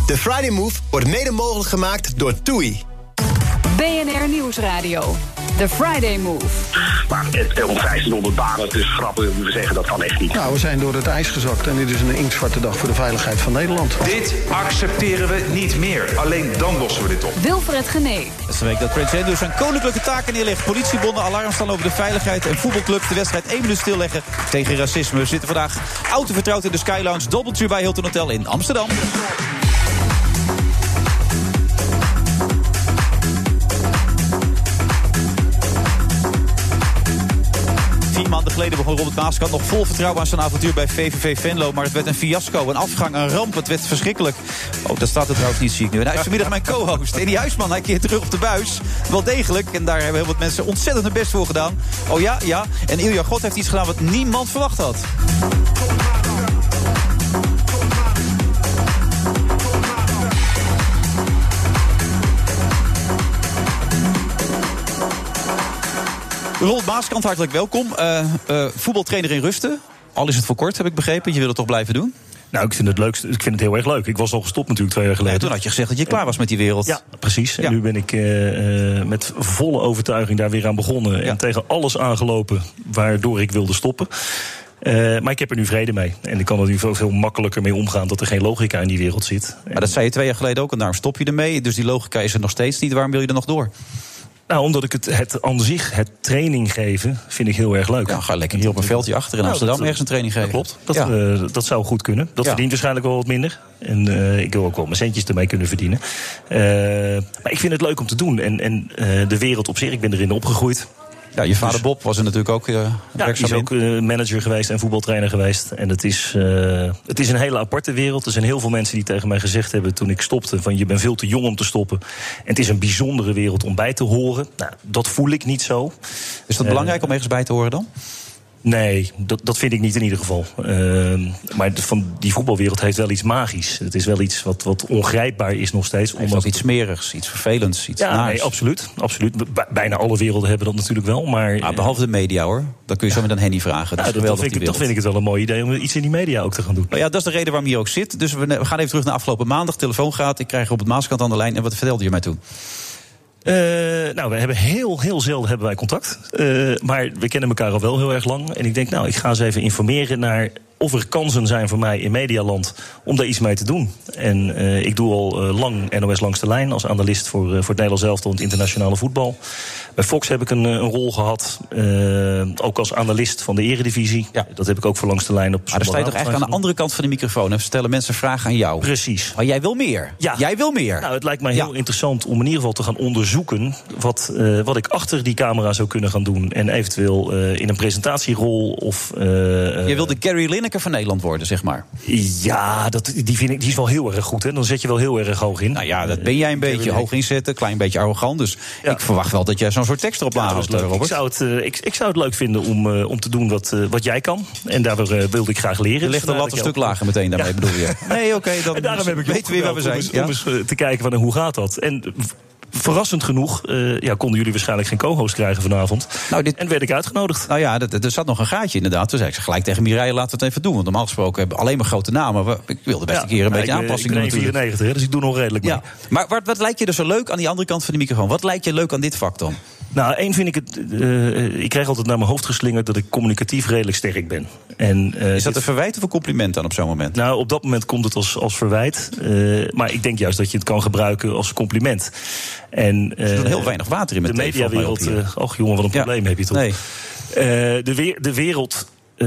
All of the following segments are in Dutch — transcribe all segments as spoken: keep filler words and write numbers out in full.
De Friday Move wordt mede mogelijk gemaakt door TUI. B N R Nieuwsradio. The Friday Move. Maar het, om vijftienhonderd banen, het is grappig, we zeggen dat kan echt niet. Nou, we zijn door het ijs gezakt en dit is een inktzwarte dag voor de veiligheid van Nederland. Dit accepteren we niet meer. Alleen dan lossen we dit op. Wilfred Genee. Het is de week dat Prins Andrew zijn koninklijke taken neerlegt. Politiebonden alarm staan over de veiligheid. En voetbalclubs de wedstrijd één minuut stilleggen tegen racisme. We zitten vandaag oud en vertrouwd in de Sky Lounge Doubletree bij Hilton Hotel in Amsterdam. Vier maanden geleden begon Robert Maaskant nog vol vertrouwen aan zijn avontuur bij V V V Venlo. Maar het werd een fiasco, een afgang, een ramp. Het werd verschrikkelijk. Oh, dat staat er trouwens niet, zie ik nu. En hij is vanmiddag mijn co-host. Eddie Huisman, hij keert terug op de buis. Wel degelijk. En daar hebben heel wat mensen ontzettend hun best voor gedaan. Oh ja, ja. En Ilja God heeft iets gedaan wat niemand verwacht had. Robert Maaskant, hartelijk welkom. Uh, uh, voetbaltrainer in Rusten. Al is het voor kort, heb ik begrepen. Je wil het toch blijven doen? Nou, ik vind het leuk. Ik vind het heel erg leuk. Ik was al gestopt natuurlijk twee jaar geleden. Ja, toen had je gezegd dat je klaar was met die wereld. Ja, precies. En ja. nu ben ik uh, met volle overtuiging daar weer aan begonnen. Ja. En tegen alles aangelopen waardoor ik wilde stoppen. Uh, maar ik heb er nu vrede mee. En ik kan er nu veel, veel makkelijker mee omgaan dat er geen logica in die wereld zit. Maar dat zei je twee jaar geleden ook en daarom stop je ermee. Dus die logica is er nog steeds niet. Waarom wil je er nog door? Nou, omdat ik het, het aan zich, het training geven, vind ik heel erg leuk. Ja, ga lekker hier op een veldje achter in Amsterdam nou, dat, ergens een training geven. Dat klopt, dat, ja. uh, dat zou goed kunnen. Dat ja. verdient waarschijnlijk wel wat minder. En uh, ik wil ook wel mijn centjes ermee kunnen verdienen. Uh, maar ik vind het leuk om te doen. En, en uh, de wereld op zich, ik ben erin opgegroeid. Ja, je vader Bob was er natuurlijk ook uh, ja, hij is ook uh, manager geweest en voetbaltrainer geweest. En het is, uh, het is een hele aparte wereld. Er zijn heel veel mensen die tegen mij gezegd hebben toen ik stopte van je bent veel te jong om te stoppen. En het is een bijzondere wereld om bij te horen. Nou, dat voel ik niet zo. Is dat uh, belangrijk om ergens bij te horen dan? Nee, dat, dat vind ik niet in ieder geval. Uh, maar van die voetbalwereld heeft wel iets magisch. Het is wel iets wat, wat ongrijpbaar is nog steeds. Het heeft ook iets smerigs, iets vervelends, iets ja, naars. Nee, absoluut, absoluut. Bijna alle werelden hebben dat natuurlijk wel. Maar, ah, behalve de media, hoor. Dat kun je zo met een Henny vragen. Dat, ja, dat, dat, vind ik, dat vind ik het wel een mooi idee om iets in die media ook te gaan doen. Nou ja, dat is de reden waarom je hier ook zit. Dus we, we gaan even terug naar afgelopen maandag. Telefoon gaat, ik krijg Robert Maaskant aan de lijn. En wat vertelde je mij toen? Uh, nou, we hebben heel, heel zelden hebben wij contact. Uh, maar we kennen elkaar al wel heel erg lang. En ik denk, nou, ik ga eens even informeren naar of er kansen zijn voor mij in Medialand om daar iets mee te doen. En uh, ik doe al uh, lang N O S Langs de Lijn als analist voor, uh, voor het Nederlands elftal en het internationale voetbal. Bij Fox heb ik een, een rol gehad, uh, ook als analist van de Eredivisie. Ja. Dat heb ik ook voor Langs de Lijn op. Maar dan sta je toch eigenlijk aan de andere kant van de microfoon en stellen mensen vragen aan jou. Precies. Maar jij wil meer. Ja. Jij wil meer. Nou, het lijkt mij heel ja. interessant om in ieder geval te gaan onderzoeken wat, uh, wat ik achter die camera zou kunnen gaan doen. En eventueel uh, in een presentatierol of... Uh, je wil de Gary Lineker van Nederland worden, zeg maar. Ja, dat, die, vind ik, die is wel heel erg goed. Hè? Dan zet je wel heel erg hoog in. Nou ja, dat ben jij een beetje Gary hoog inzetten. Klein beetje arrogant. Dus ja. ik verwacht wel dat jij zo'n soort tekst erop ja, laat, Robert. Ik zou, het, uh, ik, ik zou het leuk vinden om, uh, om te doen wat, uh, wat jij kan. En daar uh, wilde ik graag leren. Je legt de lat een stuk lager meteen daarmee, ja. bedoel je? Nee, oké. Okay, en daarom heb ik weten weer waar we zijn. Om eens, ja? om eens uh, te kijken van, uh, hoe gaat dat? En verrassend genoeg uh, ja, konden jullie waarschijnlijk geen co-host krijgen vanavond. Nou, dit... En werd ik uitgenodigd. Nou ja, dat, er zat nog een gaatje inderdaad. Toen zei ik gelijk tegen Mireille, laten we het even doen. Want normaal gesproken hebben we alleen maar grote namen. Maar ik wilde best ja, een keer een nou, beetje ik, aanpassing doen. Ik ben vierennegentig, hè, dus ik doe nog redelijk mee. Ja. Maar wat, wat lijkt je er zo leuk aan die andere kant van de microfoon? Wat lijkt je leuk aan dit vak dan? Nou, één vind ik het... Uh, ik krijg altijd naar mijn hoofd geslingerd dat ik communicatief redelijk sterk ben. En, uh, is dat een verwijt of een compliment dan op zo'n moment? Nou, op dat moment komt het als, als verwijt. Uh, maar ik denk juist dat je het kan gebruiken als compliment. En, uh, er zit heel weinig water in met de mediawereld. Uh, och jongen, wat een ja. probleem heb je toch? Nee. Uh, de, weer, de wereld...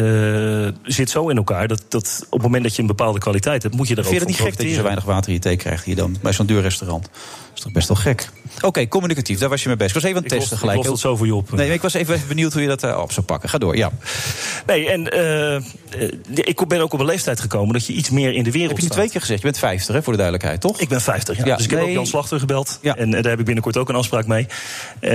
Uh, zit zo in elkaar dat, dat op het moment dat je een bepaalde kwaliteit hebt, moet je er ook van profiteren. Vind je het niet gek dat je zo weinig water in je thee krijgt hier dan bij zo'n duur restaurant? Dat is toch best wel gek. Oké, okay, communicatief, daar was je mee bezig. Ik was even aan het testen gelijk. Ik los het zo voor je op. Nee, ik was even benieuwd hoe je dat uh, op zou pakken. Ga door, ja. Nee, en uh, ik ben ook op een leeftijd gekomen dat je iets meer in de wereld heb je nu twee keer gezegd? Je bent vijftig, hè, voor de duidelijkheid, toch? Ik ben vijftig, ja. ja dus ik nee. heb ook Jan Slachter gebeld. Ja. En uh, daar heb ik binnenkort ook een afspraak mee. Uh,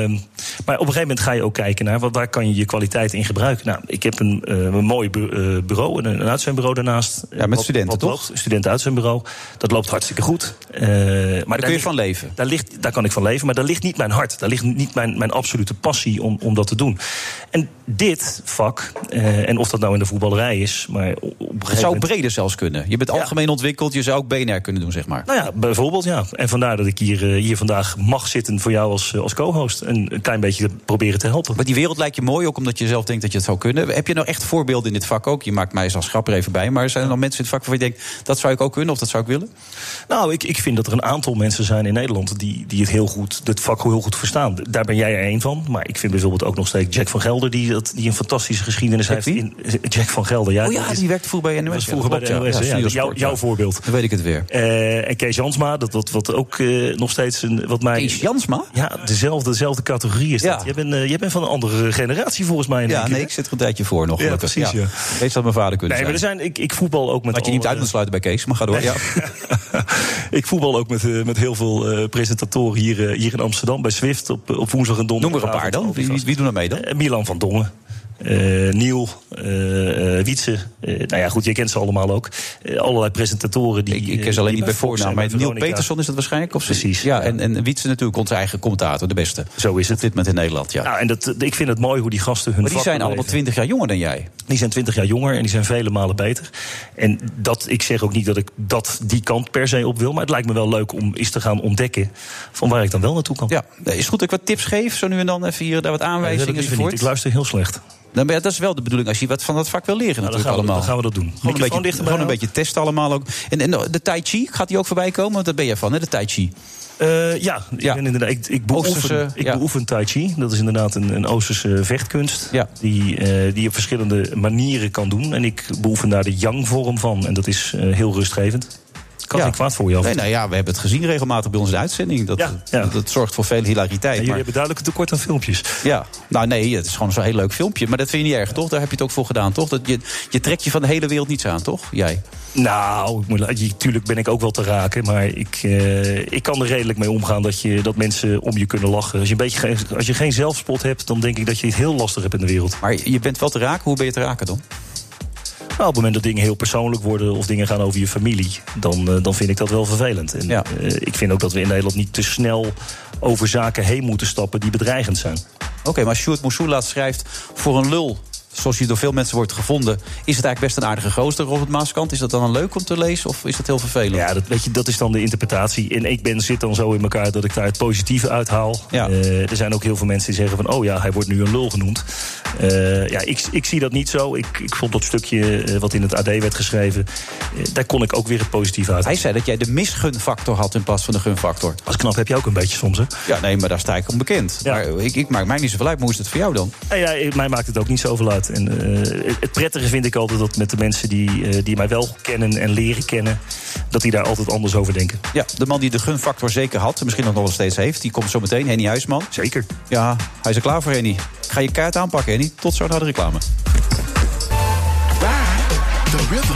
maar op een gegeven moment ga je ook kijken naar wat, waar kan je je kwaliteit in gebruiken. Nou, ik heb een, uh, een mooi bureau, een, een uitzendbureau daarnaast. Ja, met wat, studenten, wat toch? Loopt, studenten-uitzendbureau. Dat loopt hartstikke goed. Uh, maar daar, daar kun je ligt, van leven? Daar, ligt, daar kan ik van leven, maar daar ligt niet mijn hart. Daar ligt niet mijn, mijn absolute passie om, om dat te doen. En dit vak, uh, en of dat nou in de voetballerij is, maar op een Het gegeven zou moment... breder zelfs kunnen. Je bent algemeen ja. ontwikkeld, je zou ook B N R kunnen doen, zeg maar. Nou ja, bijvoorbeeld, ja. En vandaar dat ik hier, uh, hier vandaag mag zitten voor jou als, als co-host. En een klein beetje proberen te helpen. Maar die wereld lijkt je mooi, ook omdat je zelf denkt dat je het zou kunnen. Heb je nou echt voorbeelden in dit vak ook? Je maakt mij als grap er even bij. Maar zijn er nog mensen in het vak waarvan je denkt, dat zou ik ook kunnen of dat zou ik willen? Nou, ik, ik vind dat er een aantal mensen zijn in Nederland die, die het heel goed, dit vak heel goed verstaan. Daar ben jij er één van. Maar ik vind bijvoorbeeld ook nog steeds Jack van Gelder, die, dat, die een fantastische geschiedenis heeft. In, Jack van Gelder, ja. Oh ja, die werkte vroeger bij N O S. Vroeger bij de N O S, ja. Ja, jouw, jouw voorbeeld. Dan weet ik het weer. Uh, en Kees Jansma, dat, wat, wat ook uh, nog steeds een, wat mij... Kees Jansma? Ja, dezelfde, dezelfde categorie is dat. Ja. Jij, bent, uh, jij bent van een andere generatie volgens mij. Ja, nee, ik zit er een tijdje voor nog. Ja, precies, ja. Kees had mijn vader kunnen nee, zijn. Maar er zijn ik, ik voetbal ook met... Had je niet uit moeten sluiten bij Kees, maar ga door. Nee. Ja. Ik voetbal ook met, uh, met heel veel uh, presentatoren hier, uh, hier in Amsterdam, bij Zwift, op, op woensdag en donderdag. Noem er een paar dan. Wie, wie, wie doen er mee dan? Uh, Milan van Dongen. Uh, Niel, uh, uh, Wietse. Uh, nou ja, goed, je kent ze allemaal ook. Uh, allerlei presentatoren die... Ik, ik ken ze alleen niet bij voornaam. Maar Niel Peterson is dat waarschijnlijk? Of precies. Ja, ja. En, en Wietse natuurlijk, onze eigen commentator, de beste. Zo is het. Dit met in Nederland, ja. Nou, en dat, ik vind het mooi hoe die gasten hun Maar die zijn allemaal twintig jaar jonger dan jij. Die zijn twintig jaar jonger en die zijn vele malen beter. En dat, ik zeg ook niet dat ik dat die kant per se op wil. Maar het lijkt me wel leuk om eens te gaan ontdekken van waar ik dan wel naartoe kan. Ja, is het goed dat ik wat tips geef? Zo nu en dan even hier daar wat aanwijzingen ja, enzovoort. Ik luister heel slecht. Dan, dat is wel de bedoeling als je wat van dat vak wil leren, nou, natuurlijk dan allemaal. We, dan gaan we dat doen. Gewoon, een beetje, gewoon een beetje testen allemaal ook. En, en de Tai Chi, gaat die ook voorbij komen? Want daar ben je van, hè, de Tai Chi. Uh, ja, ik, ja. Ben inderdaad, ik, ik, beoefen, Oosterse, ik ja. beoefen Tai Chi. Dat is inderdaad een, een Oosterse vechtkunst. Ja. Die, uh, die je op verschillende manieren kan doen. En ik beoefen daar de yang-vorm van. En dat is uh, heel rustgevend. Kan ja. geen kwaad voor je af. Nee, nou ja, we hebben het gezien regelmatig bij ons in de uitzending. Dat, ja, ja. dat, dat zorgt voor veel hilariteit. Ja, jullie maar... hebben duidelijk een tekort aan filmpjes. Ja, nou nee, het is gewoon zo'n heel leuk filmpje. Maar dat vind je niet erg, toch? Daar heb je het ook voor gedaan, toch? Dat je, je trekt je van de hele wereld niets aan, toch? Jij? Nou, natuurlijk ben ik ook wel te raken. Maar ik, uh, ik kan er redelijk mee omgaan dat, je, dat mensen om je kunnen lachen. Als je, een beetje, als je geen zelfspot hebt, dan denk ik dat je het heel lastig hebt in de wereld. Maar je bent wel te raken. Hoe ben je te raken dan? Nou, op het moment dat dingen heel persoonlijk worden of dingen gaan over je familie, dan, uh, dan vind ik dat wel vervelend. En ja. uh, ik vind ook dat we in Nederland niet te snel over zaken heen moeten stappen die bedreigend zijn. Oké, okay, maar Sjoerd Moussoula schrijft voor een lul, zoals hij door veel mensen wordt gevonden, is het eigenlijk best een aardige gozer, Robert Maaskant. Is dat dan leuk om te lezen of is dat heel vervelend? Ja, dat, weet je, dat is dan de interpretatie. En ik ben, zit dan zo in elkaar dat ik daar het positieve uithaal. Ja. Uh, er zijn ook heel veel mensen die zeggen van, oh ja, hij wordt nu een lul genoemd. Uh, ja, ik, ik zie dat niet zo. Ik, ik vond dat stukje uh, wat in het A D werd geschreven, uh, daar kon ik ook weer het positieve uit. Hij zei dat jij de misgunfactor had in plaats van de gunfactor. Als knap heb je ook een beetje soms, hè? Ja, nee, maar daar sta ik onbekend. Ja. Maar ik, ik maak mij niet zoveel uit. Maar hoe is het voor jou dan? Ja, ja, mij maakt het ook niet zoveel uit. En, uh, het prettige vind ik altijd dat met de mensen die, uh, die mij wel kennen en leren kennen, dat die daar altijd anders over denken. Ja, de man die de gunfactor zeker had, en misschien ook nog wel steeds heeft, die komt zo meteen, Henny Huisman. Zeker. Ja, hij is er klaar voor, Henny. Ik ga je kaart aanpakken, Henny. Tot zo naar de reclame. The Rhythm.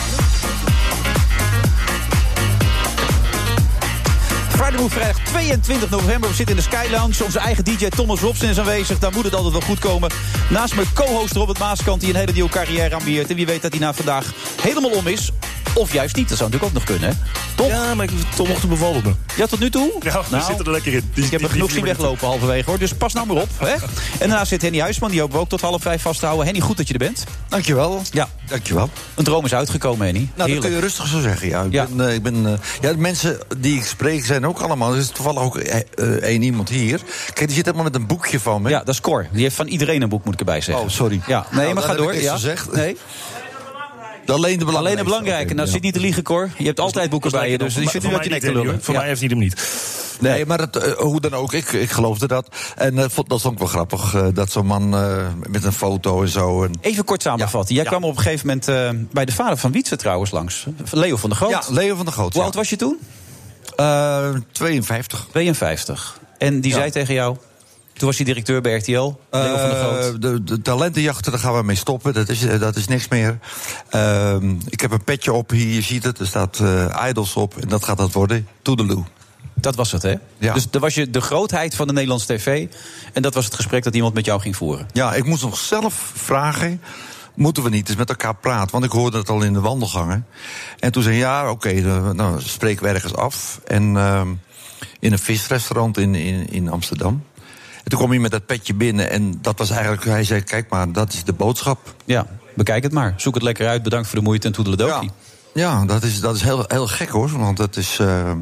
Friday Move, vrijdag tweeëntwintig november. We zitten in de Sky Lounge. Onze eigen D J Thomas Robson is aanwezig. Daar moet het altijd wel goed komen. Naast mijn co-host Robert Maaskant, die een hele nieuwe carrière ambieert. En wie weet dat hij na vandaag helemaal om is. Of juist niet, dat zou natuurlijk ook nog kunnen, hè? Toch? Ja, maar toch nog te bevalt me. Ja, tot nu toe? Ja, we nou, zitten er lekker in. Die, ik heb er genoeg zien weglopen halverwege, hoor. Dus pas nou maar op, hè? En daarna zit Henny Huisman, die hopen we ook tot half vijf vast te houden. Henny, goed dat je er bent. Dankjewel. Ja. Dankjewel. Een droom is uitgekomen, Henny. Nou, Heerlijk. dat kun je rustig zo zeggen, ja. Ik ja. ben, uh, ik ben, uh, ja, de mensen die ik spreek zijn ook allemaal. Er is toevallig ook uh, één iemand hier. Kijk, die zit helemaal met een boekje van me. Ja, dat is Cor. Die heeft van iedereen een boek, moet ik erbij zeggen. Oh, sorry. Ja, nee, nou, maar ga door. Ja. Gezegd. Nee. Alleen de belangrijke. Alleen de belangrijke. Okay, nou, ja. Zit niet te liegen, Cor. Je hebt altijd boeken bij je, dus die zit nu uit je nek te lullen. Voor mij heeft hij hem niet. Nee, nee maar het, uh, hoe dan ook, ik, ik geloofde dat. En uh, dat vond ik wel grappig, uh, dat zo'n man uh, met een foto en zo. En... Even kort samenvatten. Jij ja. kwam op een gegeven moment uh, bij de vader van Wietse trouwens langs. Leo van der Groot. Ja, Leo van der Groot. Hoe ja. oud was je toen? Uh, tweeënvijftig. tweeënvijftig. En die ja. zei tegen jou... Toen was hij directeur bij R T L, Leo uh, van der Groot. De, de talentenjachten, daar gaan we mee stoppen. Dat is, dat is niks meer. Uh, ik heb een petje op, hier, je ziet het. Er staat uh, Idols op en dat gaat dat worden. Toedeloe. Dat was het, hè? Ja. Dus dat was je de grootheid van de Nederlandse tv. En dat was het gesprek dat iemand met jou ging voeren. Ja, ik moest nog zelf vragen... Moeten we niet eens met elkaar praten? Want ik hoorde het al in de wandelgangen. En toen zei ja, oké, okay, nou, spreken we ergens af. En uh, in een visrestaurant in, in, in Amsterdam. En toen kwam hij met dat petje binnen en dat was eigenlijk... Hij zei, kijk maar, dat is de boodschap. Ja, bekijk het maar. Zoek het lekker uit. Bedankt voor de moeite en toedeledokie. Ja, ja dat is, dat is heel, heel gek hoor. Want dat is... Uh,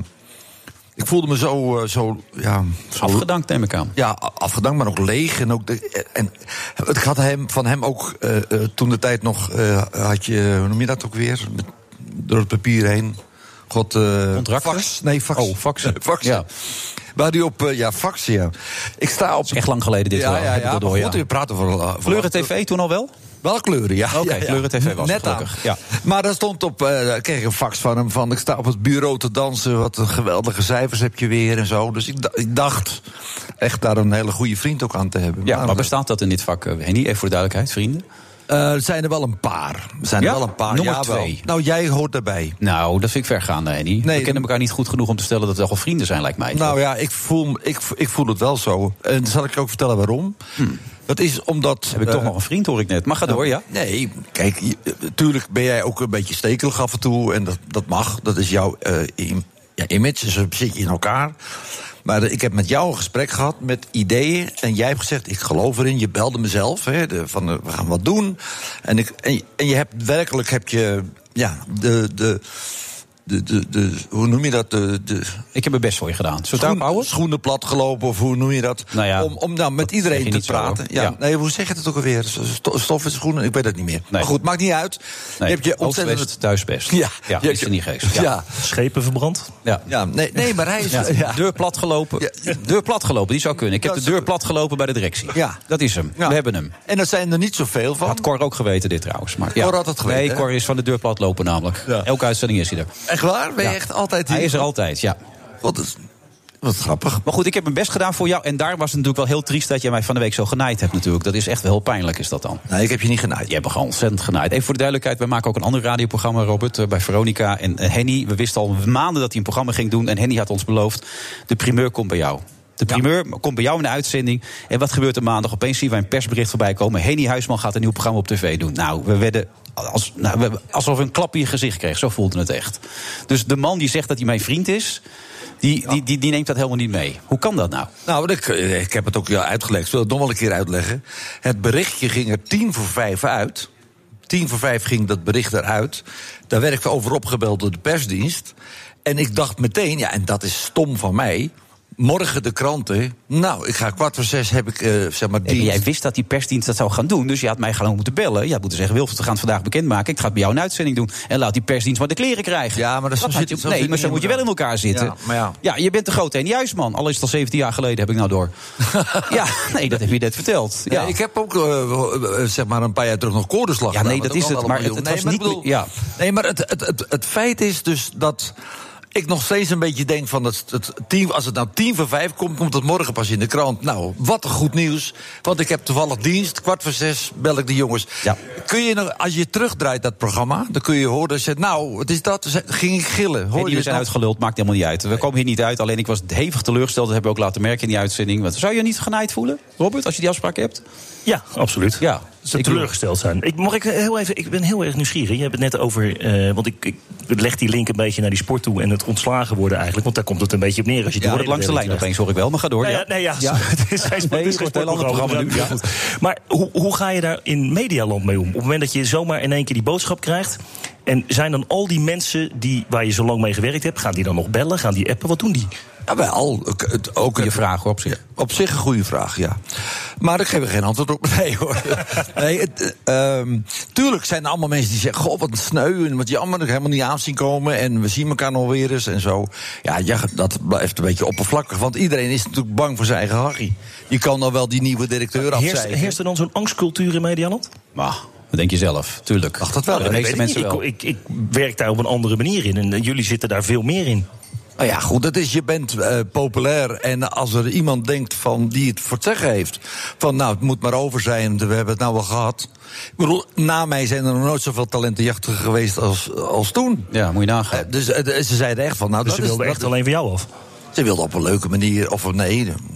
ik voelde me zo... Uh, zo, ja, zo afgedankt neem ik aan. Ja, afgedankt, maar ook leeg. En, ook de, en ik had hem, van hem ook uh, uh, toen de tijd nog... Uh, had je, hoe noem je dat ook weer? Met, door het papier heen. God, uh, Contracten? Fax? Nee, fax. Oh, faxen. faxen. Ja. Waar die op, uh, ja, faxen, ja. Ik sta op... Dat is echt lang geleden dit ja, wel. Ja, ja, ja, door, ja. Goed, we praten voor... Kleuren T V toen al wel? Wel kleuren, ja. Oké, okay, ja, ja. Kleuren T V was net het, ja. Maar daar stond op, uh, daar kreeg ik een fax van hem van... ik sta op het bureau te dansen, wat een geweldige cijfers heb je weer en zo. Dus ik, ik dacht echt daar een hele goede vriend ook aan te hebben. Ja, maar, maar bestaat dat in dit vak, uh, Henny? Even voor de duidelijkheid, vrienden? Uh, er zijn er wel een paar. Er zijn ja? er wel een paar. Nummer ja, twee. Wel. Nou, jij hoort daarbij. Nou, dat vind ik vergaande, Henny. Nee, we kennen elkaar niet goed genoeg om te stellen dat we wel vrienden zijn, lijkt mij. Nou ja, ik voel, ik, ik voel het wel zo. En dan zal ik je ook vertellen waarom. Hmm. Dat is omdat... Heb ik uh, toch nog een vriend, hoor ik net. Mag ga nou, door, ja? Nee, kijk, natuurlijk ben jij ook een beetje stekelig af en toe. En dat, dat mag, dat is jouw uh, im, ja, image, zo zit je in elkaar. Maar ik heb met jou een gesprek gehad met ideeën. En jij hebt gezegd, ik geloof erin. Je belde mezelf, hè, de, van uh, we gaan wat doen. En, ik, en, en je hebt werkelijk, heb je, ja, de... de De, de, de, hoe noem je dat? De, de ik heb mijn best voor je gedaan. Zullen we het schoen, schoenen plat gelopen, of hoe noem je dat? Nou ja, om om nou met iedereen te praten. Zo, ja, ja. Nee, hoe zeg je het ook alweer? Stoffen, schoenen, ik weet het niet meer. Nee. Maar goed, maakt niet uit. Nee, je hebt je ontzettend... Oost-West, thuis best. Ja, ja je is er niet geest. Ja. Ja. Schepen verbrand? Ja. ja nee, nee, maar hij is... Ja. Ja. Deur plat gelopen. Ja. Deur plat gelopen, die zou kunnen. Ik heb ja, de deur plat gelopen bij de directie. Ja. Dat is hem. Ja. We hebben hem. En er zijn er niet zoveel van. Had Cor ook geweten, dit trouwens. Maar, ja. Cor had het geweten. Nee, Cor is van de deur plat lopen namelijk. Ja. Elke uitzending is hij er. Echt waar? Ben je ja. echt altijd hier? Hij is er altijd, ja. Wat is... Wat grappig. Maar goed, ik heb mijn best gedaan voor jou. En daar was het natuurlijk wel heel triest dat je mij van de week zo genaaid hebt natuurlijk. Dat is echt wel heel pijnlijk, is dat dan. Nee, ik heb je niet genaaid. Je hebt me gewoon ontzettend genaaid. Even voor de duidelijkheid, wij maken ook een ander radioprogramma, Robert, bij Veronica. En Henny, we wisten al maanden dat hij een programma ging doen. En Henny had ons beloofd, de primeur komt bij jou. De primeur ja. komt bij jou in de uitzending. En wat gebeurt er maandag? Opeens zien wij een persbericht voorbij komen. Henny Huisman gaat een nieuw programma op tv doen. Nou, we werden als, nou, we, alsof we een klap in je gezicht kregen. Zo voelde het echt. Dus de man die zegt dat hij mijn vriend is... Die, ja. die, die, die neemt dat helemaal niet mee. Hoe kan dat nou? Nou, ik, ik heb het ook ja, uitgelegd. Ik wil het nog wel een keer uitleggen. Het berichtje ging er tien voor vijf uit. Tien voor vijf ging dat bericht eruit. Daar werd ik over opgebeld door de persdienst. En ik dacht meteen, ja, en dat is stom van mij... Morgen de kranten. Nou, ik ga kwart voor zes heb ik, uh, zeg maar, dienst. Ja, jij wist dat die persdienst dat zou gaan doen. Dus je had mij gewoon moeten bellen. Je had moeten zeggen, Wilfred, we gaan het vandaag bekendmaken. Ik ga het bij jou een uitzending doen. En laat die persdienst maar de kleren krijgen. Ja, maar dat dat zo zit, je, zo Nee, zit maar zo moet je wel in elkaar zitten. Ja, maar ja. ja, je bent de grote Henny Huisman. Al is het al zeventien jaar geleden, heb ik nou door. Ja, nee, dat heb je net verteld. Ja. Ja, ik heb ook, uh, zeg maar, een paar jaar terug nog koordenslag gedaan. Ja, nee, dat is het. Maar het, het nee, was maar niet... Bedoel, ja. Nee, maar het, het, het, het feit is dus dat... ik nog steeds een beetje denk van het, het tien, als het nou tien voor vijf komt, komt het morgen pas in de krant. Nou, wat een goed nieuws. Want ik heb toevallig dienst, kwart voor zes bel ik de jongens. Ja. Kun je nog, als je terugdraait dat programma, dan kun je horen, zegt, nou, wat is dat? Dan ging ik gillen. Hoor hey, die we zijn uitgeluld, maakt helemaal niet uit. We komen hier niet uit, alleen ik was hevig teleurgesteld. Dat hebben we ook laten merken in die uitzending. Want, zou je je niet genaaid voelen, Robert, als je die afspraak hebt? Ja, absoluut. Ja. Ik teleurgesteld zijn. Ik, mag ik heel even, ik ben heel erg nieuwsgierig. Je hebt het net over, uh, want ik, ik leg die link een beetje naar die sport toe en het ontslagen worden eigenlijk. Want daar komt het een beetje op neer. Als je ja, wordt langs de lijn opeens, hoor ik wel. Maar ga door. Nou ja, nee, ja, ja. Het is geen nee, sportprogramma nu. Ja. Maar hoe, hoe ga je daar in medialand mee om? Op het moment dat je zomaar in één keer die boodschap krijgt. En zijn dan al die mensen die, waar je zo lang mee gewerkt hebt, gaan die dan nog bellen? Gaan die appen? Wat doen die? Ja, wel. Ook, ook goede vraag op zich. Op zich een goede vraag, ja. Maar ik geef er geen antwoord op. Nee hoor. Nee, het, um, tuurlijk zijn er allemaal mensen die zeggen, goh, wat sneu en wat jammer, dat ik helemaal niet aan zien komen en we zien elkaar nog weer eens en zo. Ja, ja, dat blijft een beetje oppervlakkig, want iedereen is natuurlijk bang voor zijn eigen hachie. Je kan dan wel die nieuwe directeur afzeiken. Heerst, heerst er dan zo'n angstcultuur in Medialand? Nou, dat denk je zelf, tuurlijk. Ach, dat wel. Ja, de meeste mensen wel. Ik, ik, ik werk daar op een andere manier in en jullie zitten daar veel meer in. Nou ja, goed, dat is, je bent uh, populair. En als er iemand denkt van die het voor het zeggen heeft, van nou, het moet maar over zijn, we hebben het nou wel gehad. Ik bedoel, na mij zijn er nog nooit zoveel talentenjachten geweest als, als toen. Ja, moet je nagaan. Uh, dus uh, ze zeiden echt van, nou, dus dat ze wilden is, echt dat alleen voor jou af? Ze wilden op een leuke manier, of nee,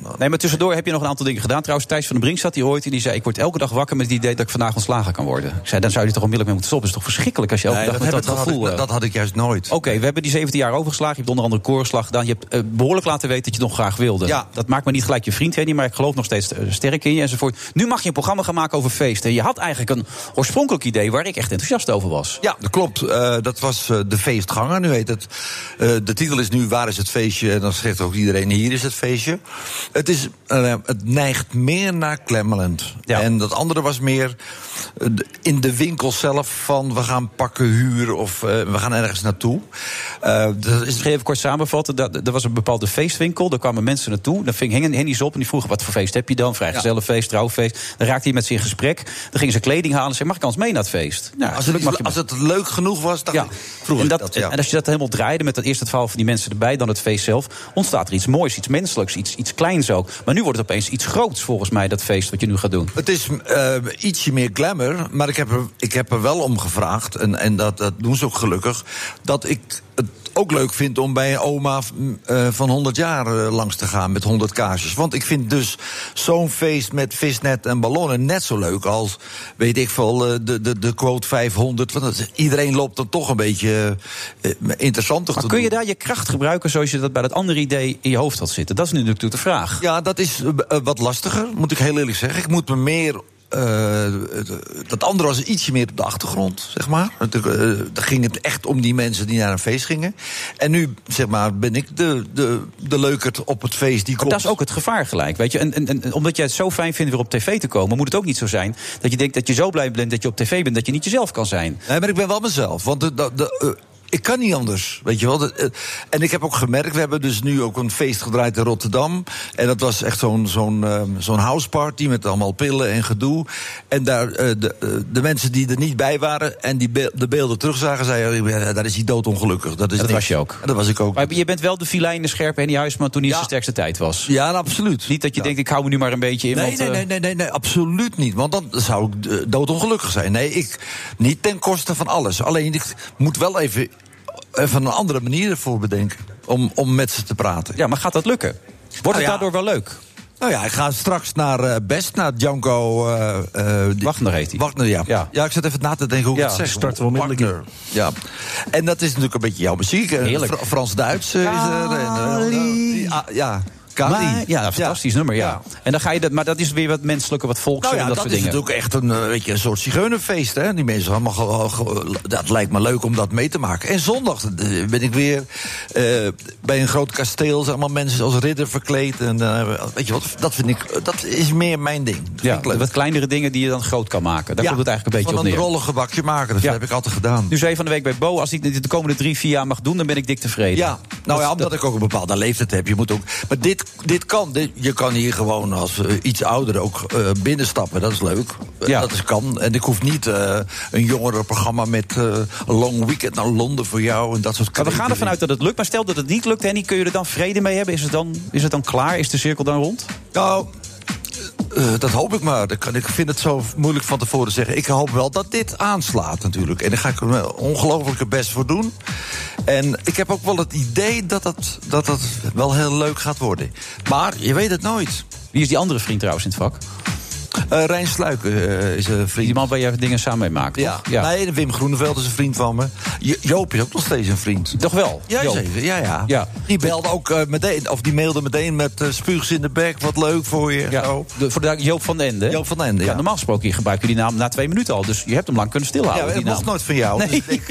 Nee, maar tussendoor heb je nog een aantal dingen gedaan. Trouwens, Thijs van den Brink zat hier ooit en die zei... ik word elke dag wakker met het idee dat ik vandaag ontslagen kan worden. Ik zei, dan zou je toch onmiddellijk mee moeten stoppen. Het is toch verschrikkelijk als je elke Nee, dag dat, met dat, heb, dat, gevoel... had ik, dat had ik juist nooit. Oké, okay, we hebben die zeventien jaar overgeslagen. Je hebt onder andere koorslag gedaan. Je hebt uh, behoorlijk laten weten dat je het nog graag wilde. Ja. Dat maakt me niet gelijk je vriend, Henny, maar ik geloof nog steeds uh, sterk in je enzovoort. Nu mag je een programma gaan maken over feesten. En je had eigenlijk een oorspronkelijk idee waar ik echt enthousiast over was. Ja, dat klopt. Uh, dat was uh, de feestganger. Nu heet het. Uh, de titel is nu Waar is het feestje? En dan zegt ook iedereen hier is het feestje. Het, is, uh, het neigt meer naar Klemmerland. Ja. En dat andere was meer uh, in de winkel zelf van we gaan pakken huur of uh, we gaan ergens naartoe. Uh, dat is... Ik ga even kort samenvatten. Er was een bepaalde feestwinkel. Daar kwamen mensen naartoe. Dan ving Henny op en die vroegen wat voor feest heb je dan? Vrijgezellenfeest, trouwfeest. Dan raakte hij met ze in gesprek. Dan gingen ze kleding halen en zei mag ik anders mee naar het feest? Nou, als, het, mag je als het leuk genoeg was, dan ja. vroeg en, ik dat, dat. Ja. En als je dat helemaal draaide met dat eerste het verhaal van die mensen erbij, dan het feest zelf, ontstaat er iets moois, iets menselijks, iets, iets kleins ook. Maar nu wordt het opeens iets groots volgens mij, dat feest wat je nu gaat doen. Het is uh, ietsje meer glamour, maar ik heb er, ik heb er wel om gevraagd, en, en dat, dat doen ze ook gelukkig, dat ik het ook leuk vind om bij een oma uh, van honderd jaar uh, langs te gaan met honderd kaarsjes. Want ik vind dus zo'n feest met visnet en ballonnen net zo leuk als, weet ik veel, uh, de, de, de quote vijfhonderd. Want dat, iedereen loopt dan toch een beetje uh, interessanter maar te kun doen. je daar je kracht gebruiken zoals je dat bij dat andere idee in je hoofd had zitten? Dat is nu natuurlijk de vraag. Ja, dat is uh, wat lastiger, moet ik heel eerlijk zeggen. Ik moet me meer... Uh, dat andere was ietsje meer op de achtergrond, zeg maar. Uh, dan ging het echt om die mensen die naar een feest gingen. En nu, zeg maar, ben ik de, de, de leukert op het feest die maar komt. Dat is ook het gevaar gelijk, weet je. En, en, en omdat jij het zo fijn vindt weer op tv te komen, moet het ook niet zo zijn dat je denkt dat je zo blij bent dat je op tv bent dat je niet jezelf kan zijn. Nee, maar ik ben wel mezelf. Want de, de, de, uh, ik kan niet anders, weet je wel. De, uh, en ik heb ook gemerkt, we hebben dus nu ook een feest gedraaid in Rotterdam. En dat was echt zo'n zo'n uh, zo'n houseparty met allemaal pillen en gedoe. En daar, uh, de, uh, de mensen die er niet bij waren en die be- de beelden terugzagen, zeiden, ja, daar is hij doodongelukkig. Dat, is dat niks. was je ook. En dat was ik ook. Maar je bent wel de filijne scherpe Henny Huisman toen hij ja. zijn sterkste tijd was. Ja, nou, absoluut. Niet dat je ja. denkt, ik hou me nu maar een beetje in. Nee, want, nee, nee, nee, nee, nee, absoluut niet. Want dan zou ik uh, doodongelukkig zijn. Nee, ik niet ten koste van alles. Alleen, ik moet wel even... even een andere manier ervoor bedenken. Om, om met ze te praten. Ja, maar gaat dat lukken? Wordt nou het ja. daardoor wel leuk? Nou ja, ik ga straks naar uh, Best, naar Django... Uh, uh, Wagner heet hij. Wagner, ja. ja. Ja, ik zat even na te denken hoe ik ja, het zeg. Starten we onmiddellijk in. Ja. En dat is natuurlijk een beetje jouw muziek. Heerlijk. Fra- Frans-Duits uh, is er. En, uh, ja, ja. Maar, ja, een fantastisch ja. nummer, ja. ja. En dan ga je dat, maar dat is weer wat menselijker, wat volks nou ja, en dat, dat soort dingen. dingen. Dat is natuurlijk echt een, weet je, een soort zigeunerfeest, hè. Die mensen allemaal, ge, ge, dat lijkt me leuk om dat mee te maken. En zondag ben ik weer uh, bij een groot kasteel, zeg maar, mensen als ridder verkleed. En uh, weet je wat, dat vind ik, dat is meer mijn ding. Dat ja, wat kleinere dingen die je dan groot kan maken. Daar ja, komt het eigenlijk een beetje op neer. Van een rollengebakje maken, dat ja. heb ik altijd gedaan. Nu zei je van de week bij Bo, als ik dit de komende drie, vier jaar mag doen, dan ben ik dik tevreden. Ja, nou ja, omdat dat... ik ook een bepaalde leeftijd heb. Je moet ook, maar dit, dit kan, dit, je kan hier gewoon als uh, iets ouder ook uh, binnenstappen. Dat is leuk. Ja. Dat is kan. En ik hoef niet uh, een jongerenprogramma met uh, een long weekend naar Londen voor jou en dat soort. Maar we gaan ervan uit dat het lukt. Maar stel dat het niet lukt, Henny, kun je er dan vrede mee hebben? Is het dan, is het dan klaar? Is de cirkel dan rond? Nou, uh, dat hoop ik maar. Ik vind het zo moeilijk van tevoren te zeggen. Ik hoop wel dat dit aanslaat natuurlijk. En daar ga ik er ongelooflijk best voor doen. En ik heb ook wel het idee dat het, dat het wel heel leuk gaat worden. Maar je weet het nooit. Wie is die andere vriend trouwens in het vak? Uh, Rijn Sluik uh, is een vriend. Die man waar je dingen samen mee maakt, ja. toch? Ja. Nee, Wim Groeneveld is een vriend van me. Jo- Joop is ook nog steeds een vriend. Toch wel? Ja, zeker. Ja, ja. ja. Die belde ook uh, meteen, of die mailde meteen met uh, spuugs in de bek. Wat leuk voor je. Ja. Zo. De, voor de, Joop van den Ende. Joop van den Ende, ja. ja. Normaal gesproken gebruik je die naam na twee minuten al. Dus je hebt hem lang kunnen stilhouden. Ja, die dat mocht nooit van jou. Nee. Dus ik,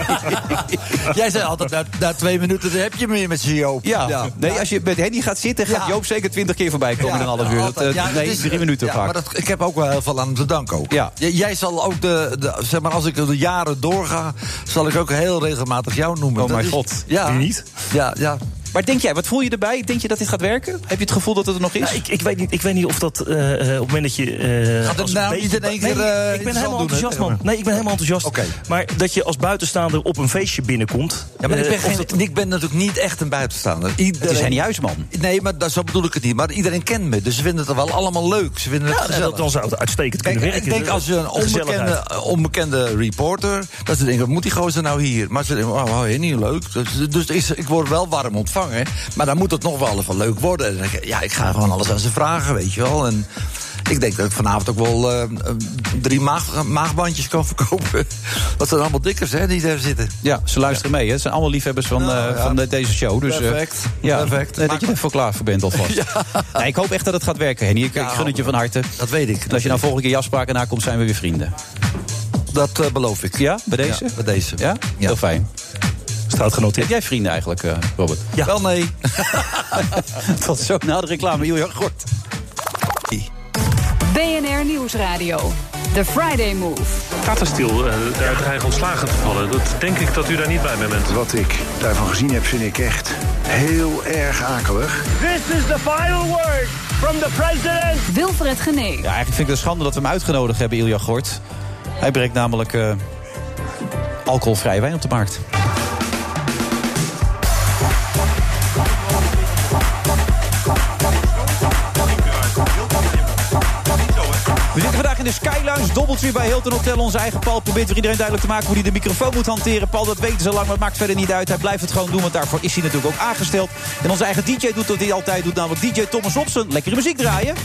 uh, jij zei altijd, na, na twee minuten dan heb je meer met z'n Joop. Ja. ja. Nee, als je met Henny gaat zitten, gaat ja. Joop zeker twintig keer voorbij komen ja, in een half uur. Dat, uh, ja, nee, is, drie minuten ja, vaak. Maar dat, ik heb ook wel heel veel aan hem te danken ook. Ja. J- jij zal ook de, de, zeg maar, als ik de jaren doorga, zal ik ook heel regelmatig jou noemen. Oh dat mijn is, god. Ja. Wie niet? Ja, ja. Maar denk jij, wat voel je erbij? Denk je dat dit gaat werken? Heb je het gevoel dat het er nog is? Nou, ik, ik, weet niet, ik weet niet of dat uh, op het moment dat je... Uh, Gaat het nou niet in één keer nee, uh, ik ben helemaal doen, enthousiast, hè? man. Nee, ik ben helemaal enthousiast. Okay. Maar dat je als buitenstaander op een feestje binnenkomt... Ja, maar ik, ben uh, geen, dat... ik ben natuurlijk niet echt een buitenstaander. Iedereen... Het is Henny Huisman. Nee, maar dat, zo bedoel ik het niet. Maar iedereen kent me, dus ze vinden het wel allemaal leuk. Ze vinden het Ja, gezellig. dat, dan zou het uitstekend Kijk, kunnen werken. ik denk als je een onbekende, onbekende reporter... dat ze denken, wat moet die gozer nou hier? Maar ze denken, oh, Henny, leuk. Dus, dus is, ik word wel warm ontvangen. ontvangen. Maar dan moet het nog wel even leuk worden. En dan denk ik, ja, ik ga gewoon alles aan ze vragen, weet je wel. En ik denk dat ik vanavond ook wel uh, drie maag, maagbandjes kan verkopen. Dat zijn allemaal dikkers, hè, die daar zitten. Ja, ze luisteren ja. mee, hè. Het zijn allemaal liefhebbers van, nou, uh, ja. van de, deze show. Dus, perfect. Uh, ja, perfect. Dat je er voor klaar voor bent alvast. ja. nee, ik hoop echt dat het gaat werken, Henny. Ik, ja, ik gun het je van harte. Dat weet ik. En als je nou volgende keer je afspraken nakomt, zijn we weer vrienden. Dat uh, beloof ik. Ja, bij deze? Ja, bij deze. Ja? Ja. Heel fijn. Staat genoteerd. Heb jij vrienden eigenlijk, uh, Robert? Ja. Wel nee. Tot zo na de reclame. Ilja Gort. B N R Nieuwsradio. The Friday Move. Tata Steel, uh, daar dreigen ontslagen te vallen. Dat denk ik dat u daar niet bij bent. Wat ik daarvan gezien heb, vind ik echt heel erg akelig. This is the final word from the president. Wilfred Genee. Ja, eigenlijk vind ik het een schande dat we hem uitgenodigd hebben, Ilja Gort. Hij brengt namelijk uh, alcoholvrije wijn op de markt. We zitten vandaag in de Sky Lounge, Doubletree bij Hilton Hotel. Onze eigen Paul probeert weer iedereen duidelijk te maken hoe hij de microfoon moet hanteren. Paul, dat weten ze lang, maar het maakt verder niet uit. Hij blijft het gewoon doen, want daarvoor is hij natuurlijk ook aangesteld. En onze eigen D J doet wat hij altijd doet, namelijk D J Thomas Robson. Lekkere muziek draaien.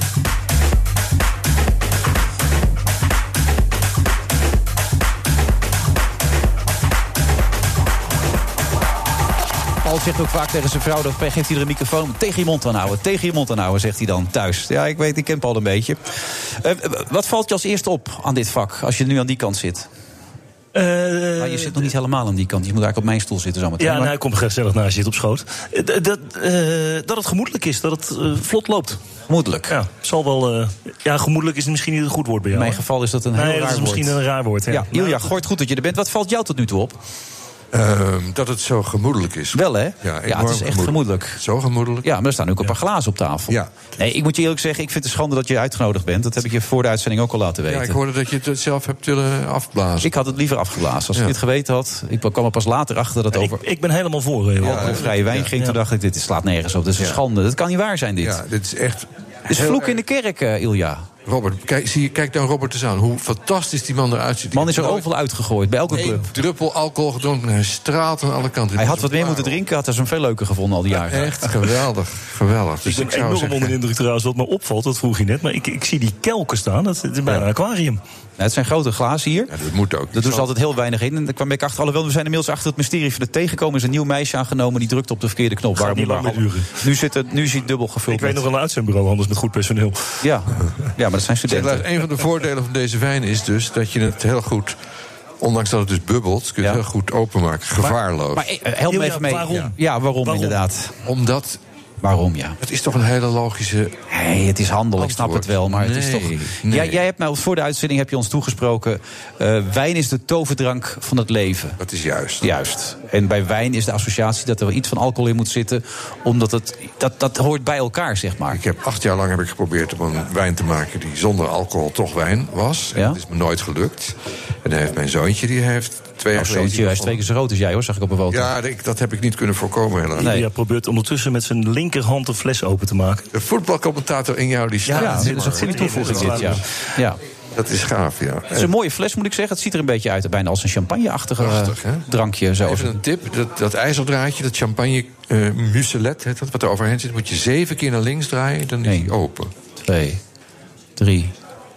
Paul zegt ook vaak tegen zijn vrouw, dat geeft hij er een microfoon. Tegen je mond aan houden, tegen je mond aan houden, zegt hij dan thuis. Ja, ik weet, ik ken Paul een beetje. Uh, wat valt je als eerste op aan dit vak, als je nu aan die kant zit? Uh, maar je zit nog niet helemaal aan die kant. Je moet eigenlijk op mijn stoel zitten zometeen. Ja, nou, ik kom gezellig naar je zit op schoot. Dat, dat, uh, dat het gemoedelijk is, dat het uh, vlot loopt. Gemoedelijk? Ja, zal wel. Uh, ja, gemoedelijk is misschien niet een goed woord bij jou. In mijn geval is dat een heel nee, raar dat is woord. misschien een raar woord. Ja, ja Ilja, Gort, goed dat je er bent. Wat valt jou tot nu toe op? Uh, dat het zo gemoedelijk is. Wel, hè? Ja, ja het is echt gemoedelijk. gemoedelijk. Zo gemoedelijk. Ja, maar er staan ook een paar glazen op tafel. Ja. Nee, ik moet je eerlijk zeggen, ik vind het schande dat je uitgenodigd bent. Dat heb ik je voor de uitzending ook al laten weten. Ja, ik hoorde dat je het zelf hebt willen afblazen. Ik had het liever afgeblazen. Als ja. ik dit geweten had, ik kwam er pas later achter dat ja, over... Ik, ik ben helemaal voor. Uh, alcoholvrije wijn ging. Ja. Toen dacht ik, dit slaat nergens op. Dit is een ja. schande. Dat kan niet waar zijn, dit. Ja, dit is echt... Het is vloek in de kerk, uh, Ilja. Robert, kijk, zie, kijk dan Robert eens aan. Hoe fantastisch die man eruit ziet. De man is er overal uitgegooid, bij elke club. Een druppel alcohol gedronken en hij straalt aan alle kanten. Hij had wat meer moeten drinken, had hij hem veel leuker gevonden al die ja, jaren. Echt geweldig, geweldig. Dus ik ben enorm onder de indruk trouwens. Wat me opvalt, dat vroeg je net. Maar ik, ik zie die kelken staan, dat is bijna een aquarium. Ja, het zijn grote glazen hier. Ja, dat moet ook. Dat doen ze altijd heel weinig in. En daar kwam ik achter. Alhoewel, we zijn inmiddels achter het mysterie van de tegenkomen. Er is een nieuw meisje aangenomen, die drukt op de verkeerde knop. Gaat niet lang meer duren. Nu, zit het, nu is hij dubbel gevuld. Ik weet nog wel een uitzendbureau, anders met goed personeel. Ja, ja maar dat zijn studenten. Zeg, een van de voordelen van deze wijn is dus dat je het heel goed... Ondanks dat het dus bubbelt, kun je het ja. heel goed openmaken. Gevaarloos. Maar, maar help me even mee. Waarom? Ja, ja waarom, waarom inderdaad? Omdat... Waarom, ja? Het is toch een hele logische... Nee, het is handel, antwoord. Ik snap het wel, maar nee, het is toch... Nee. Jij, jij hebt nou, voor de uitzending heb je ons toegesproken... Uh, wijn is de toverdrank van het leven. Dat is juist. Juist. En bij wijn is de associatie dat er wel iets van alcohol in moet zitten... omdat het... Dat, dat hoort bij elkaar, zeg maar. Ik heb acht jaar lang heb ik geprobeerd om een wijn te maken... die zonder alcohol toch wijn was. En ja? dat is me nooit gelukt. En dan heeft mijn zoontje, die heeft... Twee jaar nou, zoontje, hij is twee keer zo groot als jij, hoor, zag ik op een foto. Ja, ik, dat heb ik niet kunnen voorkomen, helaas. Nee. Ja, probeert ondertussen met zijn linkerhand een fles open te maken. De voetbalcommentator in jou, die staat... Ja, ja, dat is een goede toevoeging dit, ja. ja. Dat is gaaf, ja. Het is een mooie fles, moet ik zeggen. Het ziet er een beetje uit, bijna als een champagne-achtige Prachtig, drankje. Zo. Even een tip, dat, dat ijzerdraadje, dat champagne uh, muselet, heet dat, wat er overheen zit... moet je zeven keer naar links draaien, dan is hij open. Twee, drie...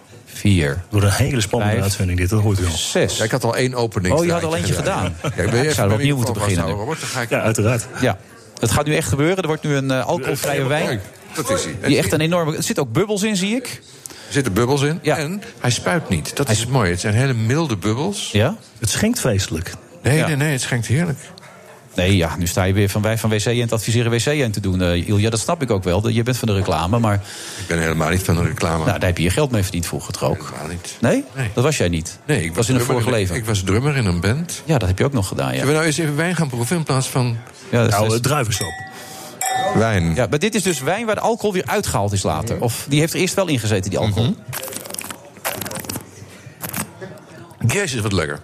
Vier. Door een hele spannende vijf, uitzending dit, dat hoort u al. Zes. Ja, ik had al één opening. Oh, je had al eentje gedaan. gedaan. Ja, ja, ik zou er opnieuw moeten beginnen. Robert, dan ga ik... Ja, uiteraard. Ja. Het gaat nu echt gebeuren. Er wordt nu een uh, alcoholvrije wijn. Dat is hij. Die echt een enorme... Er zitten ook bubbels in, zie ik. Er zitten bubbels in. Ja. En hij spuit niet. Dat hij... is het mooie. Het zijn hele milde bubbels. Ja? Het schenkt feestelijk. Nee, ja. nee, nee. Het schenkt heerlijk. Nee, ja, nu sta je weer van wij van W C en te adviseren W C en te doen, uh, Ilja. Dat snap ik ook wel. Je bent van de reclame, maar... Ik ben helemaal niet van de reclame. Nou, daar heb je je geld mee verdiend vroeger toch ook? Helemaal niet. Nee? nee? Dat was jij niet? Nee, ik was, was in een vorige in, leven. Ik was drummer in een band. Ja, dat heb je ook nog gedaan, ja. Zullen we nou eens even wijn gaan proeven in plaats van... Ja, nou, druivensap. Wijn. Ja, maar dit is dus wijn waar de alcohol weer uitgehaald is later. Of die heeft er eerst wel ingezeten, die alcohol. Mm-hmm. Jezus, wat lekker.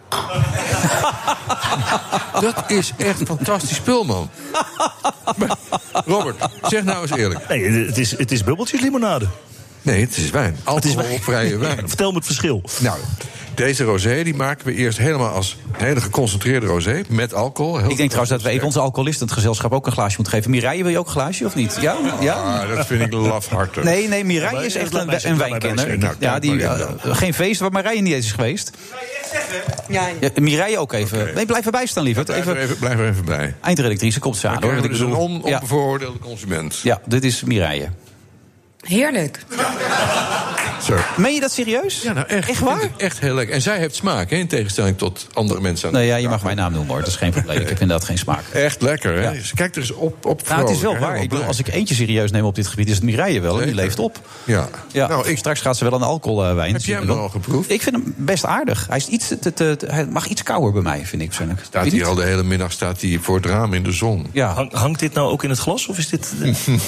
Dat is echt fantastisch spul, man. Maar, Robert, zeg nou eens eerlijk. Nee, het is, het is bubbeltjeslimonade. Nee, het is wijn. Alcoholvrije wijn. Vertel me het verschil. Nou, deze rosé die maken we eerst helemaal als hele geconcentreerde rosé met alcohol. Heel Ik denk trouwens dat we even onze alcoholisten het gezelschap ook een glaasje moeten geven. Mireille, wil je ook een glaasje of niet? Ja? ja? Ah, dat vind ik lafhartig. Nee, nee, Mireille is echt een, een wijnkenner. Nou, ja, die, uh, geen feest waar Mireille niet eens is geweest. Ja, ja. Mireille ook even. Okay. Nee, blijf erbij staan, lieverd. Blijf er even, blijf er even bij. Eindredactrice komt ze aan. Okay, hoor. Dat is een on, onbevooroordeelde consument. Ja, dit is Mireille. Heerlijk. Zo. Meen je dat serieus? Ja, nou echt. Echt waar? Echt heel lekker. En zij heeft smaak, hè, in tegenstelling tot andere mensen. Nee, ja, je mag mijn naam noemen, hoor. Dat is geen probleem. Ik heb inderdaad geen smaak. Echt lekker, hè? Ja. Kijk er eens op, op nou, het is wel waar. Ik bedoel, als ik eentje serieus neem op dit gebied, is het Mireille wel. En die leeft op. Ja. ja. Nou, ik... Straks gaat ze wel een alcoholwijn. Heb jij hem al geproefd? Ik vind hem best aardig. Hij, is iets te, te, te, hij mag iets kouder bij mij, vind ik persoonlijk. Staat hier al de hele middag staat hij voor het raam in de zon. Ja. Hang, hangt dit nou ook in het glas? Of is dit...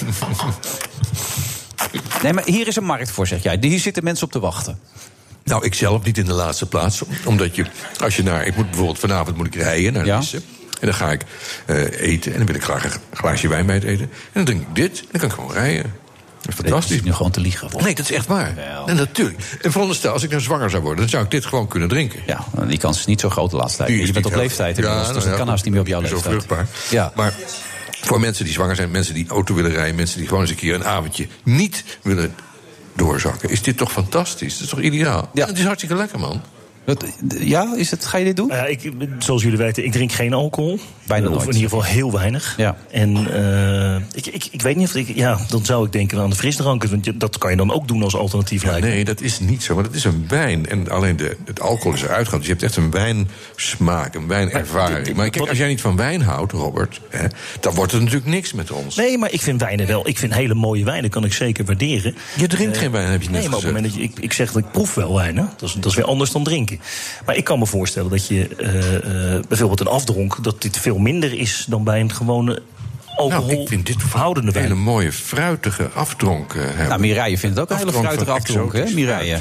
Nee, maar hier is een markt voor, zeg jij. Hier zitten mensen op te wachten. Nou, ik zelf niet in de laatste plaats. Omdat je, als je naar... Ik moet bijvoorbeeld vanavond moet ik rijden naar Lisse. Ja. En dan ga ik uh, eten. En dan wil ik graag een glaasje wijn bij het eten. En dan drink ik dit. En dan kan ik gewoon rijden. Dat is fantastisch. Ik nu gewoon te liegen. Volgens. Nee, dat is echt waar. En natuurlijk. En veronderstel, als ik nou zwanger zou worden, dan zou ik dit gewoon kunnen drinken. Ja, die kans is niet zo groot de laatste tijd. Je bent op leeftijd inmiddels, ja, dus dat ja, kan haast niet meer op jouw leeftijd. Zo vruchtbaar. Ja. Maar voor mensen die zwanger zijn, mensen die auto willen rijden, mensen die gewoon eens een keer een avondje niet willen doorzakken, is dit toch fantastisch? Dat is toch ideaal? Ja. Het is hartstikke lekker, man. Ja, is het, ga je dit doen? Uh, ik, zoals jullie weten, ik drink geen alcohol. Bijna uh, of nooit. in ieder geval heel weinig. Ja. En uh, ik, ik, ik weet niet of ik... Ja, dan zou ik denken aan de frisdranken. Want dat kan je dan ook doen als alternatief. Ja, nee, dat is niet zo. Maar dat is een wijn. En alleen de, het alcohol is eruit gegaan. Dus je hebt echt een wijnsmaak, een wijnervaring. Maar, maar kijk, als jij niet van wijn houdt, Robert, hè, dan wordt het natuurlijk niks met ons. Nee, maar ik vind wijnen wel. Ik vind hele mooie wijnen, kan ik zeker waarderen. Je drinkt uh, geen wijn, heb je net nee, maar op het moment dat je, ik, ik zeg dat ik proef wel wijnen. Dat is, dat is weer anders dan drinken. Maar ik kan me voorstellen dat je uh, uh, bijvoorbeeld een afdronk, dat dit veel minder is dan bij een gewone alcoholhoudende nou, ik vind dit wijn. Een hele mooie fruitige afdronk uh, hebben. Nou, Mireille vindt het ook een hele fruitige afdronk, hè, Mireille?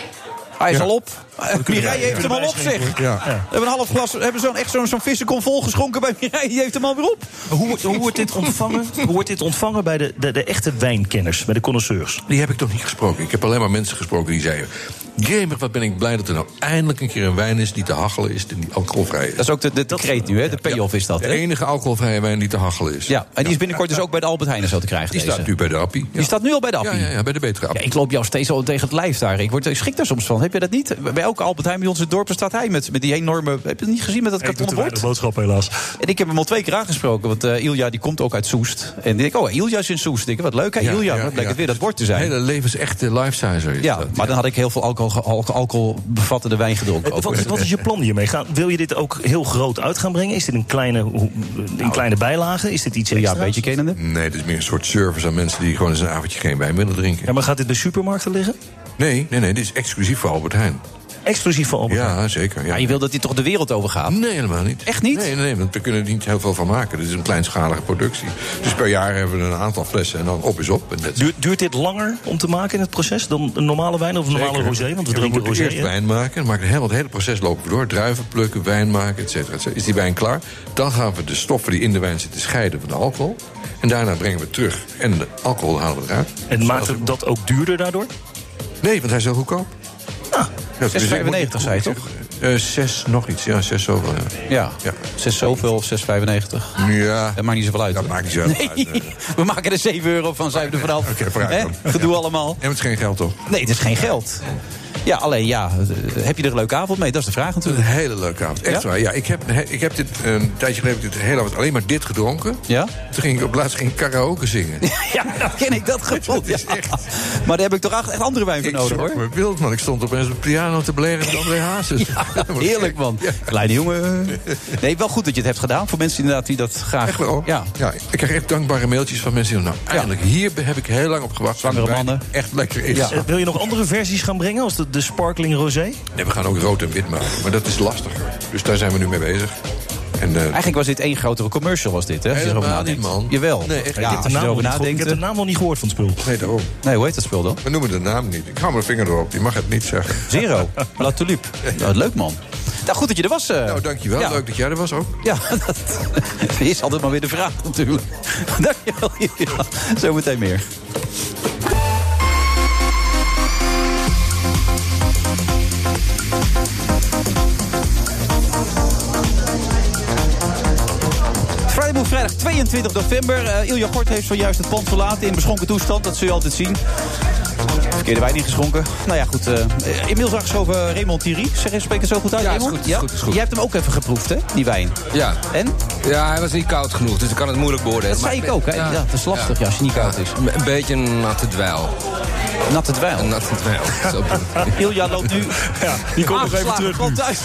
Hij is ja. al op. Uh, Mireille heeft hem al op, zeg. Ja. Ja. We hebben een half glas, we hebben zo'n, echt zo'n, zo'n vissenkom volgeschonken bij Mireille. Die heeft hem alweer op. Hoe, hoe, wordt dit ontvangen, hoe wordt dit ontvangen bij de, de, de echte wijnkenners, bij de connoisseurs? Die heb ik toch niet gesproken. Ik heb alleen maar mensen gesproken die zeiden... Jemig, wat ben ik blij dat er nou eindelijk een keer een wijn is die te hachelen is en die alcoholvrij is. Dat is ook de, de, de kreet nu, hè? De payoff ja, is dat. De hè? enige alcoholvrije wijn die te hachelen is. Ja, en die is binnenkort dus ook bij de Albert Heijn zo te krijgen. Die deze. staat nu bij de Appie. Ja. Die staat nu al bij de Appie? Ja, ja, ja, bij de betere Appie. Ja, ik loop jou steeds al tegen het lijf daar. Ik, word, ik schrik daar soms van. Heb je dat niet? Bij elke Albert Heijn bij ons in het dorp staat hij met, met die enorme... Heb je het niet gezien met dat kartonnen bord? Ik doe boodschap helaas. En ik heb hem al twee keer aangesproken. Want uh, Ilja die komt ook uit Soest. En ik denk, oh, Ilja is in Soest. Ik denk, wat leuk, hè, ja, Ilja. Ja, wat blijkt ja. het weer dat bord te zijn. Hele levensechte life-sizer. Ja, dat, maar ja. dan had ik heel veel alcohol, alcohol, alcohol bevattende wijn gedronken. Wat, wat, wat is je plan hiermee? Gaan, wil je dit ook heel groot uit gaan brengen? Is dit een kleine, een nou, kleine bijlage? Is dit iets extra's? Ja, een beetje kennende. Nee, het is meer een soort service aan mensen die gewoon eens een avondje geen wijn willen drinken. Ja, maar gaat dit bij supermarkten liggen? Nee, nee, nee, dit is exclusief voor Albert Heijn. Exclusief voor Albert Heijn? Ja, zeker. Ja. Maar je wil dat dit toch de wereld overgaat? Nee, helemaal niet. Echt niet? Nee, nee, want we kunnen er niet heel veel van maken. Dit is een kleinschalige productie. Dus per jaar hebben we een aantal flessen en dan op is op. En duurt, duurt dit langer om te maken in het proces dan een normale wijn of een normale rosé? Want we ja, drinken we rosé. Eerst wijn maken, dan maken we het hele, het hele proces lopen we door. Druiven plukken, wijn maken, et cetera, et cetera. Is die wijn klaar? Dan gaan we de stoffen die in de wijn zitten scheiden van de alcohol. En daarna brengen we het terug en de alcohol halen we eruit. En dus maakt het dat ook duurder daardoor? Nee, want hij is heel goedkoop. Ah, ja, zes vijfennegentig zei je toch? Uh, zes nog iets, ja, zes zoveel. Ja, ja. ja. zes zoveel of zes vijfennegentig. Ja. Dat maakt niet zoveel uit. Dat hoor. maakt niet zoveel nee. uit. Nee. We maken er zeven euro van, zijn we er vanaf. Oké, vooruit dan. Gedoe ja. allemaal. En het is geen geld, toch? Nee, het is geen geld. Ja, alleen ja, heb je er een leuke avond mee? Dat is de vraag natuurlijk. Een hele leuke avond, echt ja? waar. Ja, ik heb, ik heb dit, een tijdje geleden heb ik dit hele avond alleen maar dit gedronken. Ja? Toen ging ik op laatst ging karaoke zingen. Ja, dat ken ik, dat gevoel. Dat is echt... Maar daar heb ik toch echt andere wijn voor ik nodig, hoor. Ik me wild, man. Ik stond opeens op de piano te bleren met André Hazes. Ja, heerlijk, man. Ja. Kleine jongen. Nee, wel goed dat je het hebt gedaan. Voor mensen inderdaad die dat graag... Echt wel. Ja. Ja, ik krijg echt dankbare mailtjes van mensen die nou, eindelijk, ja. hier heb ik heel lang op gewacht. Zwangere mannen. Echt lekker is. Ja. Uh, wil je nog andere versies gaan brengen als de, de Sparkling Rosé? Nee, we gaan ook rood en wit maken. Maar dat is lastiger. Dus daar zijn we nu mee bezig. En, uh, Eigenlijk was dit één grotere commercial, was dit, hè? Als je erover nadenkt. Niet, man. Jawel. Nee, echt, ja, ik, als je erover nadenkt. Ik heb de naam nog niet gehoord van het spul. Nee, daarom. Nee, hoe heet dat spul dan? We noemen de naam niet. Ik hou mijn vinger erop. Die mag het niet zeggen. Zero. La Tulipe. Nou, leuk, man. Nou, goed dat je er was. Uh. Nou, dankjewel. Ja. Leuk dat jij er was ook. Ja, dat is altijd maar weer de vraag natuurlijk. Dankjewel. Ja, zometeen meer. tweeëntwintig november. Uh, Ilja Gort heeft zojuist het pand verlaten in beschonken toestand. Dat zul je altijd zien. Verkeerde wijn ingeschonken. Nou ja, goed. Uh, inmiddels aangeschoven Raymond Thierry. Zeg eens, spreek het zo goed uit, ja, Raymond? Is goed, is ja, goed, is goed. Jij hebt hem ook even geproefd, hè, die wijn? Ja. En? Ja, hij was niet koud genoeg, dus ik kan het moeilijk beoordelen. Dat zei ik ook, hè? Ja, ja, dat is lastig, ja, als je niet koud is. Een beetje een natte dweil. Natte dweil? Een natte dweil. Ilja loopt nu... Ja, die komt nog even terug nu. Thuis.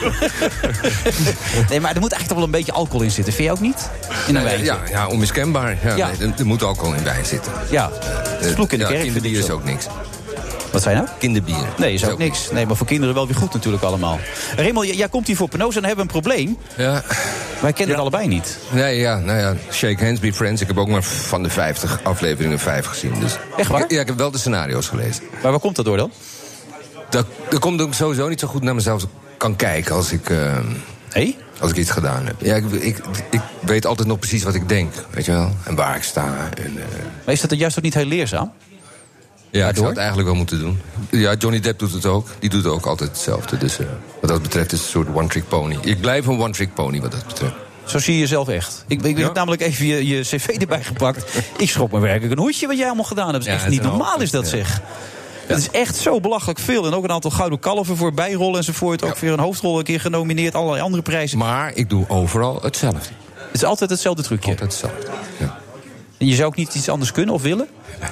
Nee, maar er moet eigenlijk toch wel een beetje alcohol in zitten. Vind je ook niet? In een nee, wijntje? Ja, ja, onmiskenbaar. Ja, ja. Nee, er moet alcohol in wijn zitten. Ja, uh, vloek in de ja, kerk. Kinderbier is ook niks. Wat zei je nou? Kinderbier. Nee, is ook, ook niks. Nee, maar voor kinderen wel weer goed natuurlijk allemaal. Raymond, jij komt hier voor Penosa en hebben we een probleem. Ja. Wij kennen ja. het allebei niet. Nee, ja, nou ja, shake hands, be friends. Ik heb ook maar van de vijftig afleveringen vijf gezien. Dus. Echt waar? Ik, ja, ik heb wel de scenario's gelezen. Maar waar komt dat door dan? Dat, dat komt omdat ik sowieso niet zo goed naar mezelf kan kijken als ik... Uh, hey? Als ik iets gedaan heb. Ja, ik, ik, ik weet altijd nog precies wat ik denk, weet je wel. En waar ik sta. En, uh... Maar is dat juist ook niet heel leerzaam? Ja, ik zou het eigenlijk wel moeten doen. Ja, Johnny Depp doet het ook. Die doet ook altijd hetzelfde. Dus uh, wat dat betreft is het een soort one-trick pony. Ik blijf een one-trick pony wat dat betreft. Zo zie je jezelf echt. Ik, ik ja? heb namelijk even je, je cv erbij gepakt. Ik schrok me werkelijk een hoedje wat jij allemaal gedaan hebt. Dat is ja, echt niet normaal hoop, is dat, ja. zeg. Het is echt zo belachelijk veel. En ook een aantal gouden kalven voor bijrollen enzovoort. Ook ja. weer een hoofdrol een keer genomineerd. Allerlei andere prijzen. Maar ik doe overal hetzelfde. Het is altijd hetzelfde trucje. Altijd hetzelfde, ja. En je zou ook niet iets anders kunnen of willen?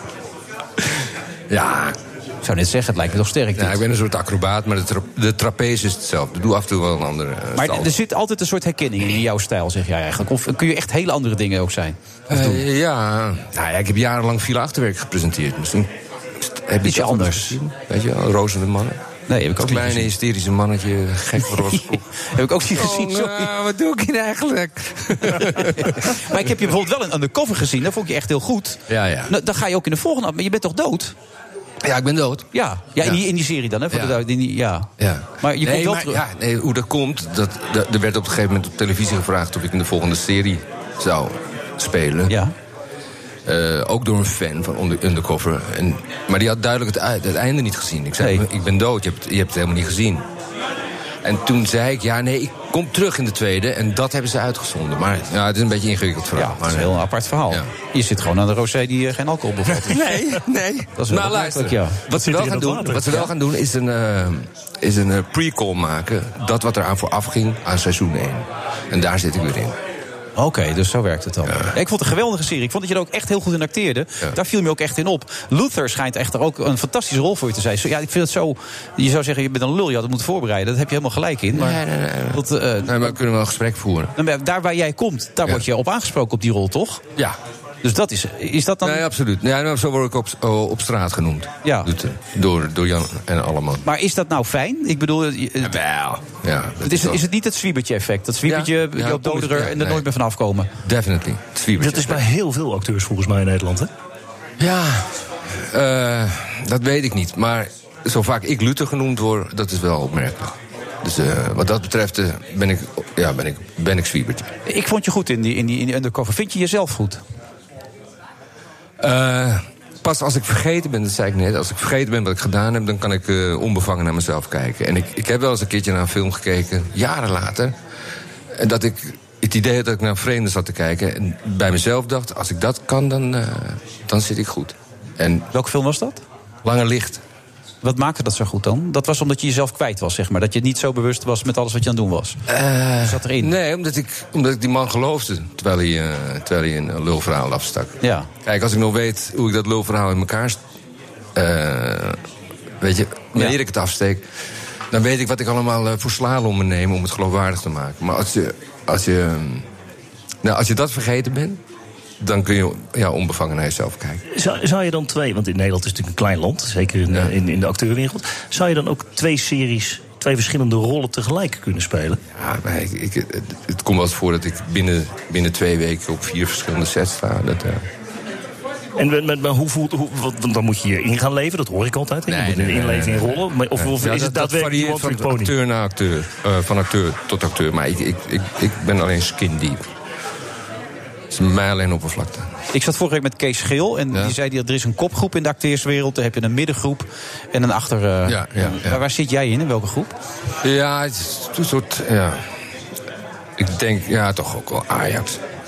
Ja... Ik zou net zeggen, het lijkt me toch sterk. Ja, ik ben een soort acrobaat, maar de, tra de trapeze is hetzelfde. Ik doe af en toe wel een andere uh, Maar stand. er zit altijd een soort herkenning in jouw stijl, zeg jij eigenlijk. Of kun je echt hele andere dingen ook zijn? Uh, ja. Nou ja, ik heb jarenlang file achterwerk gepresenteerd. Misschien heb je iets anders. Gezien, weet je wel, rozende mannen. Nee, heb ik ook kleine, niet gezien. hysterische mannetje, gek voor roze kop. Heb ik ook niet gezien, oh, sorry. Nou, wat doe ik hier eigenlijk? Maar ik heb je bijvoorbeeld wel een undercover gezien. Dat vond ik echt heel goed. Ja, ja. Nou, dan ga je ook in de volgende... Maar je bent toch dood? Ja, ik ben dood. Ja, ja, in, die, in die serie dan, hè? Voor ja. de, in die, ja. ja. Maar je nee, komt wel maar, terug. Ja, nee, hoe dat komt, dat, dat, er werd op een gegeven moment op televisie gevraagd of ik in de volgende serie zou spelen. Ja. Uh, ook door een fan van onder, Undercover. En, maar die had duidelijk het, het einde niet gezien. Ik zei, nee. ik ben dood, je hebt, je hebt het helemaal niet gezien. En toen zei ik, ja, nee, ik kom terug in de tweede. En dat hebben ze uitgezonden. Maar ja, het is een beetje een ingewikkeld verhaal. Ja, het is een heel apart verhaal. Ja. Je zit gewoon aan de rosé die uh, geen alcohol bevat. Nee, nee. Dat is wel maar luister, ja. wat ze wel gaan doen, wat ze wel ja. gaan doen is een, uh, is een uh, pre-call maken. Dat wat er aan vooraf ging aan seizoen één. En daar zit ik weer in. Oké, okay, dus zo werkt het dan. Ja. Ja, ik vond het een geweldige serie. Ik vond dat je er ook echt heel goed in acteerde. Ja. Daar viel me ook echt in op. Luther schijnt echt ook een fantastische rol voor je te zijn. Ja, ik vind het zo... Je zou zeggen, je bent een lul, je had het moeten voorbereiden. Dat heb je helemaal gelijk in. Maar, nee, nee, nee. Dat, uh, nee, maar we kunnen wel een gesprek voeren. Daar waar jij komt, daar ja. word je op aangesproken op die rol, toch? Ja. Dus dat is... Is dat dan... Nee, absoluut. Ja, nou, zo word ik op, op straat genoemd. Ja. Door, door Jan en allemaal. Maar is dat nou fijn? Ik bedoel... Ja, wel. Ja, het is, is het niet het Zwiebertje-effect? Dat Zwiebertje, ja, ja, Joop Doderer ja, en er nee. nooit meer vanaf komen? Definitely. Dat is bij heel veel acteurs volgens mij in Nederland, hè? Ja, uh, dat weet ik niet. Maar zo vaak ik Luther genoemd word, dat is wel opmerkelijk. Dus uh, wat dat betreft uh, ben ik, ja, ben ik, ben ik Zwiebertje. Ik vond je goed in die, in die, in die undercover. Vind je jezelf goed? Uh, pas als ik vergeten ben, dat zei ik net... als ik vergeten ben wat ik gedaan heb... dan kan ik uh, onbevangen naar mezelf kijken. En ik, ik heb wel eens een keertje naar een film gekeken... jaren later... en dat ik het idee had dat ik naar een vreemde zat te kijken... en bij mezelf dacht, als ik dat kan, dan, uh, dan zit ik goed. En welke film was dat? Lange Licht. Wat maakte dat zo goed dan? Dat was omdat je jezelf kwijt was, zeg maar. Dat je niet zo bewust was met alles wat je aan het doen was. Uh, zat erin? Nee, omdat ik, omdat ik die man geloofde. Terwijl hij, uh, terwijl hij een lulverhaal afstak. Ja. Kijk, als ik nog weet hoe ik dat lulverhaal in elkaar... Uh, weet je, wanneer ja. ik het afsteek... dan weet ik wat ik allemaal uh, voor slalom moet nemen... om het geloofwaardig te maken. Maar als je, als je, um, nou, als je dat vergeten bent... dan kun je ja, onbevangen naar jezelf kijken. Zou, zou je dan twee, want in Nederland is het natuurlijk een klein land... zeker in, ja. in, in de acteurwereld... zou je dan ook twee series, twee verschillende rollen tegelijk kunnen spelen? Ja, maar ik, ik, het, het komt wel eens voor dat ik binnen, binnen twee weken... op vier verschillende sets sta. Dat, uh... En maar, maar hoe voelt... Hoe, want dan moet je je in gaan leven, dat hoor ik altijd. Nee, je moet nee, nee, inleven in rollen. Maar, of, of ja, is dat, het daadwerkelijk dat varieert van acteur naar acteur. Uh, van acteur tot acteur. Maar ik, ik, ik, ik ben alleen skin deep. Het is mij alleen oppervlakte. Ik zat vorige week met Kees Schil en ja. die zei... er is een kopgroep in de acteurswereld, dan heb je een middengroep en een achter... Uh, ja, ja, ja. Waar, waar zit jij in, in welke groep? Ja, het is een soort... Ja. Ik denk, ja, toch ook wel Ajax.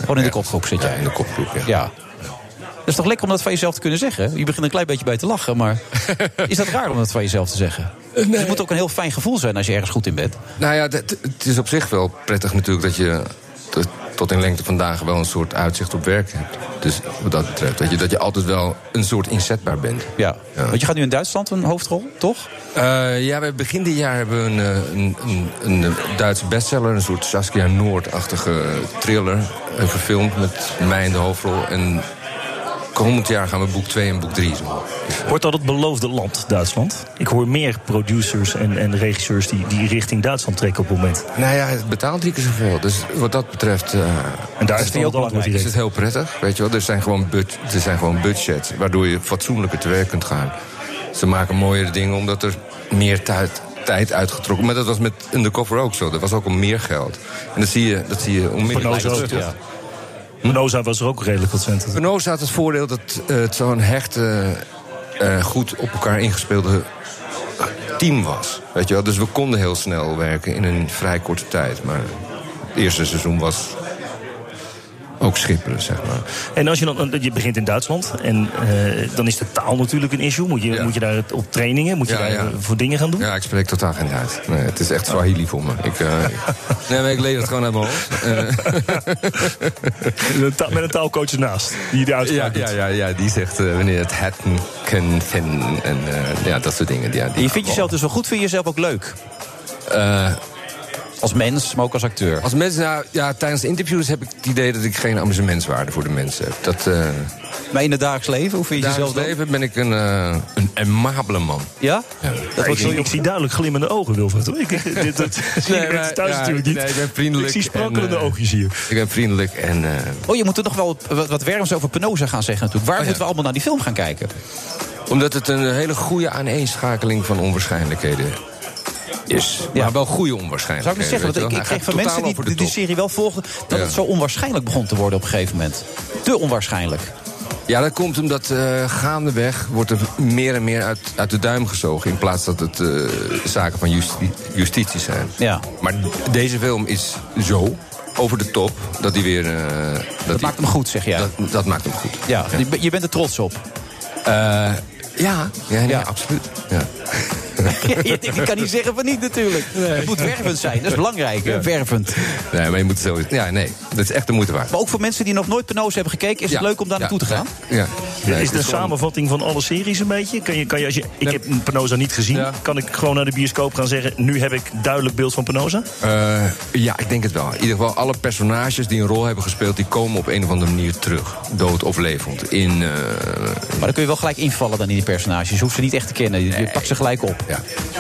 Gewoon in de kopgroep zit jij? Ja, in de kopgroep, ja. ja. Dat is toch lekker om dat van jezelf te kunnen zeggen? Je begint een klein beetje bij te lachen, maar is dat raar om dat van jezelf te zeggen? Nee. Dus het moet ook een heel fijn gevoel zijn als je ergens goed in bent. Nou ja, het is op zich wel prettig natuurlijk dat je tot in lengte van dagen wel een soort uitzicht op werk hebt. Dus wat dat betreft, dat je, dat je altijd wel een soort inzetbaar bent. Ja, ja. Want je gaat nu in Duitsland een hoofdrol, toch? Uh, ja, we begin dit jaar hebben we een, een, een, een Duitse bestseller, een soort Saskia Noord-achtige thriller, verfilmd met mij in de hoofdrol. En komend jaar gaan we boek twee en boek drie doen. Wordt dat het beloofde land, Duitsland? Ik hoor meer producers en, en regisseurs die, die richting Duitsland trekken op het moment. Nou ja, het betaalt drie keer zoveel. Dus wat dat betreft uh, en daar is het, het, ook is het heel prettig. Weet je wel? Er zijn gewoon, bud, er zijn gewoon budgets waardoor je fatsoenlijker te werk kunt gaan. Ze maken mooiere dingen omdat er meer tijd, tijd uitgetrokken. Maar dat was met Undercover ook zo. Dat was ook om meer geld. En dat zie je, dat zie je onmiddellijk terug. Ja. Penosa was er ook redelijk wat centen. Penosa had het voordeel dat uh, het zo'n hechte, uh, goed op elkaar ingespeelde team was. Weet je wel? Dus we konden heel snel werken in een vrij korte tijd. Maar het eerste seizoen was ook schipperen, zeg maar. En als je dan, je begint in Duitsland en uh, dan is de taal natuurlijk een issue. Moet je, ja. moet je daar op trainingen, moet je ja, daar ja. voor dingen gaan doen? Ja, ik spreek totaal geen Duits. Nee, het is echt Swahili voor me. Ik, uh, nee, maar ik leer het gewoon uit mijn hoofd. Uh. Met een taalcoach ernaast, die de uitspraak ja, ja, ja, ja, die zegt uh, wanneer het hatten kan vinden en uh, ja, dat soort dingen. Ja, die je vindt jezelf dus wel goed, vind je jezelf ook leuk? Uh, Als mens, maar ook als acteur. Als mens, nou ja, tijdens interviews heb ik het idee dat ik geen amusementswaarde voor de mensen heb. Dat, uh, maar in het dagelijks leven, hoe vind je jezelf dan? In het dagelijks leven ben ik een, uh, een aimabele man. Ja? ja. Dat ik, ik, ik zie duidelijk glimmende ogen, Wilfred. Ik, ik, dit, dat zie nee, ik thuis ja, natuurlijk niet. Nee, ik ben vriendelijk. Ik zie sprankelende en, uh, oogjes hier. Ik ben vriendelijk en... Uh... Oh, je moet er nog wel wat, wat werms over Penosa gaan zeggen natuurlijk. Waar oh, moeten ja. we allemaal naar die film gaan kijken? Omdat het een hele goede aaneenschakeling van onwaarschijnlijkheden is. Ja. Maar wel goede onwaarschijnlijkheden. Zou ik niet zeggen, want ik, ik kreeg van mensen die die, die serie wel volgden dat ja. het zo onwaarschijnlijk begon te worden op een gegeven moment. Te onwaarschijnlijk. Ja, dat komt omdat uh, gaandeweg wordt er meer en meer uit, uit de duim gezogen, in plaats dat het uh, zaken van justi- justitie zijn. Ja. Maar deze film is zo over de top dat hij weer... Uh, dat, dat die, maakt hem goed, zeg jij. Dat, dat maakt hem goed. Ja, ja. Je, je bent er trots op. Uh, ja, ja, nee, ja, absoluut. Ja. Ja, ik kan niet zeggen van niet natuurlijk. Nee. Het moet wervend zijn, dat is belangrijk. Ja. Wervend. Nee, maar je moet zo. Ja, nee, dat is echt de moeite waard. Maar ook voor mensen die nog nooit Penosa hebben gekeken, is het ja. leuk om daar ja. naartoe te gaan? Ja. ja. Nee, is de samenvatting van alle series een beetje? Kan je, kan je, als je, ik nee. heb Penosa niet gezien. Ja. Kan ik gewoon naar de bioscoop gaan zeggen, nu heb ik duidelijk beeld van Penosa? Uh, ja, ik denk het wel. In ieder geval, alle personages die een rol hebben gespeeld, die komen op een of andere manier terug. Dood of levend. In, uh, maar dan kun je wel gelijk invallen dan in die personages. Je hoeft ze niet echt te kennen. Je nee. pakt ze gelijk op. Ja.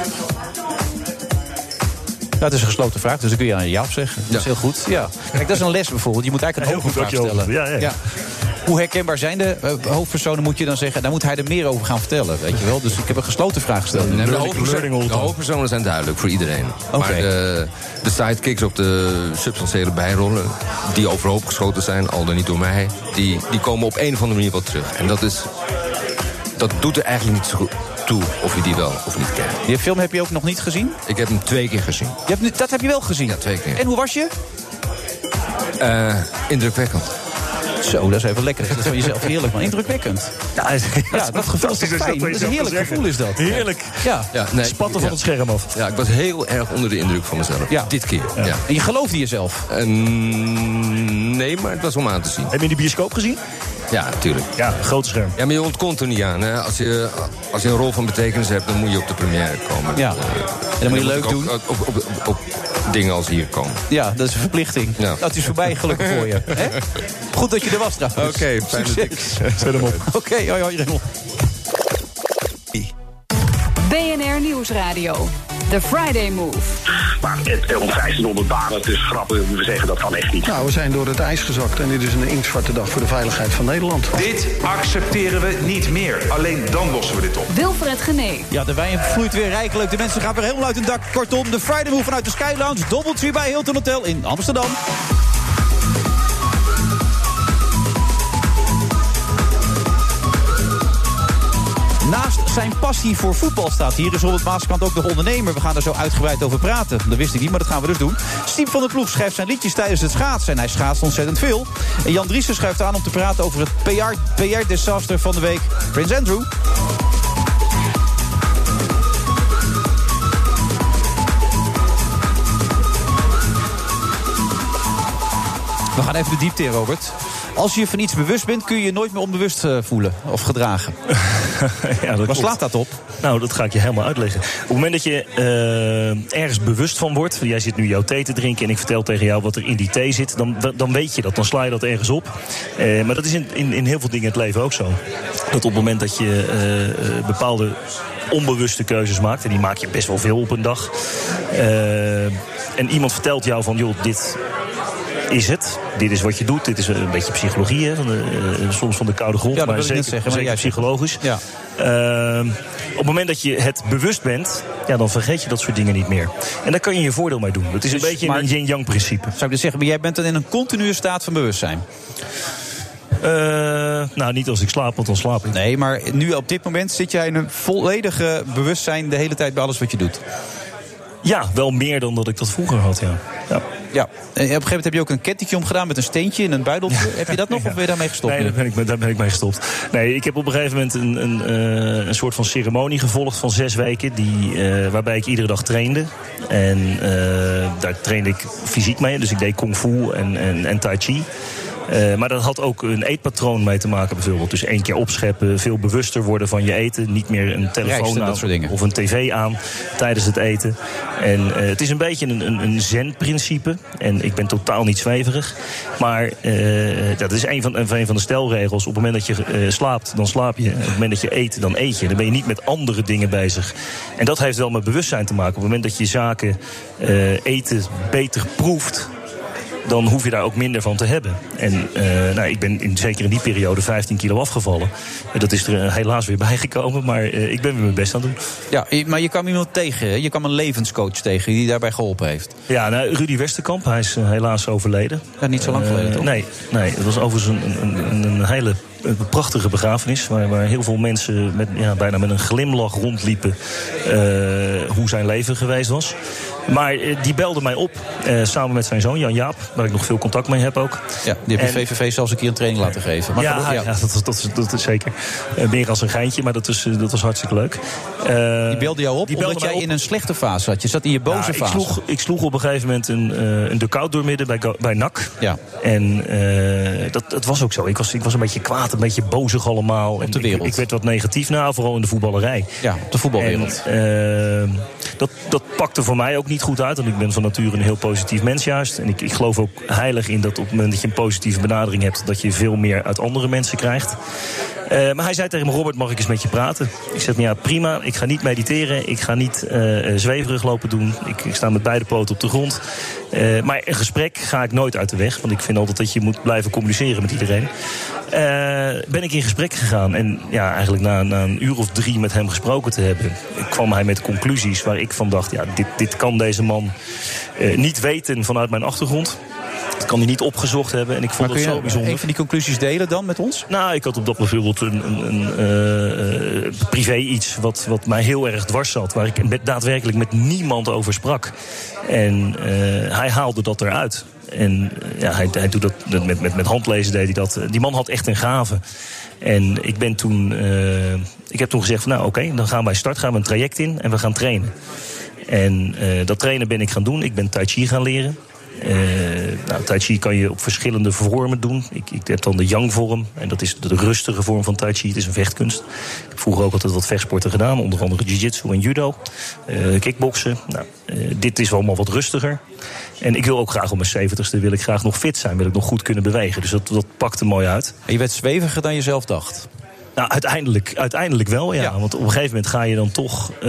Ja, het is een gesloten vraag, dus dan kun je aan ja op zeggen. Dat ja. is heel goed. Ja. Kijk, dat is een les bijvoorbeeld. Je moet eigenlijk een open vraag stellen. Ja, ja. Ja. Hoe herkenbaar zijn de uh, hoofdpersonen, moet je dan zeggen. Daar moet hij er meer over gaan vertellen, weet je wel. Dus ik heb een gesloten vraag gesteld. Nee, de, hoofdpersonen, de hoofdpersonen zijn duidelijk voor iedereen. Okay. Maar de, de sidekicks op de substantiële bijrollen, die overhoop geschoten zijn, al dan niet door mij, die, die komen op een of andere manier wel terug. En dat is... Dat doet er eigenlijk niet zo goed toe of je die wel of niet kent. Die film heb je ook nog niet gezien? Ik heb hem twee keer gezien. Je hebt, dat heb je wel gezien? Ja, twee keer. En hoe was je? Uh, indrukwekkend. Zo, dat is even lekker. Dat is van jezelf heerlijk, man. Indrukwekkend. Ja, ja dat gevoel is toch fijn? Dat is een heerlijk gevoel, is dat. Heerlijk. Ja. Ja, nee, Spatten van ja. het scherm af. Ja, ik was heel erg onder de indruk van mezelf. Ja. Dit keer. Ja. Ja. En je geloofde jezelf? Uh, nee, maar het was om aan te zien. Heb je in de bioscoop gezien? Ja, natuurlijk. Ja, groot scherm. Ja, maar je ontkomt er niet aan. Hè. Als, je, als je een rol van betekenis hebt, dan moet je op de première komen. Ja. En dan moet je leuk doen. Op, op, op, op, op dingen als hier komen. Ja, dat is een verplichting. Ja. Dat is voorbij, gelukkig voor je. He? Goed dat je er was trouwens. Oké, okay, fijn dat ik... Zet hem op. Oké, okay, hoi hoi Raymond. B N R Nieuwsradio. The Friday Move. Maar het, om vijftienhonderd banen, het is grappig, we zeggen dat kan echt niet. Nou, we zijn door het ijs gezakt en dit is een inktzwarte dag voor de veiligheid van Nederland. Dit accepteren we niet meer. Alleen dan lossen we dit op. Wilfred Genee. Ja, de wijn vloeit weer rijkelijk. De mensen gaan weer helemaal uit hun dak. Kortom, de Friday Move vanuit de Sky Lounge. Doubletree bij Hilton Hotel in Amsterdam. Naast Zijn passie voor voetbal staat hier. Is Robert Maaskant ook de ondernemer? We gaan er zo uitgebreid over praten. Dat wist ik niet, maar dat gaan we dus doen. Steve van der Ploeg schrijft zijn liedjes tijdens het schaatsen. En hij schaatst ontzettend veel. En Jan Driessen schuift aan om te praten over het P R-disaster van de week. Prins Andrew. We gaan even de diepte in, Robert. Als je van iets bewust bent, kun je je nooit meer onbewust uh, voelen of gedragen. Ja, dat Waar slaat dat op? Nou, dat ga ik je helemaal uitleggen. Op het moment dat je uh, ergens bewust van wordt... jij zit nu jouw thee te drinken en ik vertel tegen jou wat er in die thee zit... dan, dan weet je dat, dan sla je dat ergens op. Uh, maar dat is in, in, in heel veel dingen in het leven ook zo. Dat op het moment dat je uh, bepaalde onbewuste keuzes maakt... en die maak je best wel veel op een dag... Uh, en iemand vertelt jou van, joh, dit... is het. Dit is wat je doet. Dit is een beetje psychologie, hè, van de, uh, soms van de koude grond, ja, maar zeker, zeker, zeggen, zeker maar psychologisch. Ja. Uh, op het moment dat je het bewust bent, ja, dan vergeet je dat soort dingen niet meer. En daar kan je je voordeel mee doen. Het is dus, een beetje maar, een yin-yang principe. Zou ik dus zeggen, maar jij bent dan in een continue staat van bewustzijn? Uh, nou, niet als ik slaap, want dan slaap ik. Nee, maar nu op dit moment zit jij in een volledige bewustzijn de hele tijd bij alles wat je doet. Ja, wel meer dan dat ik dat vroeger had, ja. Ja. Ja, en op een gegeven moment heb je ook een kettingje omgedaan met een steentje in een buideltje. Ja. Heb je dat nog ja. of ben je daarmee gestopt? Nee, daar ben, ik, daar ben ik mee gestopt. Nee, ik heb op een gegeven moment een, een, uh, een soort van ceremonie gevolgd van zes weken... Die, uh, waarbij ik iedere dag trainde. En uh, daar trainde ik fysiek mee, dus ik deed kung fu en, en, en tai chi. Uh, maar dat had ook een eetpatroon mee te maken bijvoorbeeld. Dus één keer opscheppen, veel bewuster worden van je eten. Niet meer een telefoon Rijkste, aan of een tv aan tijdens het eten. En uh, het is een beetje een, een, een zen-principe. En ik ben totaal niet zweverig. Maar uh, dat is een van, een van de stelregels. Op het moment dat je uh, slaapt, dan slaap je. Op het moment dat je eet, dan eet je. Dan ben je niet met andere dingen bezig. En dat heeft wel met bewustzijn te maken. Op het moment dat je zaken uh, eten beter proeft... dan hoef je daar ook minder van te hebben. En uh, nou, ik ben in, zeker in die periode vijftien kilo afgevallen. Dat is er helaas weer bijgekomen, maar uh, ik ben weer mijn best aan het doen. Ja, maar je kwam iemand tegen, je kwam een levenscoach tegen die daarbij geholpen heeft. Ja, nou, Rudy Westerkamp, hij is uh, helaas overleden. Ja, niet zo lang geleden, uh, toch? Nee, nee, het was overigens een, een, een hele... een prachtige begrafenis, waar, waar heel veel mensen met, ja, bijna met een glimlach rondliepen uh, hoe zijn leven geweest was. Maar uh, die belde mij op, uh, samen met zijn zoon Jan Jaap, waar ik nog veel contact mee heb ook. Ja, die heb je en, V V V zelfs een keer een training laten geven. Maar ja, ja. ja dat, dat, dat is zeker. Uh, meer als een geintje, maar dat, is, uh, dat was hartstikke leuk. Uh, die belde jou op die omdat jij op. in een slechte fase zat. Je zat in je boze ja, fase. Ik sloeg, ik sloeg op een gegeven moment een, uh, een dugout doormidden bij, bij N A C. Ja. En uh, dat, dat was ook zo. Ik was, ik was een beetje kwaad, een beetje bozig allemaal. Op de wereld. Ik, ik werd wat negatief, nou, vooral in de voetballerij. Ja, op de voetbalwereld. En, uh, dat, dat pakte voor mij ook niet goed uit. Want ik ben van nature een heel positief mens juist. En ik, ik geloof ook heilig in dat op het moment dat je een positieve benadering hebt... dat je veel meer uit andere mensen krijgt. Uh, maar hij zei tegen me, Robert, mag ik eens met je praten? Ik zeg, ja, prima. Ik ga niet mediteren. Ik ga niet uh, zweverig lopen doen. Ik, ik sta met beide poten op de grond. Uh, maar een gesprek ga ik nooit uit de weg. Want ik vind altijd dat je moet blijven communiceren met iedereen. Uh, ben ik in gesprek gegaan. En ja, eigenlijk na, na een uur of drie met hem gesproken te hebben... kwam hij met conclusies waar ik van dacht... ja, dit, dit kan deze man uh, niet weten vanuit mijn achtergrond. Dat kan hij niet opgezocht hebben. En ik vond maar het zo bijzonder. Een van die conclusies delen dan met ons? Nou, ik had op dat bijvoorbeeld een, een, een uh, privé iets wat, wat mij heel erg dwars zat. Waar ik met, daadwerkelijk met niemand over sprak. En uh, hij haalde dat eruit. En uh, ja, hij, hij doet dat met, met, met handlezen deed hij dat. Die man had echt een gave. En ik ben toen, uh, ik heb toen gezegd van, nou oké, okay, dan gaan wij start, gaan we een traject in en we gaan trainen. En uh, dat trainen ben ik gaan doen. Ik ben Tai Chi gaan leren. Uh, nou, Tai Chi kan je op verschillende vormen doen. Ik, ik heb dan de Yang-vorm. En dat is de rustige vorm van Tai Chi. Het is een vechtkunst. Ik heb vroeger ook altijd wat vechtsporten gedaan. Onder andere jiu-jitsu en judo. Uh, kickboksen. Nou, uh, dit is allemaal wat rustiger. En ik wil ook graag op mijn zeventigste wil ik graag nog fit zijn. Wil ik nog goed kunnen bewegen. Dus dat, dat pakte mooi uit. En je werd zweviger dan je zelf dacht? Nou, uiteindelijk, uiteindelijk wel, ja. ja. Want op een gegeven moment ga je dan toch... Uh,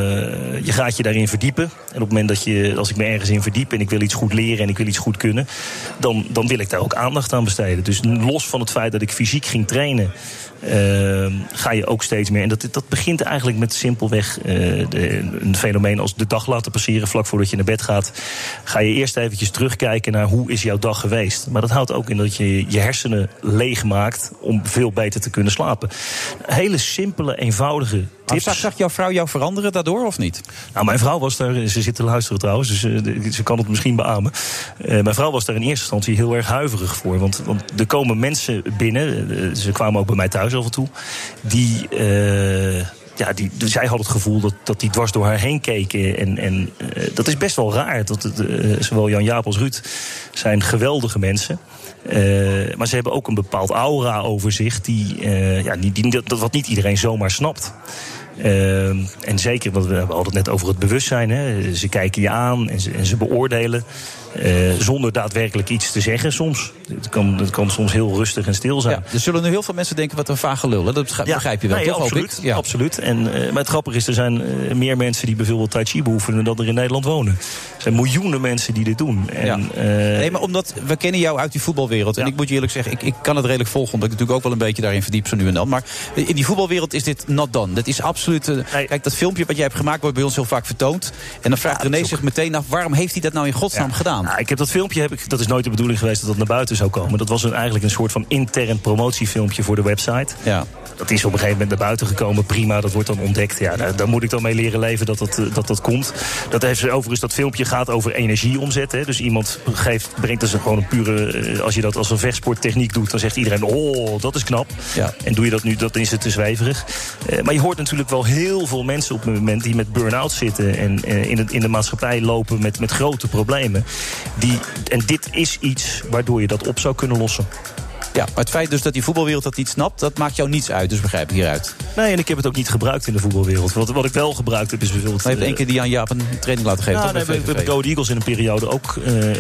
je gaat je daarin verdiepen. En op het moment dat je... Als ik me ergens in verdiep en ik wil iets goed leren... en ik wil iets goed kunnen... dan, dan wil ik daar ook aandacht aan besteden. Dus los van het feit dat ik fysiek ging trainen... Uh, ga je ook steeds meer... En dat, dat begint eigenlijk met simpelweg uh, de, een fenomeen als de dag laten passeren... vlak voordat je naar bed gaat. Ga je eerst eventjes terugkijken naar hoe is jouw dag geweest. Maar dat houdt ook in dat je je hersenen leeg maakt... om veel beter te kunnen slapen. Hele simpele, eenvoudige tips. Zag, zag jouw vrouw jou veranderen daardoor of niet? Nou, mijn vrouw was daar, ze zit te luisteren trouwens, dus uh, ze kan het misschien beamen. Uh, mijn vrouw was daar in eerste instantie heel erg huiverig voor. Want, want er komen mensen binnen, uh, ze kwamen ook bij mij thuis af en toe, die... Uh, Ja, die, zij had het gevoel dat, dat die dwars door haar heen keken. En, en uh, dat is best wel raar. Dat het, uh, zowel Jan-Jaap als Ruud zijn geweldige mensen. Uh, maar ze hebben ook een bepaald aura over zich. Die, uh, ja, die, die, dat wat niet iedereen zomaar snapt. Uh, en zeker, want we hadden het net over het bewustzijn. Hè. Ze kijken je aan en ze, en ze beoordelen. Uh, zonder daadwerkelijk iets te zeggen soms. Het kan, het kan soms heel rustig en stil zijn. Ja, er zullen nu heel veel mensen denken, wat een vage lul. Hè? Dat begrijp je wel, nee, toch? Absoluut, Ja. absoluut. En, uh, maar het grappige is, er zijn uh, meer mensen die bijvoorbeeld tai chi beoefenen dan er in Nederland wonen. Er zijn miljoenen mensen die dit doen. En, ja. uh, nee, maar omdat we kennen jou uit die voetbalwereld. En ja. ik moet je eerlijk zeggen, ik, ik kan het redelijk volgen, omdat ik natuurlijk ook wel een beetje daarin verdiep zo nu en dan. Maar in die voetbalwereld is dit not done. Dat is absoluut... Uh, nee. Kijk, dat filmpje wat jij hebt gemaakt wordt bij ons heel vaak vertoond. En dan vraagt ja, René zich meteen af, waarom heeft hij dat nou in godsnaam ja. gedaan? Nou, ik heb dat filmpje, heb ik, dat is nooit de bedoeling geweest dat dat naar buiten zou komen. Dat was een, eigenlijk een soort van intern promotiefilmpje voor de website. Ja. Dat is op een gegeven moment naar buiten gekomen. Prima, dat wordt dan ontdekt. Ja, daar, daar moet ik dan mee leren leven dat dat, dat, dat komt. Dat heeft overigens, dat filmpje gaat over energie omzetten. Hè. Dus iemand geeft, brengt dus gewoon een pure... Als je dat als een vechtsporttechniek doet, dan zegt iedereen, oh, dat is knap. Ja. En doe je dat nu, dan is het te zweverig. Uh, maar je hoort natuurlijk wel heel veel mensen op het moment die met burn-out zitten en uh, in, het, in de maatschappij lopen met, met grote problemen. Die, en dit is iets waardoor je dat op zou kunnen lossen. Ja, maar het feit dus dat die voetbalwereld dat niet snapt, dat maakt jou niets uit, dus begrijp ik hieruit. Nee, en ik heb het ook niet gebruikt in de voetbalwereld. Wat, wat ik wel gebruikt heb is bijvoorbeeld... Maar je hebt één keer die aan Jaap een training laten geven. Ja, nee, we hebben Go Eagles in een periode ook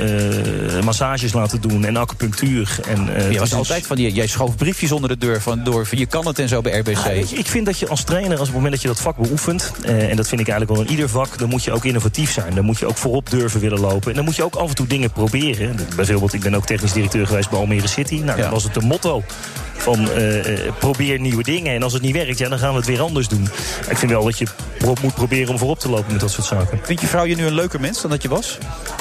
uh, uh, massages laten doen en acupunctuur. En, uh, je was altijd van, jij schoof briefjes onder de deur van door van je kan het en zo bij R B C. Ja, ik, ik vind dat je als trainer, als op het moment dat je dat vak beoefent, uh, en dat vind ik eigenlijk wel in ieder vak, dan moet je ook innovatief zijn. Dan moet je ook voorop durven willen lopen. En dan moet je ook af en toe dingen proberen. Bijvoorbeeld, ik ben ook technisch directeur geweest bij Almere City. Nou, ja. dan was het een motto van uh, probeer nieuwe dingen. En als het niet werkt, ja, dan gaan we het weer anders doen. Ik vind wel dat je pro- moet proberen om voorop te lopen met dat soort zaken. Vind je vrouw je nu een leuker mens dan dat je was?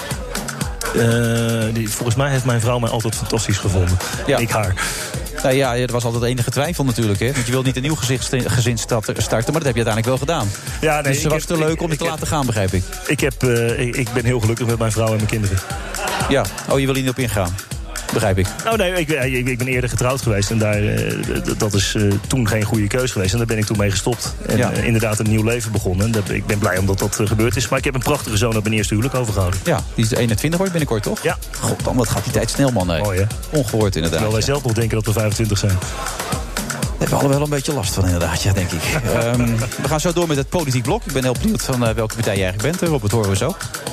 Uh, die, volgens mij heeft mijn vrouw mij altijd fantastisch gevonden. Ja. Ik haar. Nou ja, er was altijd enige twijfel natuurlijk. Hè? Want je wilt niet een nieuw gezicht, gezin starten, maar dat heb je uiteindelijk wel gedaan. Ja, nee, dus het was te leuk om je te laten gaan, begrijp ik. Ik, heb, uh, ik, ik ben heel gelukkig met mijn vrouw en mijn kinderen. Ja, oh, je wil hier niet op ingaan. Begrijp ik. Nou nee, ik, ik, ik ben eerder getrouwd geweest en daar, uh, dat is uh, toen geen goede keus geweest. En daar ben ik toen mee gestopt. En ja. uh, inderdaad een nieuw leven begonnen. En dat, ik ben blij omdat dat uh, gebeurd is. Maar ik heb een prachtige zoon op mijn eerste huwelijk overgehouden. Ja, die is eenentwintig wordt binnenkort, toch? Ja. Goddam, wat gaat die tijd snel, man. Nee. Mooi, hè? Ongehoord, inderdaad. Terwijl wij ja. zelf nog denken dat we vijfentwintig zijn. Daar hebben we allemaal wel een beetje last van, inderdaad, ja, denk ik. um, we gaan zo door met het politiek blok. Ik ben heel benieuwd van uh, welke partij je eigenlijk bent. Robert, horen we zo.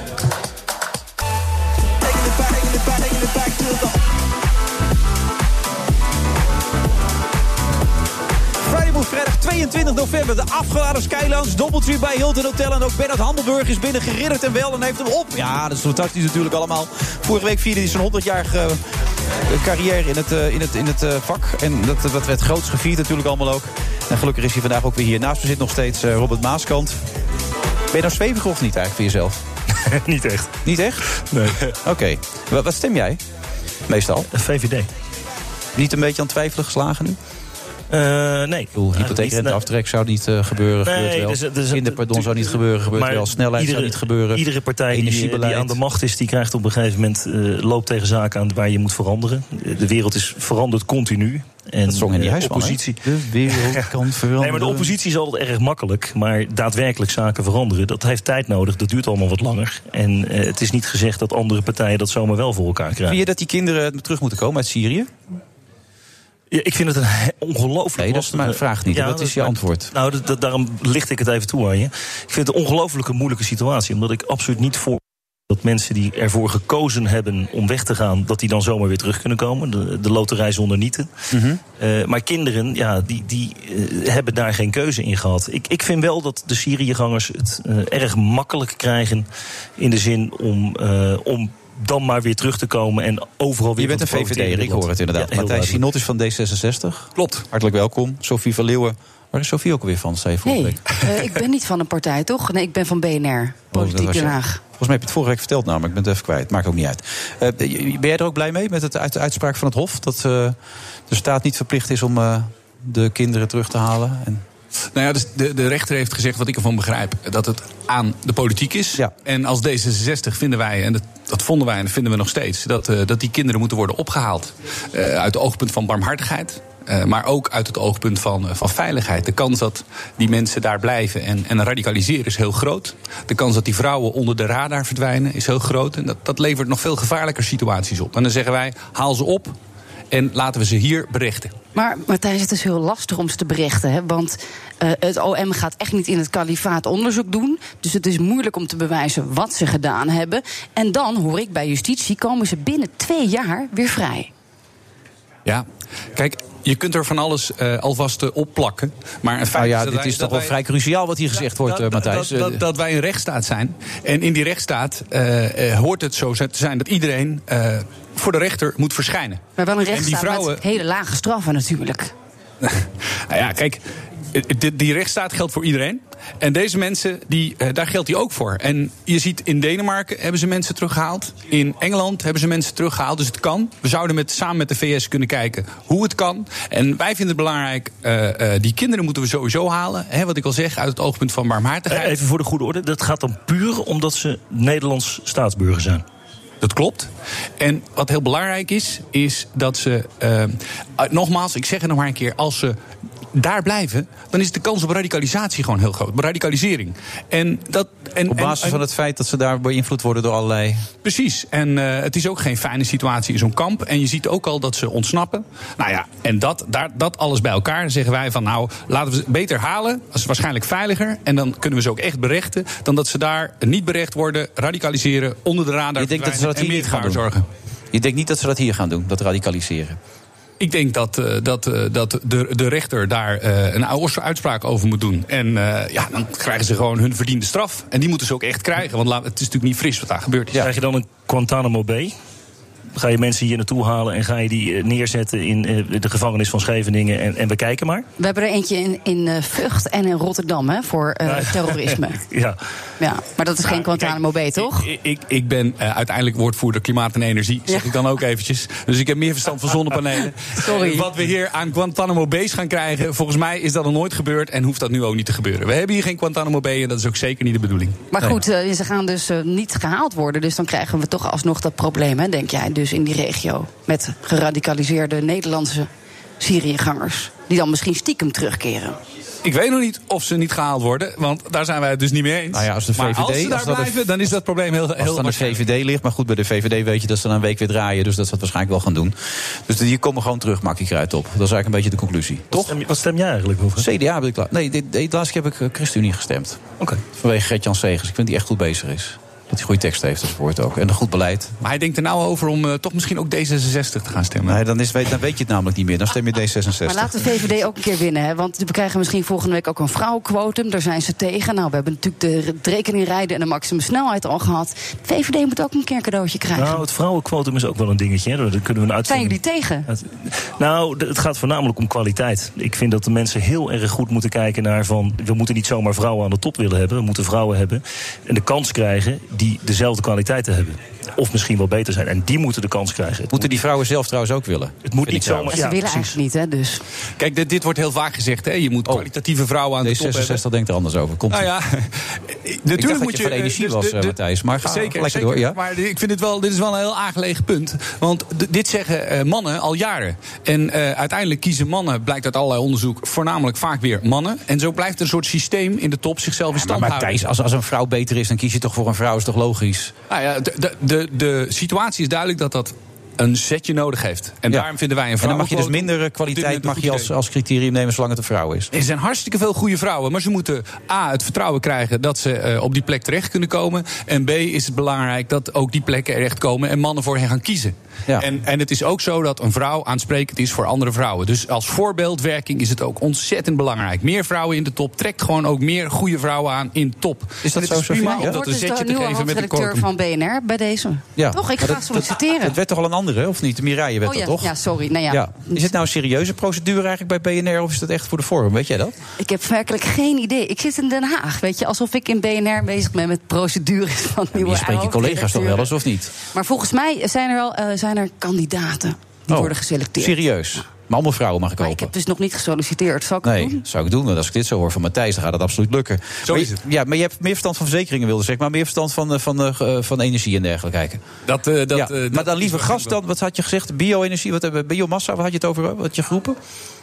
Vrijdag tweeëntwintig november, de afgeladen Skylounge, Doubletree bij Hilton Hotel. En ook Bernard Handelburg is binnen geridderd en wel en heeft hem op. Ja, dat is fantastisch natuurlijk allemaal. Vorige week vierde hij zijn honderdjarige uh, carrière in het, uh, in het, in het uh, vak. En dat, dat werd groots gevierd natuurlijk allemaal ook. En gelukkig is hij vandaag ook weer hier. Naast me zit nog steeds uh, Robert Maaskant. Ben je nou zweverig of niet eigenlijk voor jezelf? Niet echt. Niet echt? Nee. Oké. Okay. Wat, wat stem jij? Meestal? V V D. Niet een beetje aan het twijfelen geslagen nu? Uh, nee. Hypotheekrenteaftrek zou niet uh, gebeuren, nee, gebeurt wel. Dus, dus, Kinderpardon zou niet gebeuren, gebeurt maar wel. Snelheid iedere, zou niet gebeuren. Iedere partij die, die aan de macht is, die krijgt op een gegeven moment uh, loopt tegen zaken aan waar je moet veranderen. De wereld is veranderd continu. En dat zong in die huisman, oppositie. Hè? De wereld kan veranderen. Nee, maar de oppositie is altijd erg makkelijk. Maar daadwerkelijk zaken veranderen, dat heeft tijd nodig. Dat duurt allemaal wat langer. En uh, het is niet gezegd dat andere partijen dat zomaar wel voor elkaar krijgen. Vind je dat die kinderen terug moeten komen uit Syrië? Ja, ik vind het een ongelooflijk... Nee, dat is mijn vraag niet. Ja, wat is je maar, antwoord? Nou, dat, dat, daarom licht ik het even toe aan je. Ik vind het een ongelooflijke moeilijke situatie. Omdat ik absoluut niet voor dat mensen die ervoor gekozen hebben om weg te gaan, dat die dan zomaar weer terug kunnen komen. De, de loterij zonder nieten. Mm-hmm. Uh, maar kinderen, ja, die, die uh, hebben daar geen keuze in gehad. Ik, ik vind wel dat de Syriëgangers het uh, erg makkelijk krijgen in de zin om... Uh, om dan maar weer terug te komen en overal weer... Je bent een V V D'er, ik hoor het inderdaad. Ja, Matthijs Sinot is van D zesenzestig. Klopt. Hartelijk welkom. Sophie van Leeuwen. Waar is Sophie ook alweer van? Zei nee, uh, ik ben niet van een partij, toch? Nee, ik ben van B N R, Politiek oh, Den Haag. Volgens mij heb je het vorige week verteld namelijk. Ik ben het even kwijt. Maakt ook niet uit. Uh, ben jij er ook blij mee met het uit, de uitspraak van het Hof? Dat uh, de staat niet verplicht is om uh, de kinderen terug te halen? En Nou ja, dus de, de rechter heeft gezegd, wat ik ervan begrijp, dat het aan de politiek is. Ja. En als D zesenzestig vinden wij, en dat, dat vonden wij en dat vinden we nog steeds, dat, uh, dat die kinderen moeten worden opgehaald uh, uit het oogpunt van barmhartigheid. Uh, maar ook uit het oogpunt van, uh, van veiligheid. De kans dat die mensen daar blijven en, en radicaliseren is heel groot. De kans dat die vrouwen onder de radar verdwijnen is heel groot. En dat, dat levert nog veel gevaarlijker situaties op. En dan zeggen wij, haal ze op en laten we ze hier berechten. Maar Matthijs, het is heel lastig om ze te berechten. Hè? Want uh, het O M gaat echt niet in het kalifaat onderzoek doen. Dus het is moeilijk om te bewijzen wat ze gedaan hebben. En dan, hoor ik bij justitie, komen ze binnen twee jaar weer vrij. Ja, kijk, je kunt er van alles uh, alvast uh, opplakken. Maar een feit nou ja, is dat dit wij, is toch wel wij, vrij cruciaal wat hier gezegd ja, wordt, uh, Matthijs. Dat, dat, dat wij een rechtsstaat zijn. En in die rechtsstaat uh, uh, hoort het zo te zijn dat iedereen uh, voor de rechter moet verschijnen. Maar wel een rechtsstaat vrouwen, met hele lage straffen natuurlijk. Nou ja, kijk, die, die rechtsstaat geldt voor iedereen. En deze mensen, die, uh, daar geldt die ook voor. En je ziet, in Denemarken hebben ze mensen teruggehaald. In Engeland hebben ze mensen teruggehaald. Dus het kan. We zouden met, samen met de V S kunnen kijken hoe het kan. En wij vinden het belangrijk, uh, uh, die kinderen moeten we sowieso halen. Hè, wat ik al zeg, uit het oogpunt van barmhartigheid. Even voor de goede orde, dat gaat dan puur omdat ze Nederlands staatsburger zijn. Dat klopt. En wat heel belangrijk is, is dat ze, uh, nogmaals, ik zeg het nog maar een keer, als ze daar blijven, dan is de kans op radicalisatie gewoon heel groot. Radicalisering. En dat, en, op basis en, van het feit dat ze daar beïnvloed worden door allerlei... Precies. En uh, het is ook geen fijne situatie in zo'n kamp. En je ziet ook al dat ze ontsnappen. Nou ja, en dat, daar, dat alles bij elkaar zeggen wij van, nou, laten we ze beter halen. Dat is waarschijnlijk veiliger. En dan kunnen we ze ook echt berechten. Dan dat ze daar niet berecht worden, radicaliseren, onder de radar je denkt dat ze dat hier niet gaan doen? Zorgen. Je denkt niet dat ze dat hier gaan doen, dat radicaliseren? Ik denk dat, uh, dat, uh, dat de, de rechter daar uh, een uitspraak over moet doen. En uh, ja, dan krijgen ze gewoon hun verdiende straf. En die moeten ze ook echt krijgen. Want het is natuurlijk niet fris wat daar gebeurd is. Ja. Krijg je dan een Guantanamo Bay? Ga je mensen hier naartoe halen en ga je die neerzetten in de gevangenis van Scheveningen en, en we kijken maar? We hebben er eentje in, in Vught en in Rotterdam, hè, voor uh, ja. terrorisme. ja. ja. Maar dat is nou, geen Guantanamo Bay, toch? Ik, ik, ik ben uh, uiteindelijk woordvoerder klimaat en energie, zeg ja. ik dan ook eventjes. Dus ik heb meer verstand van zonnepanelen. Sorry. Wat we hier aan Guantanamo Bay's gaan krijgen, volgens mij is dat nog nooit gebeurd en hoeft dat nu ook niet te gebeuren. We hebben hier geen Guantanamo Bay en dat is ook zeker niet de bedoeling. Maar goed, uh, ze gaan dus uh, niet gehaald worden, dus dan krijgen we toch alsnog dat probleem, hè, denk jij? Dus in die regio met geradicaliseerde Nederlandse Syriëgangers die dan misschien stiekem terugkeren. Ik weet nog niet of ze niet gehaald worden, want daar zijn wij het dus niet mee eens. Nou ja, als de V V D, maar als ze daar als blijven, de, dan is dat probleem heel heel Als het aan de V V D ligt, maar goed, bij de V V D weet je dat ze dan een week weer draaien, dus dat ze dat waarschijnlijk wel gaan doen. Dus die komen gewoon terug, maak ik eruit op. Dat is eigenlijk een beetje de conclusie. Wat Toch? Stem, wat stem jij eigenlijk over? C D A heb ik laat. Nee, dit, dit laatste heb ik uh, ChristenUnie gestemd. Oké. Okay. Vanwege Gert-Jan Segers. Ik vind die echt goed bezig is. Dat hij goede tekst heeft, dat woord ook. En een goed beleid. Maar hij denkt er nou over om uh, toch misschien ook D zesenzestig te gaan stemmen. Nee, dan, is, dan weet je het namelijk niet meer. Dan stem je D zesenzestig. Maar laat de V V D ook een keer winnen. Hè? Want we krijgen misschien volgende week ook een vrouwenquotum. Daar zijn ze tegen. Nou, we hebben natuurlijk de, de rekeningrijden en de maximumsnelheid al gehad. De V V D moet ook een keer een cadeautje krijgen. Nou, het vrouwenquotum is ook wel een dingetje. Hè? Daar kunnen we een zijn jullie tegen? Het, nou, het gaat voornamelijk om kwaliteit. Ik vind dat de mensen heel erg goed moeten kijken naar van, we moeten niet zomaar vrouwen aan de top willen hebben. We moeten vrouwen hebben en de kans krijgen die dezelfde kwaliteit te hebben. Of misschien wel beter zijn. En die moeten de kans krijgen. Het moeten die vrouwen zelf trouwens ook willen? Het moet niet zomaar. Ze ja, willen precies. eigenlijk niet, hè? Dus. Kijk, dit, dit wordt heel vaak gezegd, hè? Je moet kwalitatieve oh, vrouwen aan de top hebben. D zesenzestig denkt er anders over. Komt nou ja, natuurlijk moet je, je van energie was, uh, Matthijs. Maar ga zeker, lekker zeker, door. Ja? Maar ik vind dit wel, dit is wel een heel aangelegen punt. Want d- dit zeggen uh, mannen al jaren. En uh, uiteindelijk kiezen mannen, blijkt uit allerlei onderzoek, voornamelijk vaak weer mannen. En zo blijft er een soort systeem in de top zichzelf in stand ja, maar houden. Matthijs, als, als een vrouw beter is, dan kies je toch voor een vrouw. Is toch logisch? Nou ja, de, de, de, de situatie is duidelijk dat dat een setje nodig heeft. En ja. daarom vinden wij een vrouw. En dan mag je dus minder kwaliteit mag je als, als criterium nemen zolang het een vrouw is. Er zijn hartstikke veel goede vrouwen, maar ze moeten A, het vertrouwen krijgen dat ze uh, op die plek terecht kunnen komen. En B, is het belangrijk dat ook die plekken terecht komen en mannen voor hen gaan kiezen. Ja. En, en het is ook zo dat een vrouw aansprekend is voor andere vrouwen. Dus als voorbeeldwerking is het ook ontzettend belangrijk. Meer vrouwen in de top trekt gewoon ook meer goede vrouwen aan in top. Is dat zo? Is prima ja? om dat een zetje te geven met de kortum van B N R bij deze. Ja. Toch? Ik ga dat, solliciteren. Het werd toch al een andere, of niet? Mireille werd oh, ja. dat toch? Ja, sorry. Nou ja. Ja. Is het nou een serieuze procedure eigenlijk bij B N R of is dat echt voor de vorm? Weet jij dat? Ik heb werkelijk geen idee. Ik zit in Den Haag, weet je, alsof ik in B N R bezig ben met procedures van nieuwe. Je spreekt je collega's toch wel eens of niet? Maar volgens mij zijn er al uh, zijn er kandidaten die oh, worden geselecteerd. Serieus? Maar allemaal vrouwen mag ik Maar hopen. ik heb dus nog niet gesolliciteerd. Zal ik nee, het doen? zou ik doen. Want als ik dit zo hoor van Matthijs, dan gaat het absoluut lukken. Zo maar is je, het. Ja, maar je hebt meer verstand van verzekeringen, wilde zeggen. Maar meer verstand van, van, van, van energie en dergelijke. Kijken. Dat, uh, dat, ja, uh, maar dat dan liever gas dan, wat had je gezegd? Bio-energie, wat hebben biomassa, wat had je het over? Wat had je geroepen?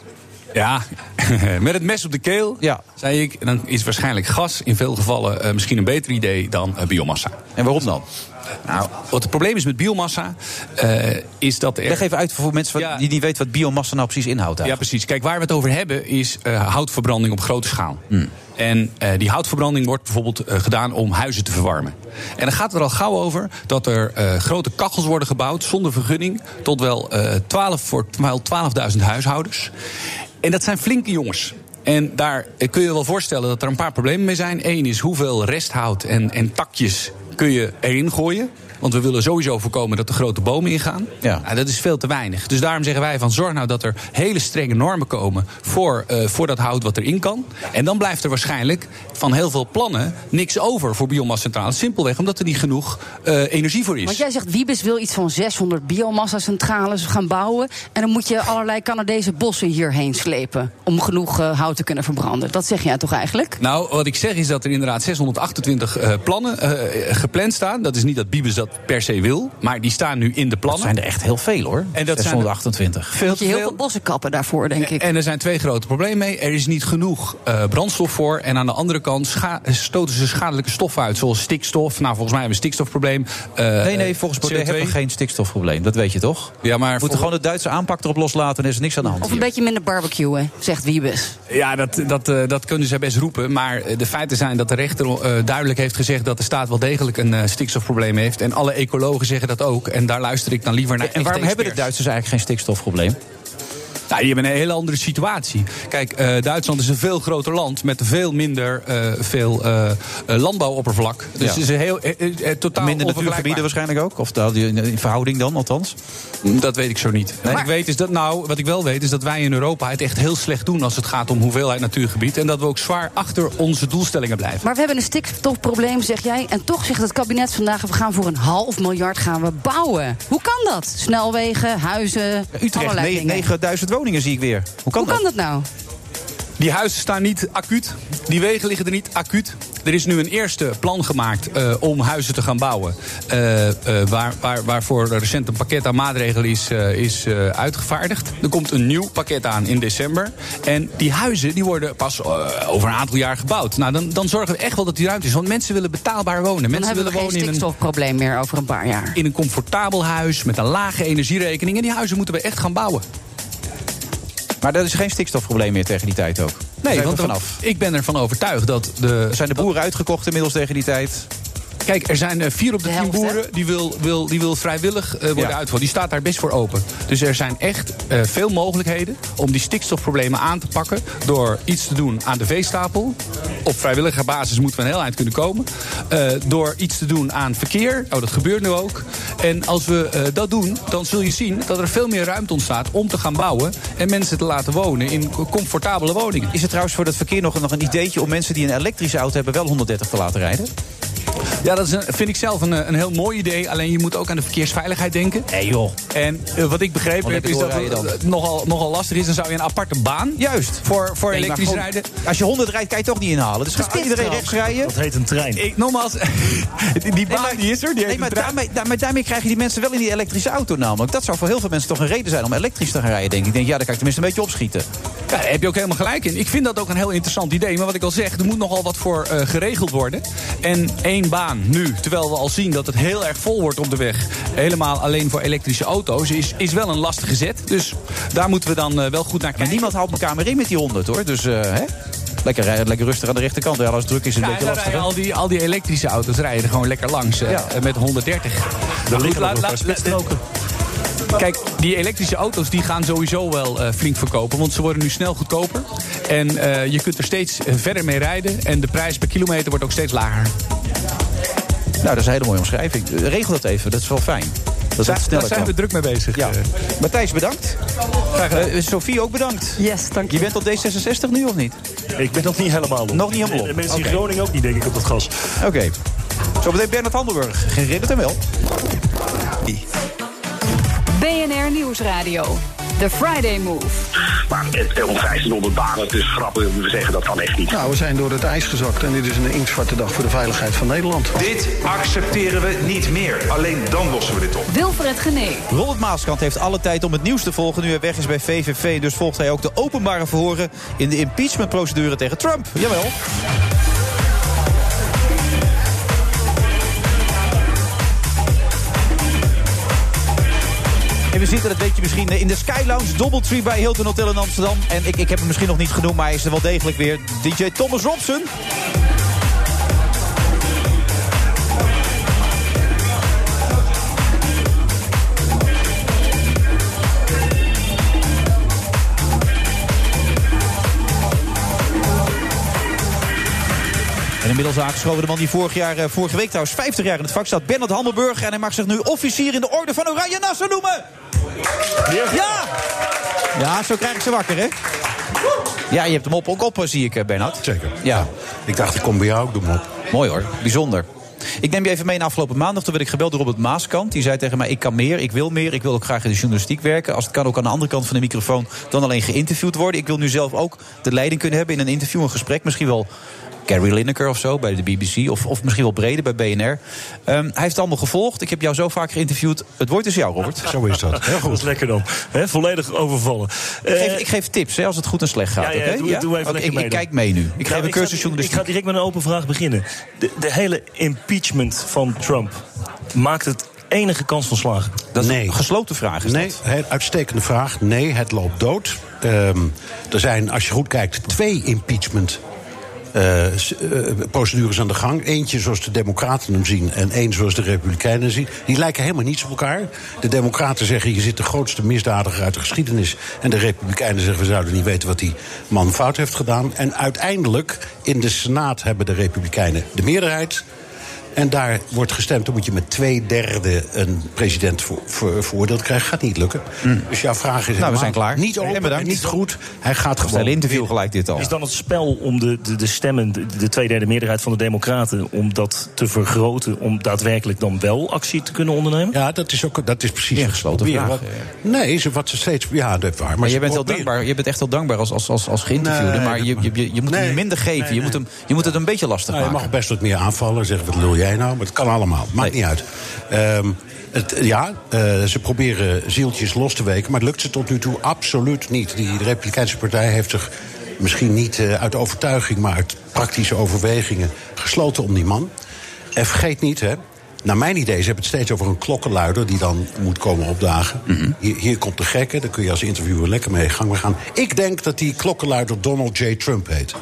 Ja, met het mes op de keel, ja. zei ik, dan is waarschijnlijk gas in veel gevallen uh, misschien een beter idee dan uh, biomassa. En waarom dan? Nou, wat het probleem is met biomassa, uh, is dat er... Leg even uit voor mensen ja. die niet weten wat biomassa nou precies inhoudt. Eigenlijk. Ja, precies. Kijk, waar we het over hebben is uh, houtverbranding op grote schaal. Hmm. En uh, die houtverbranding wordt bijvoorbeeld uh, gedaan om huizen te verwarmen. En dan gaat het er al gauw over dat er uh, grote kachels worden gebouwd zonder vergunning tot wel uh, twaalf voor twaalfduizend huishoudens. En dat zijn flinke jongens. En daar kun je wel voorstellen dat er een paar problemen mee zijn. Eén is hoeveel resthout en, en takjes kun je erin gooien. Want we willen sowieso voorkomen dat er grote bomen ingaan. Ja. Nou, dat is veel te weinig. Dus daarom zeggen wij van zorg nou dat er hele strenge normen komen voor, uh, voor dat hout wat erin kan. En dan blijft er waarschijnlijk van heel veel plannen niks over voor biomassacentrales. Simpelweg omdat er niet genoeg uh, energie voor is. Want jij zegt Wiebes wil iets van zeshonderd biomassacentrales gaan bouwen. En dan moet je allerlei Canadese bossen hierheen slepen om genoeg uh, hout te kunnen verbranden. Dat zeg jij toch eigenlijk? Nou, wat ik zeg is dat er inderdaad zeshonderdachtentwintig uh, plannen uh, gepland staan. Dat is niet dat Wiebes dat per se wil, maar die staan nu in de plannen. Dat zijn er echt heel veel, hoor. En dat zeshonderdachtentwintig. Zijn veel moet je heel veel bossen kappen daarvoor, denk ik. En er zijn twee grote problemen mee. Er is niet genoeg uh, brandstof voor. En aan de andere kant scha- stoten ze schadelijke stoffen uit, zoals stikstof. Nou, volgens mij hebben we een stikstofprobleem. Uh, nee, nee, volgens Baudet hebben we geen stikstofprobleem. Dat weet je toch? Ja, maar we moeten gewoon de Duitse aanpak erop loslaten en er is niks aan de hand. Of een hier. beetje minder barbecuen, zegt Wiebes. Ja, dat, dat, uh, dat kunnen ze best roepen. Maar de feiten zijn dat de rechter uh, duidelijk heeft gezegd dat de staat wel degelijk een uh, stikstofprobleem heeft. En alle ecologen zeggen dat ook. En daar luister ik dan liever naar. En waarom hebben de Duitsers eigenlijk geen stikstofprobleem? Nou, die hebben een hele andere situatie. Kijk, uh, Duitsland is een veel groter land met veel minder uh, veel uh, uh, landbouwoppervlak. Dus ja. het is een heel uh, uh, totaal minder natuurgebieden waarschijnlijk ook? Of in verhouding dan, althans? Dat weet ik zo niet. Nee? Wat ik weet is dat, nou, wat ik wel weet is dat wij in Europa het echt heel slecht doen als het gaat om hoeveelheid natuurgebied. En dat we ook zwaar achter onze doelstellingen blijven. Maar we hebben een stikstofprobleem, zeg jij. En toch zegt het kabinet vandaag, we gaan voor een half miljard gaan we bouwen. Hoe kan dat? Snelwegen, huizen, Utrecht, negenduizend woningen zie ik weer. Hoe kan, Hoe dat? kan dat nou? Die huizen staan niet acuut. Die wegen liggen er niet acuut. Er is nu een eerste plan gemaakt uh, om huizen te gaan bouwen. Uh, uh, waar, waar, waarvoor recent een pakket aan maatregelen is, uh, is uh, uitgevaardigd. Er komt een nieuw pakket aan in december. En die huizen die worden pas uh, over een aantal jaar gebouwd. Nou, dan, dan zorgen we echt wel dat die ruimte is. Want mensen willen betaalbaar wonen. Dan mensen hebben we willen geen wonen stikstofprobleem meer over een paar jaar. In een comfortabel huis met een lage energierekening. En die huizen moeten we echt gaan bouwen. Maar er is geen stikstofprobleem meer tegen die tijd ook? Nee, want vanaf. Ik ben ervan overtuigd dat de... Zijn de boeren uitgekocht inmiddels tegen die tijd? Kijk, er zijn vier op de, de tien helft, boeren die wil, wil, die wil vrijwillig uh, worden ja. uitgevoerd. Die staat daar best voor open. Dus er zijn echt uh, veel mogelijkheden om die stikstofproblemen aan te pakken door iets te doen aan de veestapel. Op vrijwillige basis moeten we een heel eind kunnen komen. Uh, door iets te doen aan verkeer. Oh, dat gebeurt nu ook. En als we uh, dat doen, dan zul je zien dat er veel meer ruimte ontstaat om te gaan bouwen en mensen te laten wonen in comfortabele woningen. Is er trouwens voor dat verkeer nog, nog een ideetje om mensen die een elektrische auto hebben wel honderddertig te laten rijden? Ja, dat is een, vind ik zelf een, een heel mooi idee. Alleen je moet ook aan de verkeersveiligheid denken. Nee joh. En uh, wat ik begrepen heb is dat het nogal, nogal lastig is. Dan zou je een aparte baan Juist. voor, voor nee, elektrisch gewoon, rijden. Als je honderd rijdt, kan je toch niet inhalen. Dus gaat iedereen rechts rijden. Dat heet een trein. Ik, nogmaals, die baan nee, die is er. Die nee, maar daarmee, daarmee, daarmee krijg je die mensen wel in die elektrische auto namelijk. Dat zou voor heel veel mensen toch een reden zijn om elektrisch te gaan rijden. Denk ik. Ik denk, ja, daar kan ik tenminste een beetje opschieten. Ja, daar heb je ook helemaal gelijk in. Ik vind dat ook een heel interessant idee. Maar wat ik al zeg, er moet nogal wat voor uh, geregeld worden. En één baan nu, terwijl we al zien dat het heel erg vol wordt op de weg, helemaal alleen voor elektrische auto's, is, is wel een lastige zet. Dus daar moeten we dan uh, wel goed naar kijken. Maar niemand houdt elkaar meer in met die honderd hoor. Dus uh, hè? Lekker, rijden, lekker rustig aan de rechterkant. Ja, als het druk is, is het ja, een beetje lastig. Al die, al die elektrische auto's rijden er gewoon lekker langs uh, ja. met honderddertig. Daar liggen nog een paar spitsstroken. Kijk, die elektrische auto's die gaan sowieso wel uh, flink verkopen. Want ze worden nu snel goedkoper. En uh, je kunt er steeds verder mee rijden. En de prijs per kilometer wordt ook steeds lager. Nou, dat is een hele mooie omschrijving. Regel dat even, dat is wel fijn. Dat Daar, daar zijn we druk mee bezig. Ja. Matthijs, bedankt. Graag gedaan. Uh, Sophie, ook bedankt. Yes, dank je. Je bent op D zesenzestig nu of niet? Ik ben nog niet helemaal op. Nog niet helemaal op. En mensen in okay. Groningen ook niet, denk ik, op dat gas. Oké. Okay. Zo meteen Bernard Handelburg. Herinnert hem wel. B N R Nieuwsradio. The Friday Move. Maar met om vijftienhonderd banen, het is grappig, we zeggen dat kan echt niet. Nou, we zijn door het ijs gezakt en dit is een inktzwarte dag voor de veiligheid van Nederland. Dit accepteren we niet meer. Alleen dan lossen we dit op. Wilfred Genee. Robert Maaskant heeft alle tijd om het nieuws te volgen nu hij weg is bij V V V. Dus volgt hij ook de openbare verhoren in de impeachmentprocedure tegen Trump. Jawel. En we zitten, dat weet je misschien, in de Sky Lounge Doubletree bij Hilton Hotel in Amsterdam. En ik, ik heb hem misschien nog niet genoemd, maar hij is er wel degelijk weer. D J Thomas Robson. En inmiddels aangeschoven de man die vorig jaar, uh, vorige week trouwens vijftig jaar in het vak staat. Bernard Hammelburg. En hij mag zich nu officier in de orde van Oranje Nassau noemen. Ja! Ja, zo krijg ik ze wakker, hè? Ja, je hebt hem op, ook op, zie ik, Bernard. Zeker. Ja. Ik dacht, ik kom bij jou, ik doe hem op. Mooi hoor, bijzonder. Ik neem je even mee naar afgelopen maandag. Toen werd ik gebeld door Robert Maaskant. Die zei tegen mij, ik kan meer, ik wil meer. Ik wil ook graag in de journalistiek werken. Als het kan ook aan de andere kant van de microfoon dan alleen geïnterviewd worden. Ik wil nu zelf ook de leiding kunnen hebben in een interview, een gesprek. Misschien wel Gary Lineker of zo, bij de B B C. Of, of misschien wel breder, bij B N R. Um, hij heeft het allemaal gevolgd. Ik heb jou zo vaak geïnterviewd. Het woord is jou, Robert. Zo is dat. Heel goed. Dat is lekker dan. He, volledig overvallen. Ik geef, ik geef tips, hè, als het goed en slecht gaat. Ja, ja, okay? doe, ja? doe even okay, lekker ik, mee ik dan. kijk mee nu. Ik Nou, geef een ik cursus ga, journalistiek. Ik ga direct met een open vraag beginnen. De, de hele impeachment van Trump maakt het enige kans van slagen? Dat is nee. een gesloten vraag. Is nee, dat? heel uitstekende vraag. Nee, het loopt dood. Um, er zijn, als je goed kijkt, twee impeachment Uh, uh, procedures aan de gang. Eentje zoals de Democraten hem zien en één zoals de Republikeinen zien. Die lijken helemaal niets op elkaar. De Democraten zeggen, je zit de grootste misdadiger uit de geschiedenis. En de Republikeinen zeggen, we zouden niet weten wat die man fout heeft gedaan. En uiteindelijk, in de Senaat hebben de Republikeinen de meerderheid. En daar wordt gestemd, dan moet je met twee derde een president voor, voor, veroordeeld krijgen. Gaat niet lukken. Mm. Dus jouw vraag is nou, we zijn klaar. Niet open, en niet goed. Hij gaat gewoon... Stel interview gelijk dit al. Is dan het spel om de, de, de stemmen, de, de tweederde meerderheid van de Democraten, om dat te vergroten, om daadwerkelijk dan wel actie te kunnen ondernemen? Ja, dat is, ook, dat is precies ja, gesloten vraag. Wat, nee, ze, wat ze steeds... Ja, dat is waar. Maar, maar je, bent heel dankbaar, je bent echt heel dankbaar als, als, als, als geïnterviewde. Nee, maar je, je, je moet nee, hem minder geven. Nee, nee. Je, moet hem, je moet het een beetje lastig nou, maken. Je mag best wat meer aanvallen. Zeggen, wat lul jij nou? Maar het kan allemaal. Maakt nee. niet uit. Um, het, ja, uh, ze proberen zieltjes los te weken, maar het lukt ze tot nu toe absoluut niet. Die de Republikeinse partij heeft zich misschien niet uh, uit overtuiging, maar uit praktische overwegingen gesloten om die man. En vergeet niet, hè, naar mijn idee, ze hebben het steeds over een klokkenluider die dan moet komen opdagen. Mm-hmm. Hier, hier komt de gekke, daar kun je als interviewer lekker mee gang gaan. Ik denk dat die klokkenluider Donald J. Trump heet.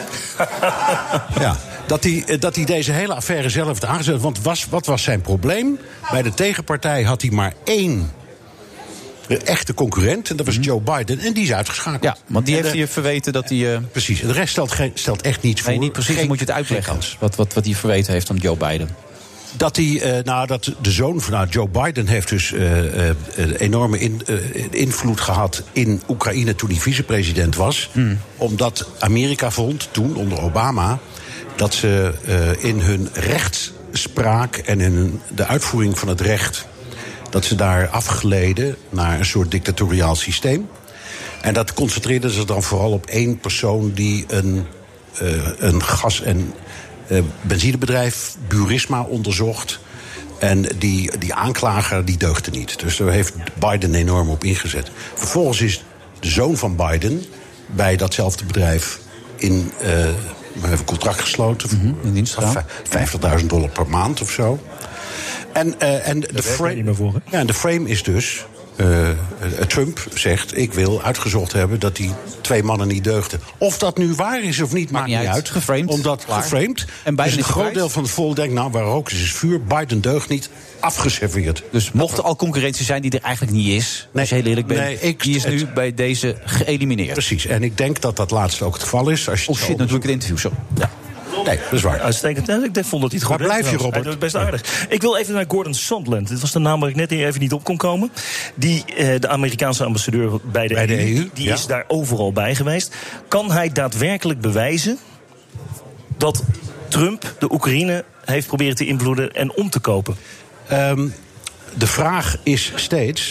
Ja. Dat hij, dat hij deze hele affaire zelf heeft aangezet. Want was, wat was zijn probleem? Bij de tegenpartij had hij maar één echte concurrent. En dat was mm-hmm. Joe Biden. En die is uitgeschakeld. Ja, want die en heeft de, je verweten dat hij... Uh... Precies. En de rest stelt, geen, stelt echt niets voor. Nee, niet precies. Geen, Dan moet je het uitleggen. Wat, wat, wat hij verweten heeft aan Joe Biden. Dat hij, uh, nou, dat de zoon van nou, Joe Biden heeft dus uh, uh, enorme in, uh, invloed gehad in Oekraïne toen hij vicepresident was. Mm. Omdat Amerika vond, toen onder Obama, dat ze uh, in hun rechtsspraak en in hun, de uitvoering van het recht, dat ze daar afgleden naar een soort dictatoriaal systeem. En dat concentreerden ze dan vooral op één persoon die een, uh, een gas- en uh, benzinebedrijf, Burisma, onderzocht. En die, die aanklager die deugde niet. Dus daar heeft Biden enorm op ingezet. Vervolgens is de zoon van Biden bij datzelfde bedrijf in... Uh, we hebben een contract gesloten. Mm-hmm, in dienst gedaan. vijftigduizend dollar per maand of zo. En, uh, en de, frame, voor, ja, de frame is dus... Uh, Trump zegt, ik wil uitgezocht hebben dat die twee mannen niet deugden. Of dat nu waar is of niet, maakt niet uit. uit. Geframed. Omdat Klaar. geframed. En dus een groot kwijt. Deel van het volk denkt, nou, waar rook is, is vuur. Biden deugt niet. Afgeserveerd. Dus mocht er al concurrentie zijn die er eigenlijk niet is, nee, als je heel eerlijk bent, nee, ik, die is nu het, bij deze geëlimineerd. Precies. En ik denk dat dat laatste ook het geval is. Als je oh shit, dan doe ik het interview zo. Ja. Nee, dat is waar. Uitstekend. Ik vond dat hij het goed. Waar blijf je, Robert? Dat is best aardig. Ik wil even naar Gordon Sondland. Dit was de naam waar ik net even niet op kon komen. Die, eh, de Amerikaanse ambassadeur bij de, bij de E U. E U die ja. is daar overal bij geweest. Kan hij daadwerkelijk bewijzen dat Trump de Oekraïne heeft proberen te invloeden en om te kopen? Um, de vraag is steeds...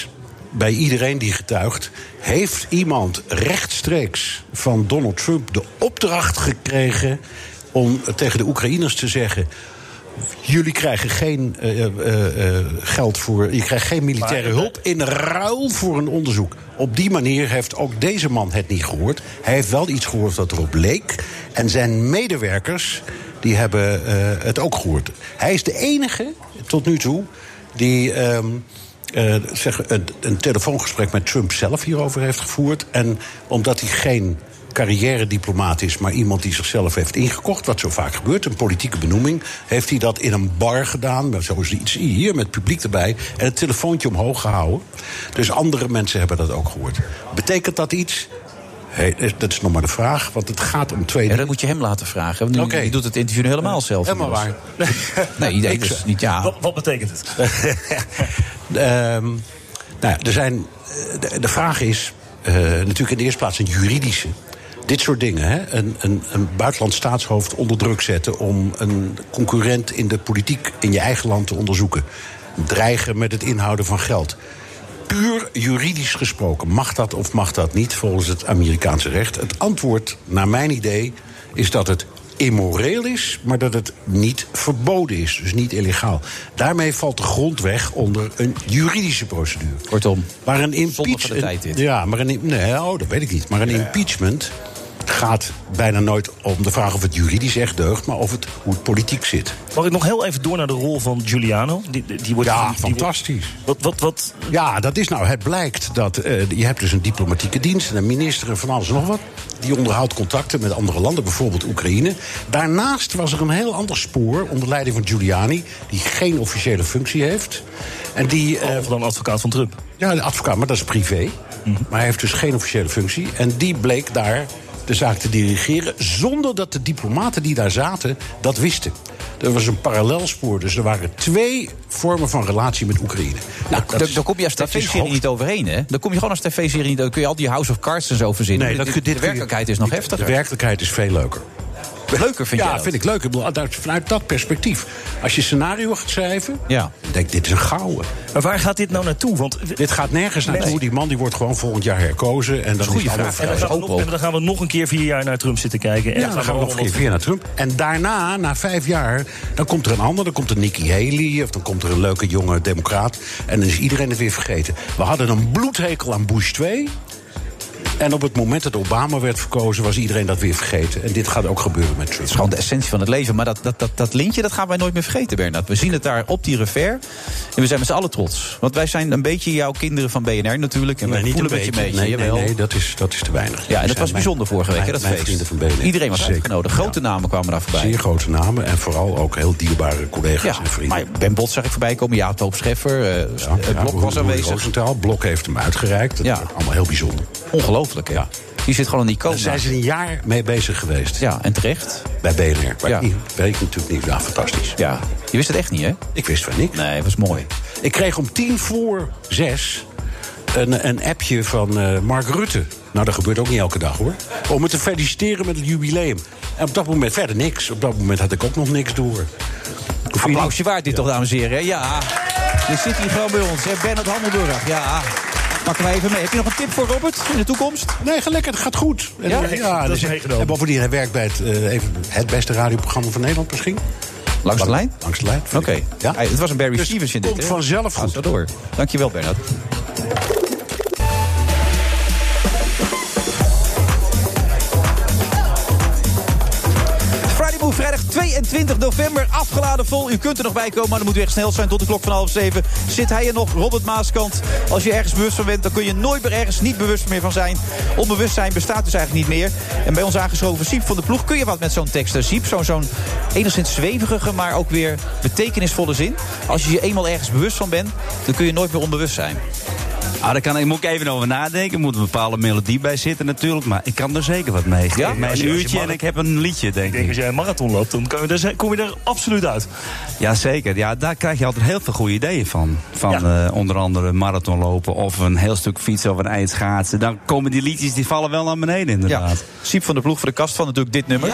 bij iedereen die getuigt, heeft iemand rechtstreeks van Donald Trump de opdracht gekregen om tegen de Oekraïners te zeggen: jullie krijgen geen uh, uh, uh, geld voor, je krijgt geen militaire hulp in ruil voor een onderzoek. Op die manier heeft ook deze man het niet gehoord. Hij heeft wel iets gehoord dat erop leek. En zijn medewerkers, die hebben uh, het ook gehoord. Hij is de enige, tot nu toe, die um, uh, zeg, een, een telefoongesprek met Trump zelf hierover heeft gevoerd. En omdat hij geen carrière-diplomaat is, maar iemand die zichzelf heeft ingekocht, wat zo vaak gebeurt, een politieke benoeming, heeft hij dat in een bar gedaan, zoals iets hier, met publiek erbij, en het telefoontje omhoog gehouden. Dus andere mensen hebben dat ook gehoord. Betekent dat iets? Hey, dat is nog maar de vraag, want het gaat om twee... Ja, dat moet je hem laten vragen. Want nu, okay. Je doet het interview nu helemaal zelf. Helemaal waar. Nee, idee dus niet, ja. Wat, wat betekent het? um, nou ja, er zijn, de, de vraag is uh, natuurlijk in de eerste plaats een juridische. Dit soort dingen, hè? Een, een, een buitenlands staatshoofd onder druk zetten om een concurrent in de politiek in je eigen land te onderzoeken. Dreigen met het inhouden van geld. Puur juridisch gesproken, mag dat of mag dat niet volgens het Amerikaanse recht? Het antwoord, naar mijn idee, is dat het immoreel is, maar dat het niet verboden is, dus niet illegaal. Daarmee valt de grondweg onder een juridische procedure. Kortom, maar een impeachment. Ja, maar een, nee, oh, dat weet ik niet. Maar een impeachment gaat bijna nooit om de vraag of het juridisch echt deugt, maar of het, hoe het politiek zit. Mag ik nog heel even door naar de rol van Giuliano? Die, die wordt, ja, die, fantastisch. Wat, wat, wat? Ja, dat is nou, het blijkt dat uh, je hebt dus een diplomatieke dienst en een minister en van alles en nog wat. Die onderhoudt contacten met andere landen, bijvoorbeeld Oekraïne. Daarnaast was er een heel ander spoor onder leiding van Giuliani, die geen officiële functie heeft. En die, uh, of dan advocaat van Trump. Ja, de advocaat, maar dat is privé. Mm-hmm. Maar hij heeft dus geen officiële functie. En die bleek daar de zaak te dirigeren, zonder dat de diplomaten die daar zaten dat wisten. Er was een parallelspoor, dus er waren twee vormen van relatie met Oekraïne. Nou, daar, daar kom je als tv-serie niet overheen, hè? Dan kom je gewoon als tv-serie niet. Dan kun je al die House of Cards en zo verzinnen. Nee, dat, de, de, de werkelijkheid is nog heftiger. De werkelijkheid is veel leuker. Leuker vind je Ja, dat? vind ik leuk. Vanuit dat perspectief. Als je scenario gaat schrijven, ja. denk dit is een gouden. Maar waar gaat dit nou naartoe? Want dit gaat nergens naartoe. Nee. Die man die wordt gewoon volgend jaar herkozen. En dan dat is is vraag. En dan, gaan we nog, en dan gaan we nog een keer vier jaar naar Trump zitten kijken. En ja, dan gaan we nog een keer vier jaar naar Trump. En daarna, na vijf jaar, dan komt er een ander. Dan komt er Nikki Haley, of dan komt er een leuke jonge democraat. En dan is iedereen het weer vergeten. We hadden een bloedhekel aan Bush twee. En op het moment dat Obama werd verkozen, was iedereen dat weer vergeten. En dit gaat ook gebeuren met Trump. Het is gewoon de essentie van het leven. Maar dat, dat, dat, dat lintje, dat gaan wij nooit meer vergeten, Bernard. We zien het daar op die revers. En we zijn met z'n allen trots. Want wij zijn een beetje jouw kinderen van B N R natuurlijk. En nee, wij voelen een beetje mee. Nee, nee, nee, dat is, dat is te weinig. Ja, en dat was bijzonder vorige week, hè, dat mijn feest. Van B N R. Iedereen was uitgenodigd. Grote ja. namen kwamen daar voorbij. Zeer grote namen. En vooral ook heel dierbare collega's ja, en vrienden. Maar Ben Bot zag ik voorbij komen. Ja, Toop Scheffer. Uh, ja, ja, Blok was aanwezig. Blok heeft hem uitgereikt. Dat ja. is allemaal heel bijzonder. Ongelooflijk, hè? Ja. Die zit gewoon in die Daar zijn ze een jaar mee bezig geweest. Ja, en terecht. Bij B N R. Waar ja. ik, niet, weet ik natuurlijk niet. Ja, fantastisch. Ja, je wist het echt niet, hè? Ik wist van niks. Nee, het was mooi. Ik kreeg om tien voor zes een, een appje van uh, Mark Rutte. Nou, dat gebeurt ook niet elke dag, hoor. Om me te feliciteren met het jubileum. En op dat moment verder niks. Op dat moment had ik ook nog niks door. Applausje waard dit ja. toch, dames en heren. Ja, je zit hier gewoon bij ons, hè? Bernard Hammelburg. Ja. Pakken wij even mee. Heb je nog een tip voor Robert in de toekomst? Nee, ga lekker. Het gaat goed. En, ja, ja, dat dus, is meegenomen. En bovendien, hij werkt bij het, uh, even het beste radioprogramma van Nederland misschien. Langs de lijn? Langs de lijn. Oké. Okay. Ja? Het was een Barry dus Stevens in dit, komt vanzelf goed. Ga door. Dankjewel, Bernard. Vrijdag tweeëntwintig november, afgeladen vol. U kunt er nog bij komen, maar dan moet u echt snel zijn. Tot de klok van half zeven zit hij er nog, Robert Maaskant. Als je ergens bewust van bent, dan kun je nooit meer ergens niet bewust meer van zijn. Onbewustzijn bestaat dus eigenlijk niet meer. En bij ons aangeschoven Siep van de Ploeg, kun je wat met zo'n tekst? Siep, zo'n, zo'n enigszins zweverige, maar ook weer betekenisvolle zin. Als je je eenmaal ergens bewust van bent, dan kun je nooit meer onbewust zijn. Ah, daar kan, ik moet ik even over nadenken. Er moet een bepaalde melodie bij zitten natuurlijk. Maar ik kan er zeker wat mee. Ja? Mijn als je, uurtje marathon, en ik heb een liedje, denk ik. denk, als jij een marathon loopt, dan kom je, er, kom je er absoluut uit. Jazeker. Ja, daar krijg je altijd heel veel goede ideeën van. Van ja. uh, onder andere marathonlopen of een heel stuk fietsen of een ijsschaatsen. Dan komen die liedjes, die vallen wel naar beneden inderdaad. Ja. Siep van de Ploeg voor de kast van natuurlijk dit nummer.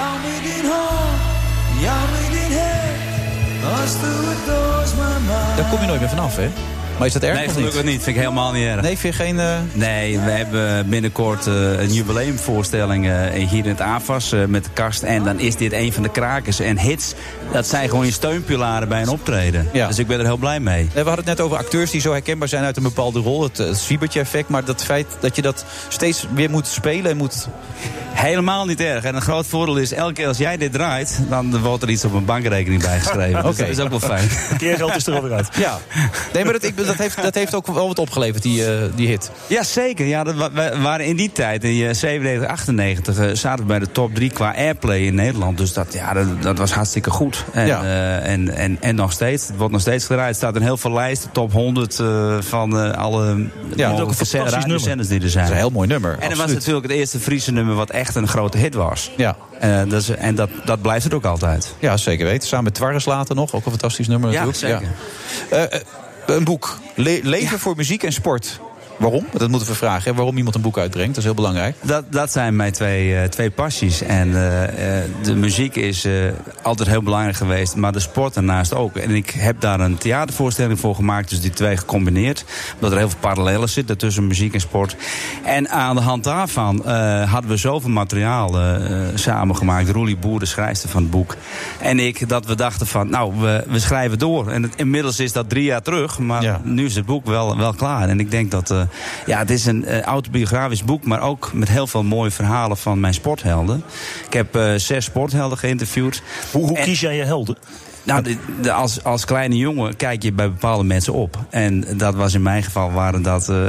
Daar kom je nooit meer vanaf, hè? Maar is dat erg? Nee, of gelukkig niet. Vind ik helemaal niet erg. Nee, vind je geen... Uh... Nee, we hebben binnenkort uh, een jubileumvoorstelling uh, hier in het A F A S uh, met de kast. En dan is dit een van de krakers. En hits, dat zijn gewoon je steunpilaren bij een optreden. Ja. Dus ik ben er heel blij mee. We hadden het net over acteurs die zo herkenbaar zijn uit een bepaalde rol. Het, het Zwiebertje-effect. Maar dat feit dat je dat steeds weer moet spelen en moet... Helemaal niet erg. En een groot voordeel is, elke keer als jij dit draait, dan wordt er iets op een bankrekening bijgeschreven. Okay. Dus dat is ook wel fijn. Een keer geld is er alweer uit. Ja. Nee, maar dat, ik, dat, heeft, dat heeft ook wel wat opgeleverd, die, uh, die hit. Ja, zeker. Ja, dat, we waren in die tijd, in zevenennegentig, achtennegentig, uh, zaten we bij de top drie qua airplay in Nederland. Dus dat, ja, dat, dat was hartstikke goed. En, ja. uh, en, en, en nog steeds. Het wordt nog steeds gedraaid. Het staat in heel veel lijsten, top honderd uh, van uh, alle ja, radiozenders die er zijn. Dat is een heel mooi nummer. En absoluut. dat was natuurlijk het eerste Friese nummer wat echt een grote hit was. Ja. Uh, dus, en dat, dat blijft het ook altijd. Ja, zeker weten. Samen met Twarres later nog. Ook een fantastisch nummer natuurlijk. Ja, zeker. Ja. Uh, uh, een boek. Le- leven ja. voor muziek en sport. Waarom? Dat moeten we vragen. Hè? Waarom iemand een boek uitbrengt. Dat is heel belangrijk. Dat, dat zijn mijn twee, uh, twee passies. En uh, de muziek is uh, altijd heel belangrijk geweest. Maar de sport daarnaast ook. En ik heb daar een theatervoorstelling voor gemaakt. Dus die twee gecombineerd. Omdat er heel veel parallellen zitten tussen muziek en sport. En aan de hand daarvan uh, hadden we zoveel materiaal uh, samengemaakt. Roelie Boer, de schrijfster van het boek. En ik, dat we dachten van, nou, we, we schrijven door. En het, inmiddels is dat drie jaar terug. Maar ja. nu is het boek wel, wel klaar. En ik denk dat... Uh, Ja, het is een uh, autobiografisch boek, maar ook met heel veel mooie verhalen van mijn sporthelden. Ik heb uh, zes sporthelden geïnterviewd. Hoe, hoe en, kies jij je helden? Nou, de, de, als, als kleine jongen kijk je bij bepaalde mensen op. En dat was in mijn geval, waren dat... Uh,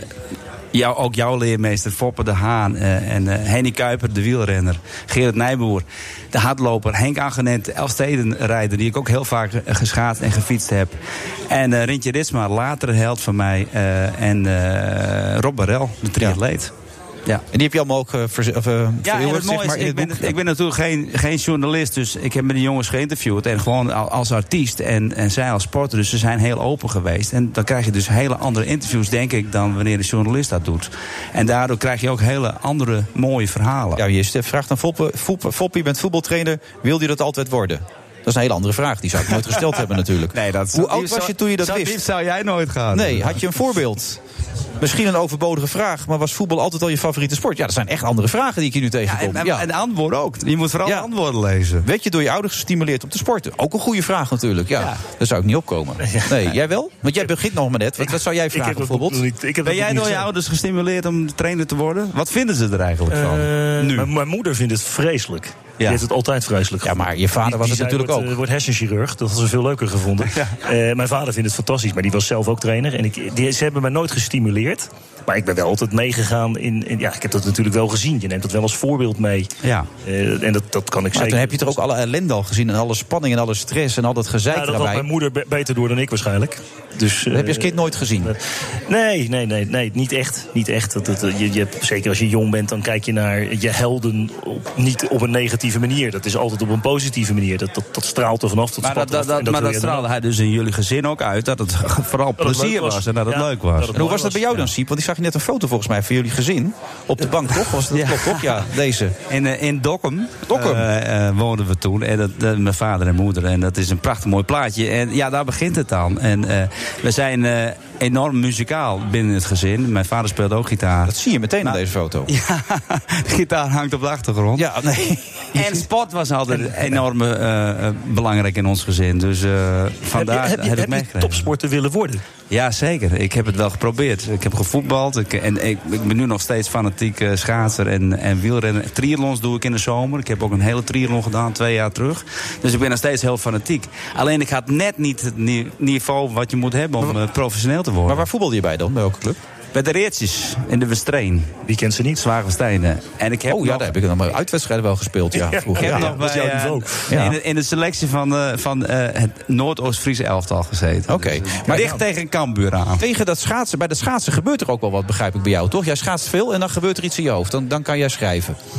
Jou, ook jouw leermeester, Foppe de Haan uh, en uh, Henny Kuiper, de wielrenner. Gerrit Nijboer, de hardloper. Henk Angenet, Elfstedenrijder, die ik ook heel vaak uh, geschaatst en gefietst heb. En uh, Rintje Ritsma, latere held van mij. Uh, en uh, Rob Barel, de triatleet. Ja. Ja. En die heb je allemaal ook uh, ver, uh, ja, en het mooie is, ik, ben, ik ben natuurlijk geen, geen journalist, dus ik heb met die jongens geïnterviewd. En gewoon als artiest en, en zij als sporter. Dus ze zijn heel open geweest. En dan krijg je dus hele andere interviews, denk ik, dan wanneer de journalist dat doet. En daardoor krijg je ook hele andere mooie verhalen. Ja, je vraagt aan Foppe, Foppe, Foppe, je bent voetbaltrainer, wil je dat altijd worden? Dat is een hele andere vraag. Die zou ik nooit gesteld hebben natuurlijk. Nee, dat Hoe oud was je toen je dat zo wist? Diep zou jij nooit gaan. Nee, had je een voorbeeld? Misschien een overbodige vraag, maar was voetbal altijd al je favoriete sport? Ja, dat zijn echt andere vragen die ik hier nu tegenkom. Ja, en, ja. en de antwoorden ook. Je moet vooral ja. de antwoorden lezen. Werd je door je ouders gestimuleerd om te sporten? Ook een goede vraag natuurlijk. Ja, ja. Daar zou ik niet opkomen. Nee, jij wel? Want jij begint nog maar net. Wat, wat zou jij vragen bijvoorbeeld? Niet, ik heb ben jij door je ouders gestimuleerd om trainer te worden? Wat vinden ze er eigenlijk van? Uh, nu? Mijn, mijn moeder vindt het vreselijk. Ja. Die heeft het altijd vreselijk gevonden. Ja, maar je vader die, was die het natuurlijk wordt, ook. Uh, wordt hersenchirurg. Dat was ze veel leuker gevonden. Ja. Uh, mijn vader vindt het fantastisch, maar die was zelf ook trainer. En ik, die, ze hebben mij nooit gestimuleerd. Maar ik ben wel altijd meegegaan in, in... Ja, ik heb dat natuurlijk wel gezien. Je neemt dat wel als voorbeeld mee. Ja. Uh, en dat, dat kan ik maar zeker. Toen heb je toch ook alle ellende al gezien. En alle spanning en alle stress en al dat gezeik ja, dat erbij. had mijn moeder be- beter door dan ik waarschijnlijk. Dus, dat uh, heb je als kind nooit gezien? Nee, nee, nee, nee niet echt. Niet echt. Dat, dat, je, je, zeker als je jong bent, dan kijk je naar je helden op, niet op een negatieve manier. Dat is altijd op een positieve manier. Dat, dat, dat straalt er vanaf. Dat maar dat, dat, dat, dat, maar dat straalde hij dus in jullie gezin ook uit. Dat het vooral dat plezier het was. was en dat het ja, leuk was. Dat het en hoe was dat bij jou dan, Siep? Want ik zag je net een foto volgens mij van jullie gezin. Op de bank, toch? Was dat ja. klopt, toch? Ja, deze. In, uh, in Dokkum, Dokkum. Uh, uh, woonden we toen. En dat, uh, mijn vader en moeder. En dat is een prachtig mooi plaatje. En ja, daar begint het dan. En uh, we zijn uh, enorm muzikaal binnen het gezin. Mijn vader speelt ook gitaar. Dat zie je meteen nou, op deze foto. Ja, de gitaar hangt op de achtergrond. Ja, nee. En sport was altijd enorm uh, belangrijk in ons gezin. Dus uh, vandaar heb je, heb je, heb, heb je topsporter willen worden? Ja, zeker. Ik heb het wel geprobeerd. Ik heb gevoetbald. Ik, en ik, ik ben nu nog steeds fanatiek uh, schaatser en, en wielrennen. Triathlons doe ik in de zomer. Ik heb ook een hele triathlon gedaan, twee jaar terug. Dus ik ben nog steeds heel fanatiek. Alleen ik had net niet het niveau wat je moet hebben om uh, professioneel te worden. Maar waar voetbalde je bij dan? Bij welke club? Bij de Reertjes in de Westreen. Wie kent ze niet? Zwaagwesteinen. En ik heb oh ja, nog... daar heb ik nog maar uitwedstrijden wel gespeeld. Ja, vroeger. Ik heb ja, nog bij, uh, ja. in, de, in de selectie van, uh, van uh, het Noordoost-Friese elftal gezeten. Oké. Dus, uh, maar dicht ja. tegen Cambuur aan. Tegen dat schaatsen, bij dat schaatsen gebeurt er ook wel wat, begrijp ik bij jou, toch? Jij schaatst veel en dan gebeurt er iets in je hoofd. Dan, dan kan jij schrijven.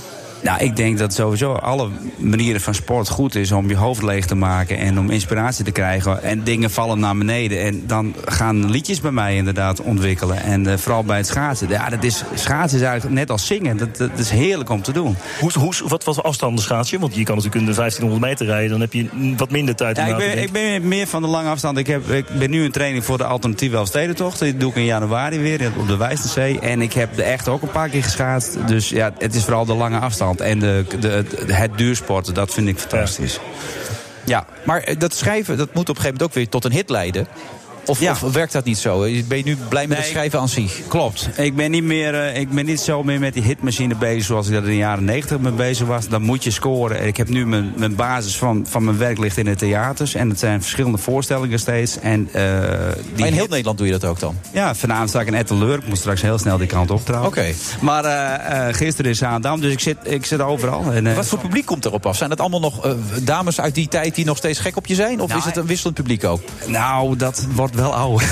Nou, ik denk dat sowieso alle manieren van sport goed is om je hoofd leeg te maken en om inspiratie te krijgen. En dingen vallen naar beneden. En dan gaan liedjes bij mij inderdaad ontwikkelen. En uh, vooral bij het schaatsen. Ja, dat is, schaatsen is eigenlijk net als zingen. Dat, dat is heerlijk om te doen. Hoe, hoe, wat, wat voor afstanden schaats je? Want je kan natuurlijk in de vijftienhonderd meter rijden. Dan heb je wat minder tijd om ja, na te ik, ben, ik ben meer van de lange afstand. Ik, heb, ik ben nu in training voor de alternatieve Elfstedentocht. Die doe ik in januari weer op de Wijstenzee. En ik heb er echt ook een paar keer geschaatst. Dus ja, het is vooral de lange afstand. En de, de, de, het duursport, dat vind ik fantastisch. Ja, maar dat schrijven, dat moet op een gegeven moment ook weer tot een hit leiden. Of, ja. of werkt dat niet zo? Ben je nu blij met nee, het schrijven aan zich? Klopt. Ik ben niet meer, uh, ik ben niet zo meer met die hitmachine bezig zoals ik dat in de jaren negentig mee bezig was. Dan moet je scoren. Ik heb nu mijn, mijn basis van, van mijn werk ligt in de theaters. En het zijn verschillende voorstellingen steeds. En, uh, die maar in heel Nederland doe je dat ook dan? Ja, vanavond sta ik in Etteleur. Ik moet straks heel snel die kant op trouwens. Oké. Okay. Maar uh, uh, gisteren in Zaandam, dus ik zit, ik zit overal. En, uh, Wat voor publiek komt erop af? Zijn het allemaal nog uh, dames uit die tijd die nog steeds gek op je zijn? Of nou, is het een wisselend publiek ook? Nou, dat wordt wel ouder.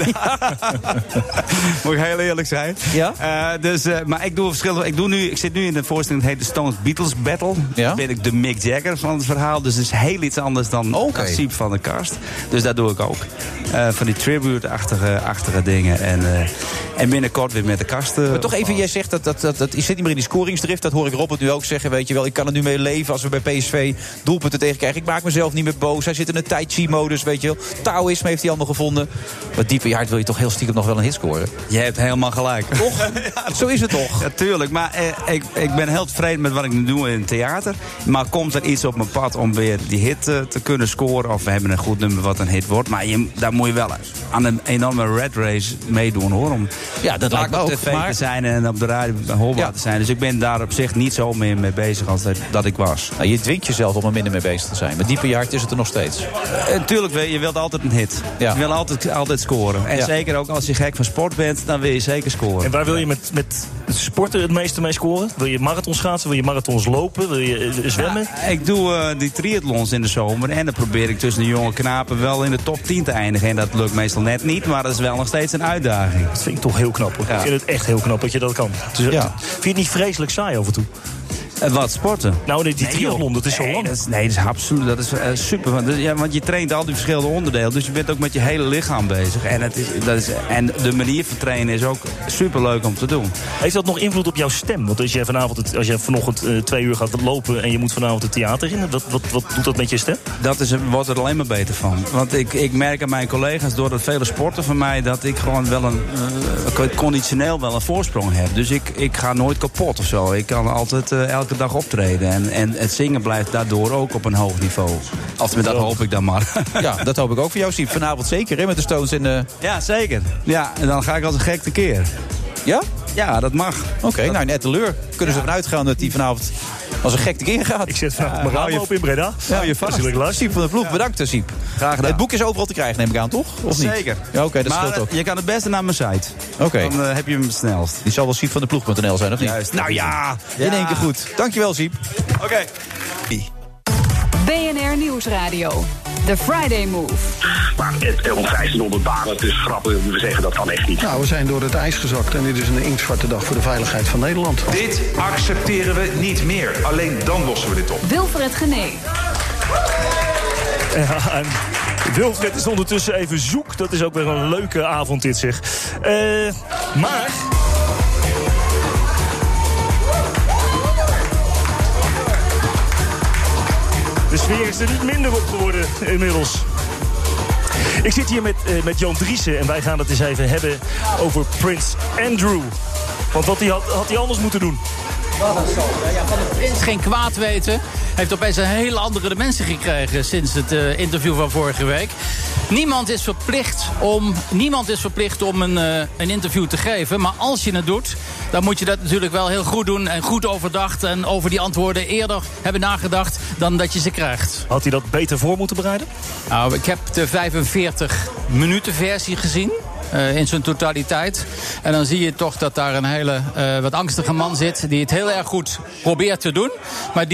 Moet ik heel eerlijk zijn. Ja? Uh, dus, uh, maar ik doe verschillende. Ik, doe nu, ik zit nu in de voorstelling, het heet de Stones Beatles Battle. Ja? Dan ben ik de Mick Jagger van het verhaal. Dus het is heel iets anders dan okay. het Siep van de Kast. Dus dat doe ik ook. Uh, van die tribute-achtige achtige dingen. En, uh, en binnenkort weer met de kasten. Maar toch even, jij zegt dat, dat, dat, dat je zit niet meer in die scoringsdrift. Dat hoor ik Robert nu ook zeggen. Weet je wel, ik kan er nu mee leven als we bij P S V doelpunten tegen krijgen. Ik maak mezelf niet meer boos. Hij zit in een tai chi-modus, weet je wel. Taoïsme heeft hij allemaal gevonden. Wat diepe jaar wil je toch heel stiekem nog wel een hit scoren? Je hebt helemaal gelijk. Toch? Ja, zo is het toch? Ja, tuurlijk. Maar eh, ik, ik ben heel tevreden met wat ik nu doe in het theater. Maar komt er iets op mijn pad om weer die hit uh, te kunnen scoren? Of we hebben een goed nummer wat een hit wordt. Maar je, daar moet je wel aan een enorme red race meedoen, hoor. Om ja, dat lijkt me ook. op tv maar... te zijn en op de radio hoorbaar ja. te zijn. Dus ik ben daar op zich niet zo meer mee bezig als dat, dat ik was. Nou, je dwingt jezelf om er minder mee bezig te zijn. Met diepe jaar is het er nog steeds. Uh, tuurlijk, je wilt altijd een hit. Ja. Je wil altijd, altijd scoren. En ja. zeker ook als je gek van sport bent, dan wil je zeker scoren. En waar wil je met, met sporten het meeste mee scoren? Wil je marathons schaatsen? Wil je marathons lopen? Wil je uh, zwemmen? Ja, ik doe uh, die triathlons in de zomer. En dan probeer ik tussen de jonge knapen wel in de top tien te eindigen. En dat lukt meestal net niet, maar dat is wel nog steeds een uitdaging. Dat vind ik toch heel knap, hoor. Ja. Ik vind het echt heel knap dat je dat kan. Dus, ja. Vind je het niet vreselijk saai af en toe? Uh, wat, sporten? Nou, die, die nee, triathlon, dat is zo nee, lang. Dat is, nee, dat is absoluut, dat is uh, super. Want, ja, want je traint al die verschillende onderdelen. Dus je bent ook met je hele lichaam bezig. En, het is, dat is, en de manier van trainen is ook super leuk om te doen. Heeft dat nog invloed op jouw stem? Want als jij vanavond, als jij vanochtend uh, twee uur gaat lopen en je moet vanavond het theater in, wat, wat, wat doet dat met je stem? Dat is, wordt er alleen maar beter van. Want ik, ik merk aan mijn collega's door het vele sporten van mij dat ik gewoon wel een uh, conditioneel wel een voorsprong heb. Dus ik, ik ga nooit kapot of zo. Ik kan altijd uh, elke dag optreden. En, en het zingen blijft daardoor ook op een hoog niveau. Of dat hoop ik dan maar. Ja, dat hoop ik ook voor jou, Siep. Vanavond zeker, hè, met de Stones in de... Ja, zeker. Ja, en dan ga ik als een gek tekeer. Ja? Ja, dat mag. Oké, okay, nou, net teleur. Kunnen ja. ze ervan uitgaan dat die vanavond als een gek tekeer gaat. Ik zit vanavond ja, mijn raam open in Breda. Ja, je vast. Siep van de Ploeg, ja. bedankt, Siep. Graag gedaan. Het boek is overal te krijgen, neem ik aan, toch? Of niet? Zeker. Ja, oké, okay, dat maar, scheelt ook. Je kan het beste naar mijn site. Oké. Okay. Dan uh, heb je hem het snelst. Die zal wel siep van de ploeg punt n l zijn, of niet? Juist. Nou ja, ja, in één keer goed. Dankjewel, Siep. Oké. Okay. B N R Nieuwsradio. The Friday Move. Maar het, om vijftienhonderd banen, het is grappig. We zeggen dat kan echt niet. Nou, we zijn door het ijs gezakt en dit is een inktzwarte dag voor de veiligheid van Nederland. Dit accepteren we niet meer. Alleen dan lossen we dit op. Wilfred Genee. Ja, en Wilfred is ondertussen even zoek. Dat is ook weer een leuke avond dit, zeg. Uh, maar... De sfeer is er niet minder op geworden inmiddels. Ik zit hier met, uh, met Jan Driessen en wij gaan het eens even hebben over Prins Andrew. Want wat hij had, had hij anders moeten doen. Ja, van de prins geen kwaad weten. Hij heeft opeens een hele andere dimensie gekregen sinds het uh, interview van vorige week. Niemand is verplicht om, niemand is verplicht om een, uh, een interview te geven. Maar als je het doet, dan moet je dat natuurlijk wel heel goed doen. En goed overdacht en over die antwoorden eerder hebben nagedacht dan dat je ze krijgt. Had hij dat beter voor moeten bereiden? Nou, ik heb de vijfenveertig minuten versie gezien. Uh, in zijn totaliteit. En dan zie je toch dat daar een hele uh, wat angstige man zit die het heel erg goed probeert te doen. Maar die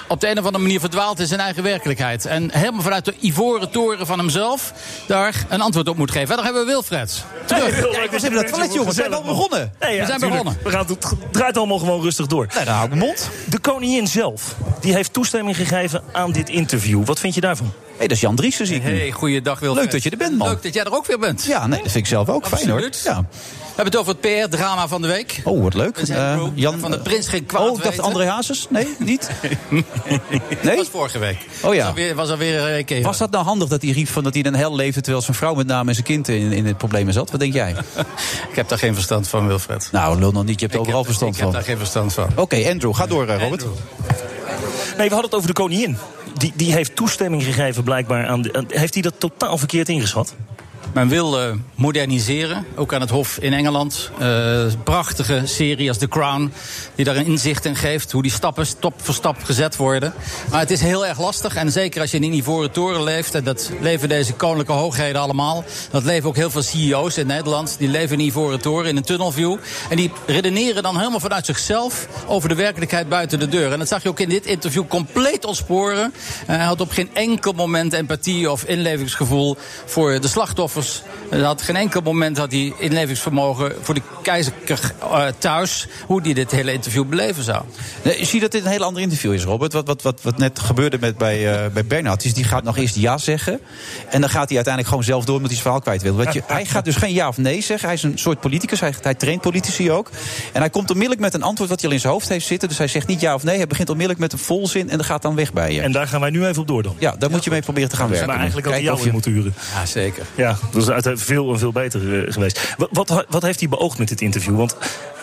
op de een of andere manier verdwaald in zijn eigen werkelijkheid. En helemaal vanuit de ivoren toren van hemzelf daar een antwoord op moet geven. En dan hebben we Wilfred. Terug. Hey, ja, ik was even naar het toilet, jongens. We zijn al begonnen. Nee, ja, we zijn tuurlijk. begonnen. We gaan, het draait allemaal gewoon rustig door. Nee, dan hou ik mijn mond. De koningin zelf, die heeft toestemming gegeven aan dit interview. Wat vind je daarvan? Hé, hey, dat is Jan Driessen, zie ik nu. Hey, goeiedag Wilfred. Leuk dat je er bent, man. Leuk dat jij er ook weer bent. Ja, nee, dat vind ik zelf ook Absoluut. fijn, hoor. Ja. We hebben het over het P R-drama van de week. Oh, wat leuk. Uh, Jan van de prins geen kwaad Oh, ik dacht André Hazes? Nee, niet? Nee? Nee? Dat was vorige week. Oh ja. Was alweer, was alweer een keer. Was dat nou handig dat hij riep van dat hij een hel leefde terwijl zijn vrouw met name en zijn kind in, in het probleem zat? Wat denk jij? Ik heb daar geen verstand van, Wilfred. Nou, lul nog niet. Je hebt er overal heb, verstand ik van. Ik heb daar geen verstand van. Oké, okay, Andrew, ga door, Robert. Andrew. Nee, we hadden het over de koningin. Die, die heeft toestemming gegeven blijkbaar aan de, heeft hij dat totaal verkeerd ingeschat? Men wil uh, moderniseren, ook aan het Hof in Engeland. Uh, prachtige serie als The Crown, die daar een inzicht in geeft. Hoe die stappen stap voor stap gezet worden. Maar het is heel erg lastig. En zeker als je in een ivoren toren leeft. En dat leven deze koninklijke hoogheden allemaal. Dat leven ook heel veel C E O's in Nederland. Die leven in een ivoren toren, in een tunnelview. En die redeneren dan helemaal vanuit zichzelf over de werkelijkheid buiten de deur. En dat zag je ook in dit interview compleet ontsporen. Uh, hij had op geen enkel moment empathie of inlevingsgevoel voor de slachtoffers. Hij had geen enkel moment had hij inlevingsvermogen voor de keizer uh, thuis. Hoe hij dit hele interview beleven zou. Nee, je ziet dat dit een heel ander interview is, Robert. Wat, wat, wat, wat net gebeurde met, bij, uh, bij Bernhard is, die gaat nog eerst ja zeggen. En dan gaat hij uiteindelijk gewoon zelf door omdat hij zijn verhaal kwijt wil. Weet je, hij gaat dus geen ja of nee zeggen. Hij is een soort politicus. Hij, hij traint politici ook. En hij komt onmiddellijk met een antwoord wat hij al in zijn hoofd heeft zitten. Dus hij zegt niet ja of nee. Hij begint onmiddellijk met een volzin en dan gaat dan weg bij je. En daar gaan wij nu even op door dan. Ja, daar ja, moet je mee proberen te gaan werken. Maar eigenlijk had hij jou in moeten huren. Ja, zeker. Ja, dat is uit veel en veel beter uh, geweest. Wat, wat, wat heeft hij beoogd met dit interview? Want dat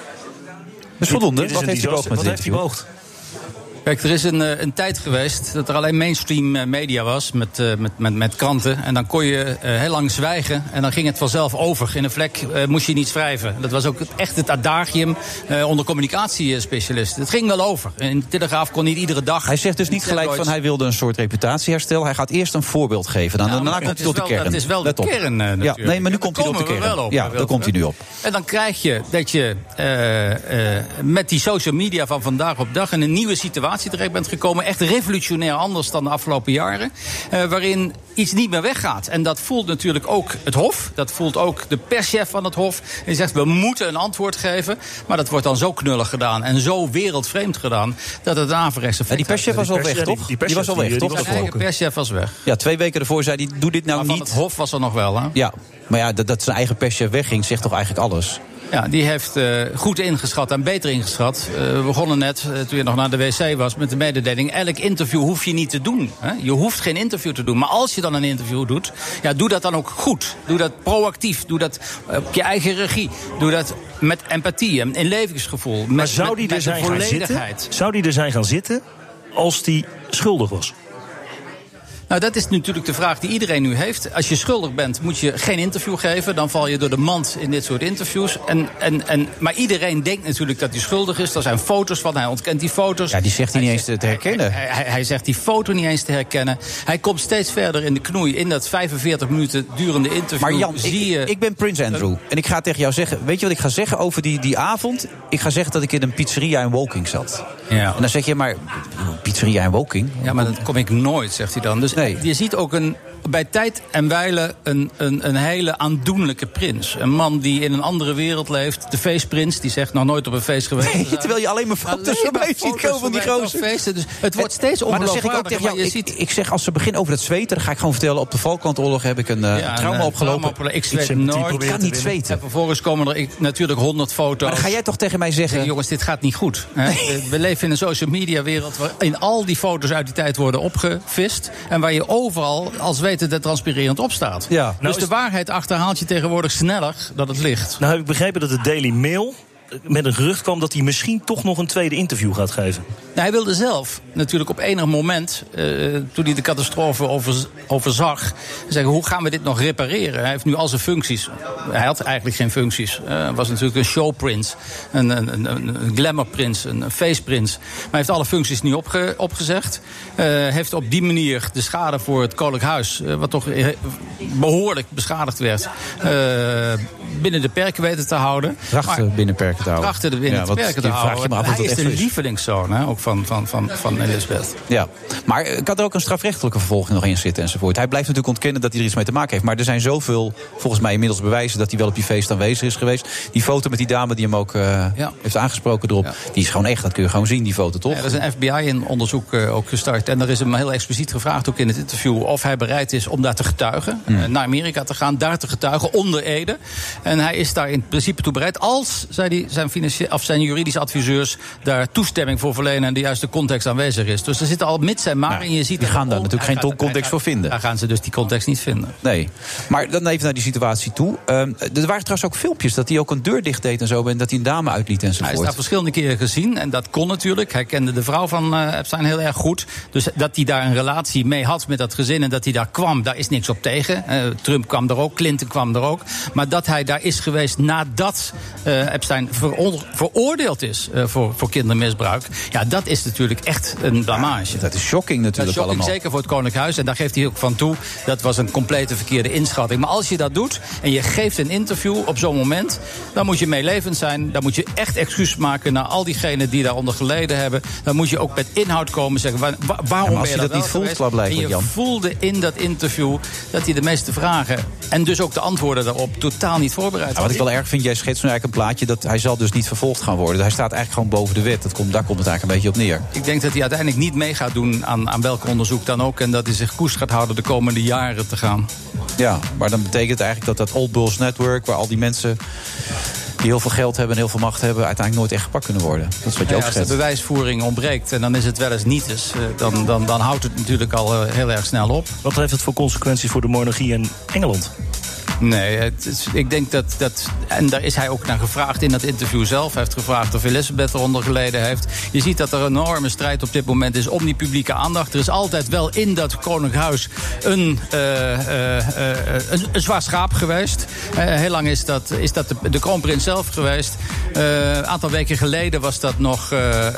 is voldoende. Is wat heeft hij beoogd met wat dit heeft hij interview? beoogd? Kijk, er is een, een tijd geweest dat er alleen mainstream media was met, uh, met, met, met kranten. En dan kon je uh, heel lang zwijgen en dan ging het vanzelf over. In een vlek uh, moest je niet wrijven. Dat was ook echt het adagium uh, onder communicatiespecialisten. Het ging wel over. In de Telegraaf kon niet iedere dag. Hij zegt dus niet gelijk van hij wilde een soort reputatieherstel. Hij gaat eerst een voorbeeld geven. Dan, ja, daarna komt hij tot de kern. Dat is wel de kern uh, natuurlijk. Ja, nee, maar nu komt hij tot de kern. Op, ja, daar komt hij nu op. En dan krijg je dat je uh, uh, met die social media van vandaag op dag in een nieuwe situatie terecht bent gekomen. Echt revolutionair anders dan de afgelopen jaren. Uh, waarin iets niet meer weggaat. En dat voelt natuurlijk ook het Hof. Dat voelt ook de perschef van het Hof. En die zegt, we moeten een antwoord geven. Maar dat wordt dan zo knullig gedaan en zo wereldvreemd gedaan dat het een averechts effect. Ja, die perschef was al weg, ja, toch? Die, die, die was al weg, toch? De eigen perschef was weg. Ja, twee weken ervoor zei hij, doe dit nou maar niet. Van het Hof was er nog wel, hè? Ja, maar ja, dat, dat zijn eigen perschef wegging, zegt toch eigenlijk alles. Ja, die heeft uh, goed ingeschat en beter ingeschat. Uh, we begonnen net, uh, toen je nog naar de wc was, met de mededeling. Elk interview hoef je niet te doen. Hè? Je hoeft geen interview te doen. Maar als je dan een interview doet, ja, doe dat dan ook goed. Doe dat proactief. Doe dat uh, op je eigen regie. Doe dat met empathie en inlevingsgevoel. Met, maar zou die met, er zijn met gaan zitten? Zou die er zijn gaan zitten als die schuldig was? Nou, dat is natuurlijk de vraag die iedereen nu heeft. Als je schuldig bent, moet je geen interview geven. Dan val je door de mand in dit soort interviews. En, en, en, maar iedereen denkt natuurlijk dat hij schuldig is. Er zijn foto's van, hij ontkent die foto's. Ja, die zegt hij, hij niet zegt, eens te herkennen. Hij, hij, hij zegt die foto niet eens te herkennen. Hij komt steeds verder in de knoei. In dat vijfenveertig minuten durende interview. Maar Jan, zie je, ik, ik ben Prins Andrew. En ik ga tegen jou zeggen, weet je wat ik ga zeggen over die, die avond? Ik ga zeggen dat ik in een pizzeria in Woking zat. Ja. En dan zeg je, maar pizzeria in Woking? Ja, maar dat kom ik nooit, zegt hij dan. Dus nee. Je ziet ook een bij tijd en wijle een, een, een hele aandoenlijke prins. Een man die in een andere wereld leeft. De feestprins, die zegt nog nooit op een feest geweest. Nee, terwijl je alleen maar foto's voorbij ziet komen van die gozer. Feesten, dus het wordt steeds ongeloofwaardiger. Maar dan zeg ik ook tegen jou, ik, ziet... ik zeg als ze beginnen over het zweten, dan ga ik gewoon vertellen, op de Falklandoorlog heb ik een, uh, ja, een trauma een, opgelopen. Trauma, ik zweet nooit. Ik kan niet zweten. En vervolgens komen er ik, natuurlijk honderd foto's. Maar dan ga jij toch tegen mij zeggen... Zeg, jongens, dit gaat niet goed. Hè? Nee. We leven in een social media wereld waarin al die foto's uit die tijd worden opgevist. En waar je overal als weten dat transpirerend op staat. Ja, dus nou de is... waarheid achterhaalt je tegenwoordig sneller dan het licht. Nou heb ik begrepen dat de Daily Mail met een gerucht kwam dat hij misschien toch nog een tweede interview gaat geven. Nou, hij wilde zelf natuurlijk op enig moment, uh, toen hij de catastrofe over, overzag, zeggen, hoe gaan we dit nog repareren? Hij heeft nu al zijn functies. Hij had eigenlijk geen functies. Uh, hij was natuurlijk een showprins, een, een, een, een glamourprins, een feestprins. Maar hij heeft alle functies nu opge, opgezegd. Uh, heeft op die manier de schade voor het Koninklijk Huis, uh, wat toch behoorlijk beschadigd werd, uh, binnen de perken weten te houden. Prachtig binnen perken. te houden. Trachten er binnen Ja, te want werken te je vraagt houden. je maar af of Hij dat is echt de zo is. lievelingszoon hè, ook van, van, van, van Elizabeth. Ja, maar ik had er ook een strafrechtelijke vervolging nog in zitten enzovoort. Hij blijft natuurlijk ontkennen dat hij er iets mee te maken heeft. Maar er zijn zoveel, volgens mij inmiddels bewijzen dat hij wel op die feest aanwezig is geweest. Die foto met die dame die hem ook uh, ja. heeft aangesproken erop, ja. die is gewoon echt, dat kun je gewoon zien, die foto, toch? Ja, er is een F B I-onderzoek uh, ook gestart. En er is hem heel expliciet gevraagd, ook in het interview, of hij bereid is om daar te getuigen. Mm. Uh, naar Amerika te gaan, daar te getuigen, onder ede. En hij is daar in principe toe bereid, als zei die, zijn, financie- of zijn juridische adviseurs daar toestemming voor verlenen en de juiste context aanwezig is. Dus er zit al mits en maar nou, en je ziet die gaan daar oh, natuurlijk geen gaat, context gaat, voor vinden. Daar gaan ze dus die context niet vinden. Nee, maar dan even naar die situatie toe. Uh, er waren trouwens ook filmpjes dat hij ook een deur dicht deed en zo, en dat hij een dame uitliet enzovoort. Hij is daar verschillende keren gezien en dat kon natuurlijk. Hij kende de vrouw van uh, Epstein heel erg goed. Dus dat hij daar een relatie mee had met dat gezin en dat hij daar kwam, daar is niks op tegen. Uh, Trump kwam er ook, Clinton kwam er ook. Maar dat hij daar is geweest nadat uh, Epstein veroor- veroordeeld is uh, voor, voor kindermisbruik. Ja, dat is natuurlijk echt een blamage. Ja, dat is shocking natuurlijk dat is shocking, allemaal. Zeker voor het Koninklijk Huis. En daar geeft hij ook van toe. Dat was een complete verkeerde inschatting. Maar als je dat doet en je geeft een interview op zo'n moment, dan moet je meelevend zijn. Dan moet je echt excuus maken naar al diegenen die daaronder geleden hebben. Dan moet je ook met inhoud komen zeggen, waar, waar, waarom ja, als ben je je dat dat niet voelt, geweest? blijkbaar, En je Jan. voelde in dat interview dat hij de meeste vragen en dus ook de antwoorden daarop totaal niet voorbereid Ja, wat ik wel erg vind, jij schetst nu eigenlijk een plaatje dat hij zal dus niet vervolgd gaan worden. Hij staat eigenlijk gewoon boven de wet. Dat komt, daar komt het eigenlijk een beetje op neer. Ik denk dat hij uiteindelijk niet mee gaat doen aan, aan welk onderzoek dan ook. En dat hij zich koers gaat houden de komende jaren te gaan. Ja, maar dan betekent het eigenlijk dat dat Old Bulls Network, waar al die mensen die heel veel geld hebben en heel veel macht hebben, uiteindelijk nooit echt gepakt kunnen worden. Dat is wat je Ja, ook als de schetst. bewijsvoering ontbreekt en dan is het wel eens niet dus, dan, dan, dan houdt het natuurlijk al uh, heel erg snel op. Wat heeft het voor consequenties voor de monarchie in Engeland? Nee, het is, ik denk dat, dat... En daar is hij ook naar gevraagd in dat interview zelf. Hij heeft gevraagd of Elizabeth eronder geleden heeft. Je ziet dat er een enorme strijd op dit moment is om die publieke aandacht. Er is altijd wel in dat Koninklijk Huis een, uh, uh, uh, een, een zwaar schaap geweest. Uh, heel lang is dat, is dat de, de kroonprins zelf geweest. Uh, een aantal weken geleden was dat nog uh,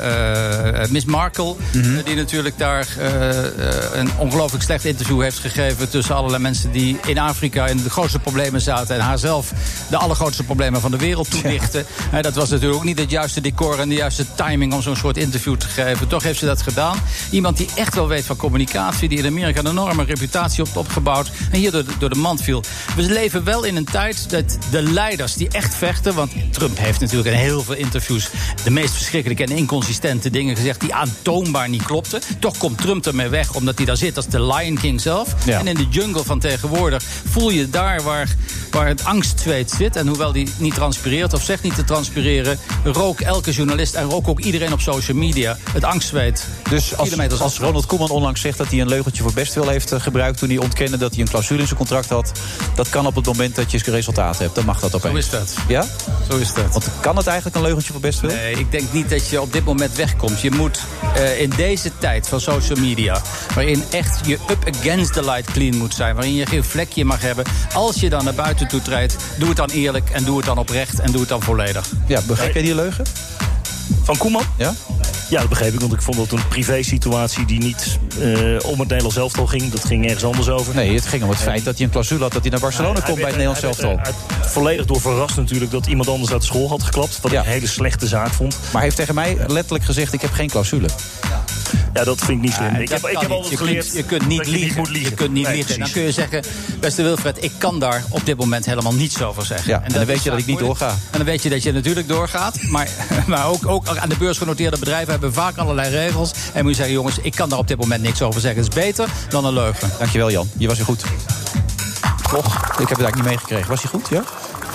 uh, Miss Markle. Mm-hmm. Uh, die natuurlijk daar uh, uh, een ongelooflijk slecht interview heeft gegeven tussen allerlei mensen die in Afrika in de grootste problemen zaten en haarzelf de allergrootste problemen van de wereld toelichten. Ja. Dat was natuurlijk ook niet het juiste decor en de juiste timing om zo'n soort interview te geven. Toch heeft ze dat gedaan. Iemand die echt wel weet van communicatie, die in Amerika een enorme reputatie op opgebouwd en hier door de, door de mand viel. We leven wel in een tijd dat de leiders die echt vechten, want Trump heeft natuurlijk in heel veel interviews de meest verschrikkelijke en inconsistente dingen gezegd die aantoonbaar niet klopten. Toch komt Trump ermee weg omdat hij daar zit als de Lion King zelf. Ja. En in de jungle van tegenwoordig voel je daar waar Waar, waar het angstzweet zit. En hoewel die niet transpireert of zegt niet te transpireren, rook elke journalist en rook ook iedereen op social media het angstzweet. Dus als, als Ronald Koeman onlangs zegt dat hij een leugentje voor bestwil heeft uh, gebruikt toen hij ontkende dat hij een clausule in zijn contract had, dat kan op het moment dat je resultaat hebt. Dan mag dat opeens. Zo is dat. Ja? Zo is dat. Want kan het eigenlijk een leugentje voor bestwil? Nee, ik denk niet dat je op dit moment wegkomt. Je moet uh, in deze tijd van social media, waarin echt je up against the light clean moet zijn, waarin je geen vlekje mag hebben, als je dan naar buiten toe treedt, doe het dan eerlijk en doe het dan oprecht en doe het dan volledig. Ja, begrijp jij die leugen? Van Koeman? Ja? Ja, dat begreep ik, want ik vond dat een privé-situatie die niet uh, om het Nederlands elftal ging. Dat ging ergens anders over. Nee, het ging om het feit dat hij een clausule had dat hij naar Barcelona hij, komt hij bij het Nederlands elftal. Hij, hij, volledig door verrast natuurlijk dat iemand anders uit de school had geklapt. Wat ja. ik een hele slechte zaak vond. Maar hij heeft tegen mij letterlijk gezegd, ik heb geen clausule. Ja, dat vind ik niet slim. Ja, ik heb, ik heb altijd je geleerd kunt, je kunt niet dat liegen. je niet moet liegen. Je kunt niet nee, liegen. Dan kun je zeggen, beste Wilfred, ik kan daar op dit moment helemaal niets over zeggen. Ja, en, en dan weet je dat ik niet doorga. En dan weet je dat je natuurlijk doorgaat. Maar, maar ook, ook aan de beursgenoteerde bedrijven hebben vaak allerlei regels. En moet je zeggen, jongens, ik kan daar op dit moment niks over zeggen. Het is beter dan een leugen. Dankjewel, Jan. Je was weer goed. Toch? Ik heb het eigenlijk niet meegekregen. Was hij goed, ja?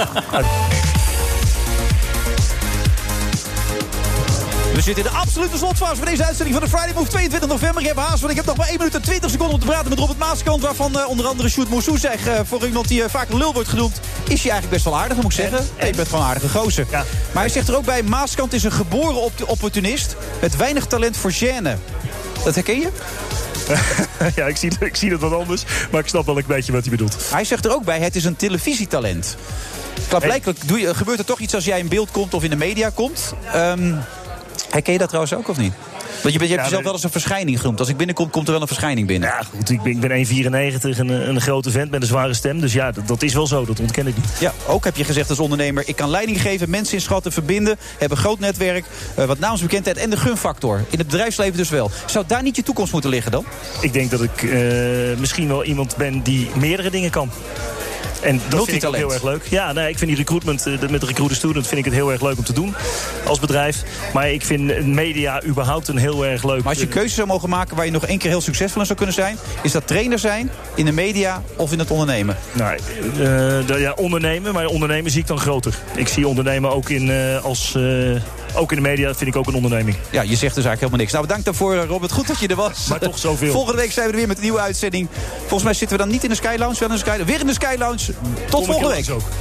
We zitten in de absolute slotfase van deze uitzending van de Friday Move tweeëntwintig november. Ik heb haast, want ik heb nog maar één minuut en twintig seconden om te praten met Robert Maaskant, waarvan uh, onder andere Sjoerd Moussou zegt, uh, voor iemand die uh, vaak een lul wordt genoemd, is hij eigenlijk best wel aardig, moet ik zeggen. Nee, je bent gewoon een aardige gozer. Ja. Maar hij zegt er ook bij, Maaskant is een geboren op- opportunist met weinig talent voor gêne. Dat herken je? Ja, ik zie, ik zie het wat anders, maar ik snap wel een beetje wat hij bedoelt. Hij zegt er ook bij, het is een televisietalent. Klaarblijkelijk doe je, gebeurt er toch iets als jij in beeld komt of in de media komt. Um, herken je dat trouwens ook of niet? Want je, bent, je hebt Ja, jezelf maar- wel eens een verschijning genoemd. Als ik binnenkom, komt er wel een verschijning binnen. Ja, goed, ik ben, ik ben één komma vierennegentig en een, een grote vent met een zware stem. Dus ja, dat, dat is wel zo, dat ontken ik niet. Ja, ook heb je gezegd als ondernemer, ik kan leiding geven, mensen inschatten, verbinden, heb een groot netwerk, uh, wat naamsbekendheid en de gunfactor. In het bedrijfsleven dus wel. Zou daar niet je toekomst moeten liggen dan? Ik denk dat ik uh, misschien wel iemand ben die meerdere dingen kan. En dat vind ik ook heel erg leuk. Ja, nee, ik vind die recruitment uh, met de recruiter student vind ik het heel erg leuk om te doen als bedrijf. Maar ik vind media überhaupt een heel erg leuk. Maar als je keuze zou mogen maken waar je nog één keer heel succesvol in zou kunnen zijn, is dat trainer zijn in de media of in het ondernemen? Nou, uh, de, ja, ondernemen, maar ondernemen zie ik dan groter. Ik zie ondernemen ook in uh, als uh, ook in de media vind ik ook een onderneming. Ja, je zegt dus eigenlijk helemaal niks. Nou, bedankt daarvoor, Robert. Goed dat je er was. Maar toch zoveel. Volgende week zijn we er weer met een nieuwe uitzending. Volgens mij zitten we dan niet in de Sky Lounge, wel in de Sky, weer in de Sky Lounge. Tot volgende week. We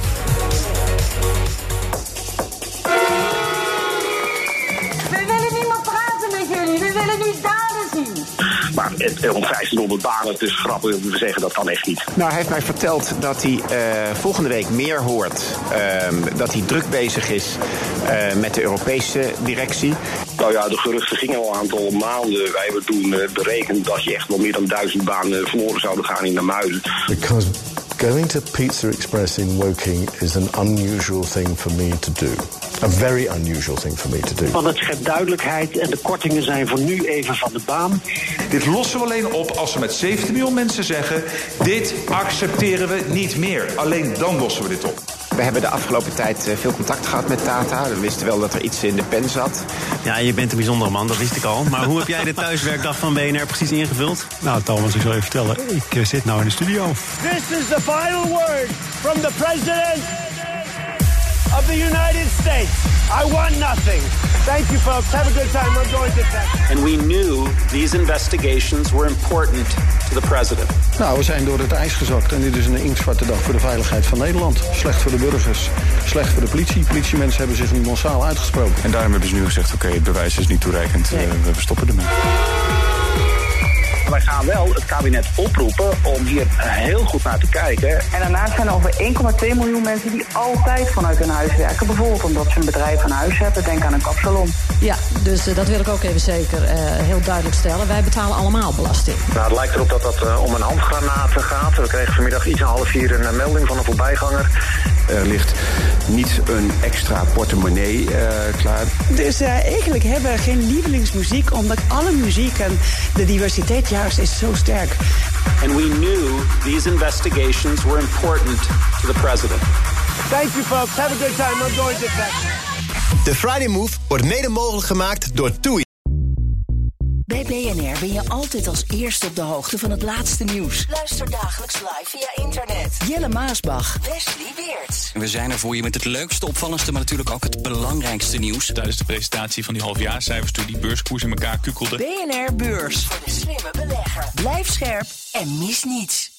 willen niet meer praten met jullie. We willen nu daden zien. Maar het, om vijftienhonderd banen, het is grappig. We zeggen dat kan echt niet. Nou, hij heeft mij verteld dat hij uh, volgende week meer hoort. Uh, dat hij druk bezig is uh, met de Europese directie. Nou ja, de geruchten gingen al een aantal maanden. Wij hebben toen uh, berekend dat je echt wel meer dan duizend banen verloren zouden gaan in Namuizen. Because going to Pizza Express in Woking is an unusual thing for me to do. A very unusual thing for me to do. Want het schept duidelijkheid en de kortingen zijn voor nu even van de baan. Dit lossen we alleen op als we met zeventien miljoen mensen zeggen, dit accepteren we niet meer. Alleen dan lossen we dit op. We hebben de afgelopen tijd uh, veel contact gehad met Tata. We wisten wel dat er iets in de pen zat. Ja, je bent een bijzondere man, dat wist ik al. Maar hoe heb jij de thuiswerkdag van B N R precies ingevuld? Nou, Thomas, ik zal je vertellen. Ik uh, zit nou in de studio. This is the final word from the president of the United States. I want nothing. Thank you, folks. Have a good time. I'm going to Texas. And we knew these investigations were important to the president. Nou, we zijn door het ijs gezakt en dit is een inktzwarte dag voor de veiligheid van Nederland. Slecht voor de burgers, slecht voor de politie. Politiemensen hebben zich nu massaal uitgesproken. En daarom hebben ze nu gezegd, oké, okay, het bewijs is niet toereikend. Nee. Uh, we stoppen ermee. Wij gaan wel het kabinet oproepen om hier heel goed naar te kijken. En daarnaast zijn er over één komma twee miljoen mensen die altijd vanuit hun huis werken. Bijvoorbeeld omdat ze een bedrijf aan huis hebben. Denk aan een kapsalon. Ja, dus uh, dat wil ik ook even zeker uh, heel duidelijk stellen. Wij betalen allemaal belasting. Nou, het lijkt erop dat dat uh, om een handgranaat gaat. We kregen vanmiddag iets na half vier een uh, melding van een voorbijganger. Er ligt niet een extra portemonnee uh, klaar. Dus uh, eigenlijk hebben we geen lievelingsmuziek, omdat alle muziek en de diversiteit juist is zo sterk. And we knew these investigations were important to the president. Thank you, folks. Have a good time. I'm going to Texas. De Friday Move wordt mede mogelijk gemaakt door TUI. Bij B N R ben je altijd als eerste op de hoogte van het laatste nieuws. Luister dagelijks live via internet. Jelle Maasbach, Wesley Weerts. We zijn er voor je met het leukste, opvallendste, maar natuurlijk ook het belangrijkste nieuws. Tijdens de presentatie van die halfjaarcijfers toen die beurskoers in elkaar kukkelde. B N R Beurs. Voor de slimme belegger. Blijf scherp en mis niets.